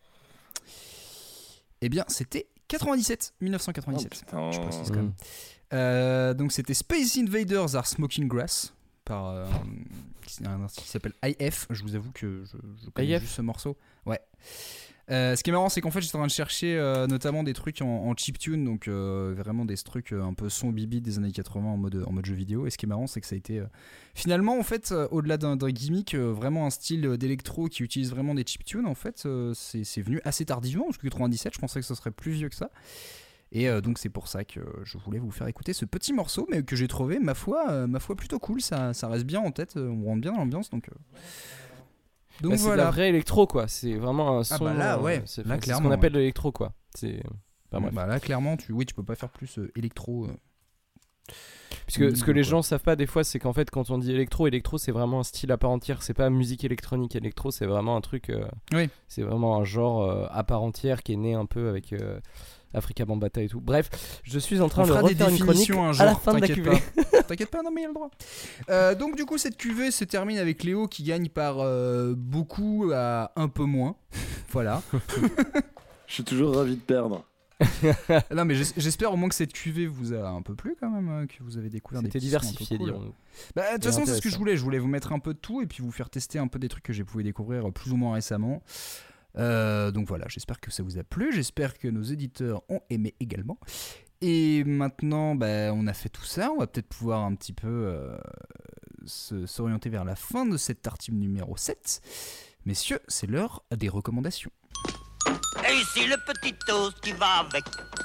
S2: Eh bien, c'était 1997.
S1: Oh,
S2: je précise quand même. Donc c'était Space Invaders Are Smoking Grass par un artiste qui s'appelle IF. Je vous avoue que je connais juste ce morceau. Ouais. Ce qui est marrant, c'est qu'en fait j'étais en train de chercher notamment des trucs en chiptune, donc vraiment des trucs un peu son bibi des années 80 en mode jeu vidéo. Et ce qui est marrant, c'est que ça a été finalement en fait au-delà d'un gimmick, vraiment un style d'électro qui utilise vraiment des chiptunes. En fait, c'est venu assez tardivement, parce que 97, je pensais que ce serait plus vieux que ça. Et donc c'est pour ça que je voulais vous faire écouter ce petit morceau, mais que j'ai trouvé ma foi plutôt cool. Ça reste bien en tête, on rentre bien dans l'ambiance, donc. Donc
S3: bah,
S2: voilà.
S3: C'est de la vraie électro, quoi. C'est vraiment un son.
S2: Ah bah là, ouais.
S3: C'est
S2: là,
S3: ce qu'on appelle de l'électro, quoi. C'est.
S2: Bah là, clairement, tu peux pas faire plus électro.
S3: Puisque ce que les gens savent pas des fois, c'est qu'en fait, quand on dit électro, c'est vraiment un style à part entière. C'est pas musique électronique. Électro, c'est vraiment un truc.
S2: Oui.
S3: C'est vraiment un genre à part entière qui est né un peu avec. Africa Bambaataa et tout. Bref, je suis en train de refaire une chronique
S2: un jour,
S3: à la fin de la cuvée.
S2: T'inquiète pas, non mais il a le droit. Donc du coup, cette cuvée se termine avec Léo qui gagne par beaucoup à un peu moins. Voilà.
S1: Je suis toujours ravi de perdre.
S2: Non mais j'espère au moins que cette cuvée vous a un peu plu quand même, que vous avez découvert des
S3: C'était
S2: petits sons un peu
S3: diversifié,
S2: cool.
S3: dirons-nous.
S2: Bah, de toute façon c'est ce que je voulais vous mettre un peu de tout et puis vous faire tester un peu des trucs que j'ai pu découvrir plus ou moins récemment. Donc voilà, j'espère que ça vous a plu, j'espère que nos éditeurs ont aimé également. Et maintenant on a fait tout ça, on va peut-être pouvoir un petit peu s'orienter vers la fin de cette tartine numéro 7. Messieurs, c'est l'heure des recommandations.
S15: Et ici le petit toast qui va avec.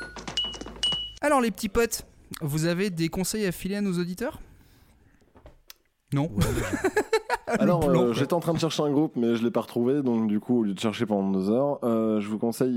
S2: Alors les petits potes, vous avez des conseils à filer à nos auditeurs ? Non.
S1: Alors j'étais en train de chercher un groupe mais je l'ai pas retrouvé, donc du coup au lieu de chercher pendant 2 heures, je vous conseille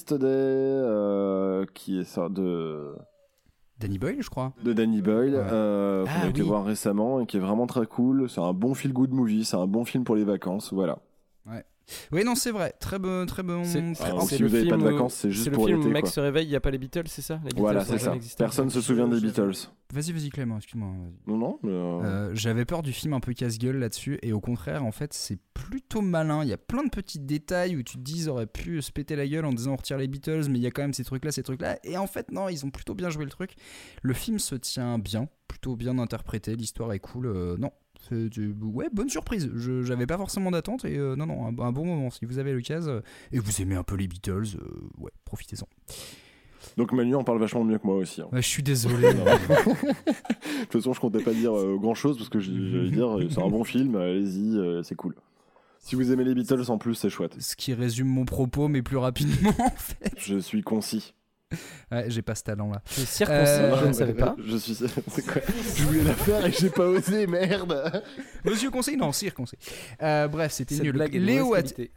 S1: Yesterday qui est ça de
S2: Danny Boyle, je crois.
S1: De Danny Boyle, qu'on a été voir récemment et qui est vraiment très cool. C'est un bon feel good movie, c'est un bon film pour les vacances, voilà.
S2: Ouais. Oui, non, c'est vrai. Très bon.
S1: Si vous n'avez pas de vacances, c'est juste pour l'été.
S3: C'est le film où le mec se réveille, il n'y a pas les Beatles, c'est ça? Les Beatles,
S1: voilà, c'est ça. Personne ne se souvient des Beatles.
S2: Vas-y, Clément, excuse-moi.
S1: Non.
S2: J'avais peur du film un peu casse-gueule là-dessus, et au contraire, en fait, c'est plutôt malin. Il y a plein de petits détails où tu te dis, ils auraient pu se péter la gueule en disant on retire les Beatles, mais il y a quand même ces trucs-là. Et en fait, non, ils ont plutôt bien joué le truc. Le film se tient bien, plutôt bien interprété, l'histoire est cool. Non. Ouais, bonne surprise. J'avais pas forcément d'attente et un bon moment. Si vous avez l'occasion et vous aimez un peu les Beatles, ouais, profitez-en.
S1: Donc Manu en parle vachement mieux que moi aussi. Hein.
S2: Ouais, je suis désolé.
S1: De toute façon, je comptais pas dire grand chose parce que j'allais dire c'est un bon film, allez-y, c'est cool. Si vous aimez les Beatles en plus, c'est chouette.
S2: Ce qui résume mon propos, mais plus rapidement en fait.
S1: Je suis concis.
S2: Ouais, j'ai pas ce talent-là.
S3: Je suis circoncis, je ne savais pas.
S1: C'est quoi ? Je voulais la faire et j'ai pas osé, merde.
S2: Monsieur conseil, non, circoncis. Bref, c'était nul. Léo,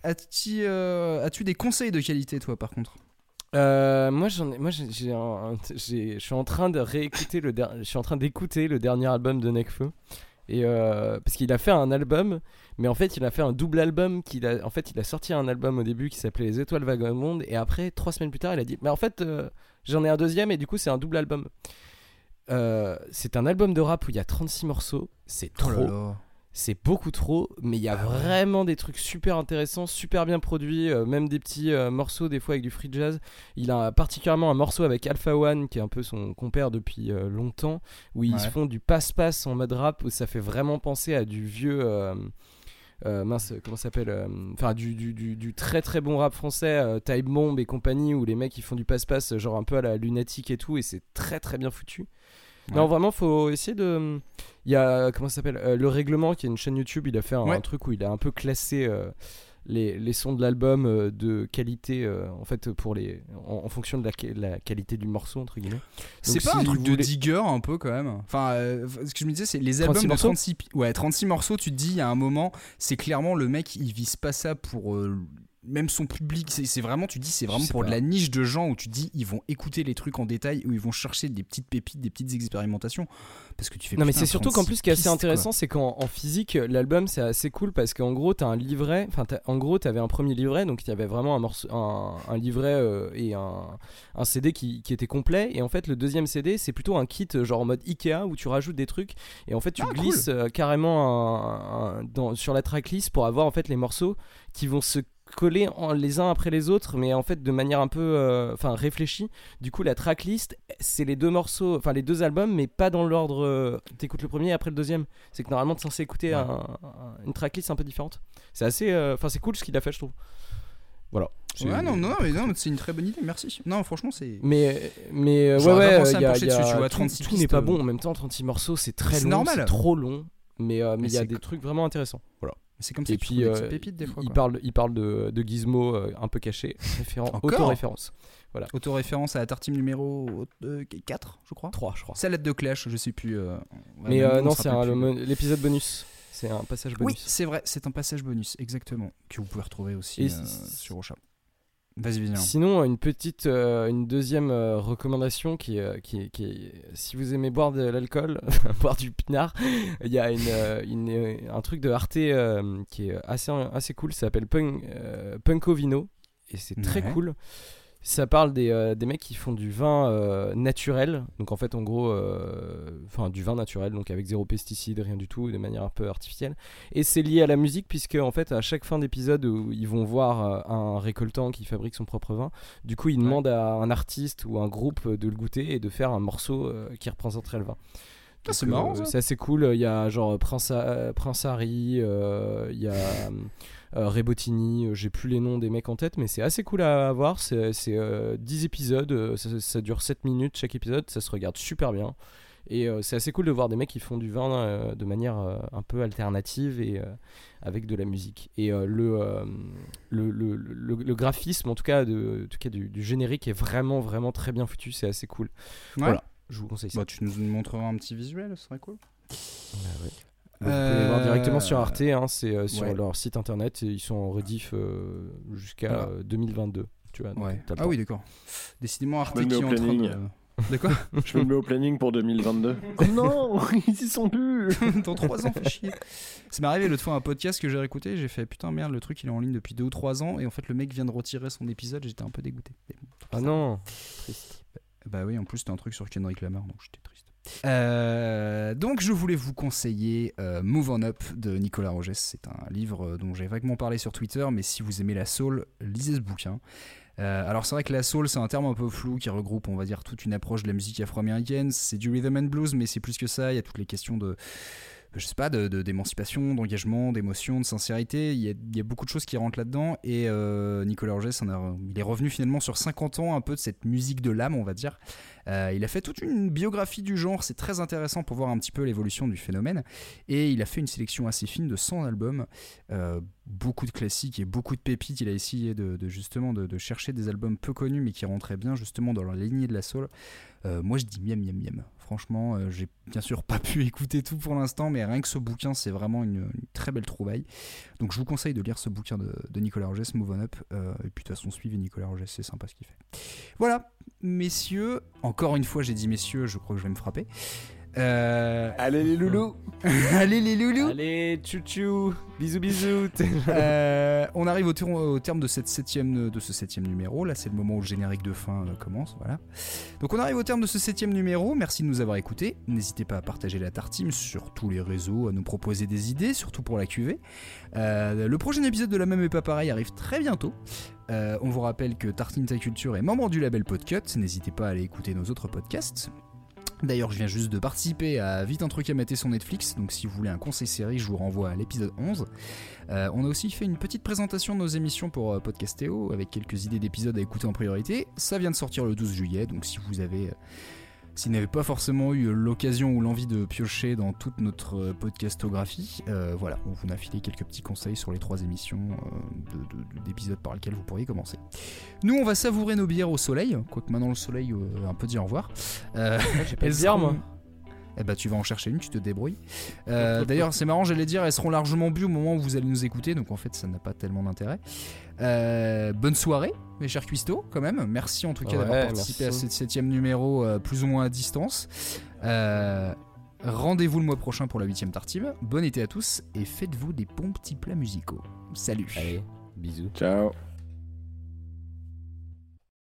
S2: as-tu des conseils de qualité, toi, par contre ?
S3: Moi, je suis en train de réécouter je suis en train d'écouter le dernier album de Nekfeu. Et parce qu'il a fait un album, mais en fait il a fait un double album. Il a sorti un album au début qui s'appelait Les Étoiles Vagabondes, et après 3 semaines plus tard il a dit mais en fait j'en ai un deuxième, et du coup c'est un double album. C'est un album de rap où il y a 36 morceaux. C'est trop. C'est beaucoup trop, mais il y a vraiment des trucs super intéressants, super bien produits, même des petits morceaux des fois avec du free jazz. Il a particulièrement un morceau avec Alpha One qui est un peu son compère depuis longtemps, où ils font du passe-passe en mode rap, où ça fait vraiment penser à du vieux comment ça s'appelle, enfin du très très bon rap français, Type Bomb et compagnie, où les mecs ils font du passe-passe genre un peu à la Lunatic et tout, et c'est très très bien foutu. Non, vraiment, faut essayer de. Il y a, comment ça s'appelle, Le Règlement, qui est une chaîne YouTube. Il a fait un truc où il a un peu classé les sons de l'album de qualité, en fait, en fonction de la qualité du morceau, entre guillemets.
S2: C'est pas un truc de digger un peu quand même. Enfin, ce que je me disais, c'est les albums de 36 morceaux. Tu te dis, il y a un moment, c'est clairement le mec, il vise pas ça pour. Même son public, c'est vraiment, tu dis, c'est vraiment pour de la niche de gens où tu dis, ils vont écouter les trucs en détail, où ils vont chercher des petites pépites, des petites expérimentations. Parce que tu fais.
S3: Non, mais c'est surtout qu'en plus, ce qui est assez intéressant, c'est qu'en physique, l'album, c'est assez cool parce qu'en gros, t'as un livret. Enfin, en gros, t'avais un premier livret, donc il y avait vraiment un livret et un CD qui était complet. Et en fait, le deuxième CD, c'est plutôt un kit genre en mode Ikea où tu rajoutes des trucs. Et en fait, tu glisses carrément sur la tracklist pour avoir en fait les morceaux qui vont se coller les uns après les autres, mais en fait de manière un peu réfléchie. Du coup, la tracklist, c'est les deux morceaux, enfin les deux albums, mais pas dans l'ordre. T'écoutes le premier et après le deuxième. C'est que normalement t'es censé écouter une tracklist un peu différente. C'est assez, c'est cool ce qu'il a fait, je trouve. Voilà.
S2: Ouais, non, c'est une très bonne idée, merci. Non, franchement, c'est.
S3: Mais tout n'est pas bon en même temps. 36 morceaux, c'est très long, c'est trop long. Mais il y a des trucs vraiment intéressants. Voilà.
S2: C'est comme ça. Et puis pépites, des fois,
S3: il parle de Gizmo un peu caché, auto-référence. Voilà.
S2: Auto-référence à la tartine numéro 4, je crois.
S3: 3, je crois.
S2: Sa lettre de clash, je sais plus.
S3: Mais non, c'est l'épisode bonus. C'est un passage bonus.
S2: Oui, c'est vrai, c'est un passage bonus, exactement, que vous pouvez retrouver aussi sur Ocha. Vas-y, viens.
S3: Sinon, une deuxième recommandation qui est, si vous aimez boire de l'alcool, boire du pinard, il y a un truc de Arte qui est assez cool, ça s'appelle Punko Vino, et c'est très cool. Ça parle des mecs qui font du vin naturel, donc en fait en gros, du vin naturel, donc avec 0 pesticides, rien du tout, de manière un peu artificielle. Et c'est lié à la musique puisque en fait à chaque fin d'épisode où ils vont voir un récoltant qui fabrique son propre vin, du coup ils demandent à un artiste ou un groupe de le goûter et de faire un morceau qui représenterait le vin. Donc,
S2: c'est marrant. Ça.
S3: C'est assez cool. Il y a genre Prince Harry, il y a Ray Bottini, j'ai plus les noms des mecs en tête, mais c'est assez cool à voir. C'est 10 épisodes, ça dure 7 minutes chaque épisode, ça se regarde super bien. Et c'est assez cool de voir des mecs qui font du vin de manière un peu alternative et avec de la musique. Et le graphisme, en tout cas, du générique est vraiment, vraiment très bien foutu, c'est assez cool.
S2: Ouais.
S3: Voilà. Je vous conseille ça.
S2: Tu nous montreras un petit visuel, ce serait cool.
S3: Ouais. Vous pouvez les voir directement sur Arte, c'est sur leur site internet, et ils sont en rediff jusqu'à 2022. Tu vois,
S2: ah oui, d'accord. Décidément, Arte
S1: qui est en train de...
S2: De quoi?
S1: Je me le mets au planning pour 2022. Oh non, ils y sont plus.
S2: Dans 3 ans, fait chier. Ça m'est arrivé l'autre fois un podcast que j'ai réécouté, j'ai fait putain merde, le truc il est en ligne depuis 2 ou 3 ans, et en fait le mec vient de retirer son épisode, j'étais un peu dégoûté.
S3: Ah non, triste.
S2: Bah oui, en plus c'était un truc sur Kendrick Lamar, donc j'étais triste. Donc je voulais vous conseiller Move On Up de Nicolas Rogers. C'est un livre dont j'ai vaguement parlé sur Twitter, mais si vous aimez la soul, lisez ce bouquin. Alors c'est vrai que la soul c'est un terme un peu flou qui regroupe on va dire toute une approche de la musique afro-américaine. C'est du rhythm and blues, mais c'est plus que ça. Il y a toutes les questions de d'émancipation, d'engagement, d'émotion, de sincérité. Il y a beaucoup de choses qui rentrent là-dedans, et Nicolas Rogers il est revenu finalement sur 50 ans un peu de cette musique de l'âme, on va dire. Il a fait toute une biographie du genre, c'est très intéressant pour voir un petit peu l'évolution du phénomène, et il a fait une sélection assez fine de 100 albums, beaucoup de classiques et beaucoup de pépites. Il a essayé justement de chercher des albums peu connus mais qui rentraient bien justement dans la lignée de la soul. Moi je dis miam miam miam. Franchement, j'ai bien sûr pas pu écouter tout pour l'instant, mais rien que ce bouquin, c'est vraiment une très belle trouvaille. Donc je vous conseille de lire ce bouquin de Nicolas Rogers, Move On Up. Et puis de toute façon, suivez Nicolas Rogers, c'est sympa ce qu'il fait. Voilà, messieurs, encore une fois j'ai dit messieurs, je crois que je vais me frapper.
S1: Allez les loulous.
S2: Allez les loulous.
S3: Allez tchou-tchou. Bisous bisous.
S2: On arrive au terme de ce 7e numéro. Là c'est le moment où le générique de fin commence. Voilà. Donc on arrive au terme de ce 7e numéro. Merci de nous avoir écoutés. N'hésitez pas à partager la tartine sur tous les réseaux, à nous proposer des idées, surtout pour la cuvée. Le prochain épisode de La Même et Pas Pareil arrive très bientôt. On vous rappelle que Tartine Ta Culture est membre du label Podcut. N'hésitez pas à aller écouter nos autres podcasts. D'ailleurs, je viens juste de participer à Vite un truc à mater sur Netflix, donc si vous voulez un conseil série, je vous renvoie à l'épisode 11. On a aussi fait une petite présentation de nos émissions pour Podcastéo, avec quelques idées d'épisodes à écouter en priorité. Ça vient de sortir le 12 juillet, donc si vous n'avez pas forcément eu l'occasion ou l'envie de piocher dans toute notre podcastographie, voilà, on vous a filé quelques petits conseils sur les 3 émissions d'épisodes par lesquels vous pourriez commencer. Nous, on va savourer nos bières au soleil, quoique maintenant le soleil a un peu dit au revoir.
S3: J'ai pas de bière, moi.
S2: Eh bah tu vas en chercher une, tu te débrouilles. D'ailleurs c'est marrant, j'allais dire elles seront largement bues au moment où vous allez nous écouter, donc en fait ça n'a pas tellement d'intérêt. Bonne soirée mes chers cuistots quand même, merci en tout cas d'avoir participé à ce 7e numéro plus ou moins à distance. Rendez-vous le mois prochain pour la 8e tartine. Bon été à tous et faites-vous des bons petits plats musicaux. Salut.
S3: Allez, bisous.
S1: Ciao.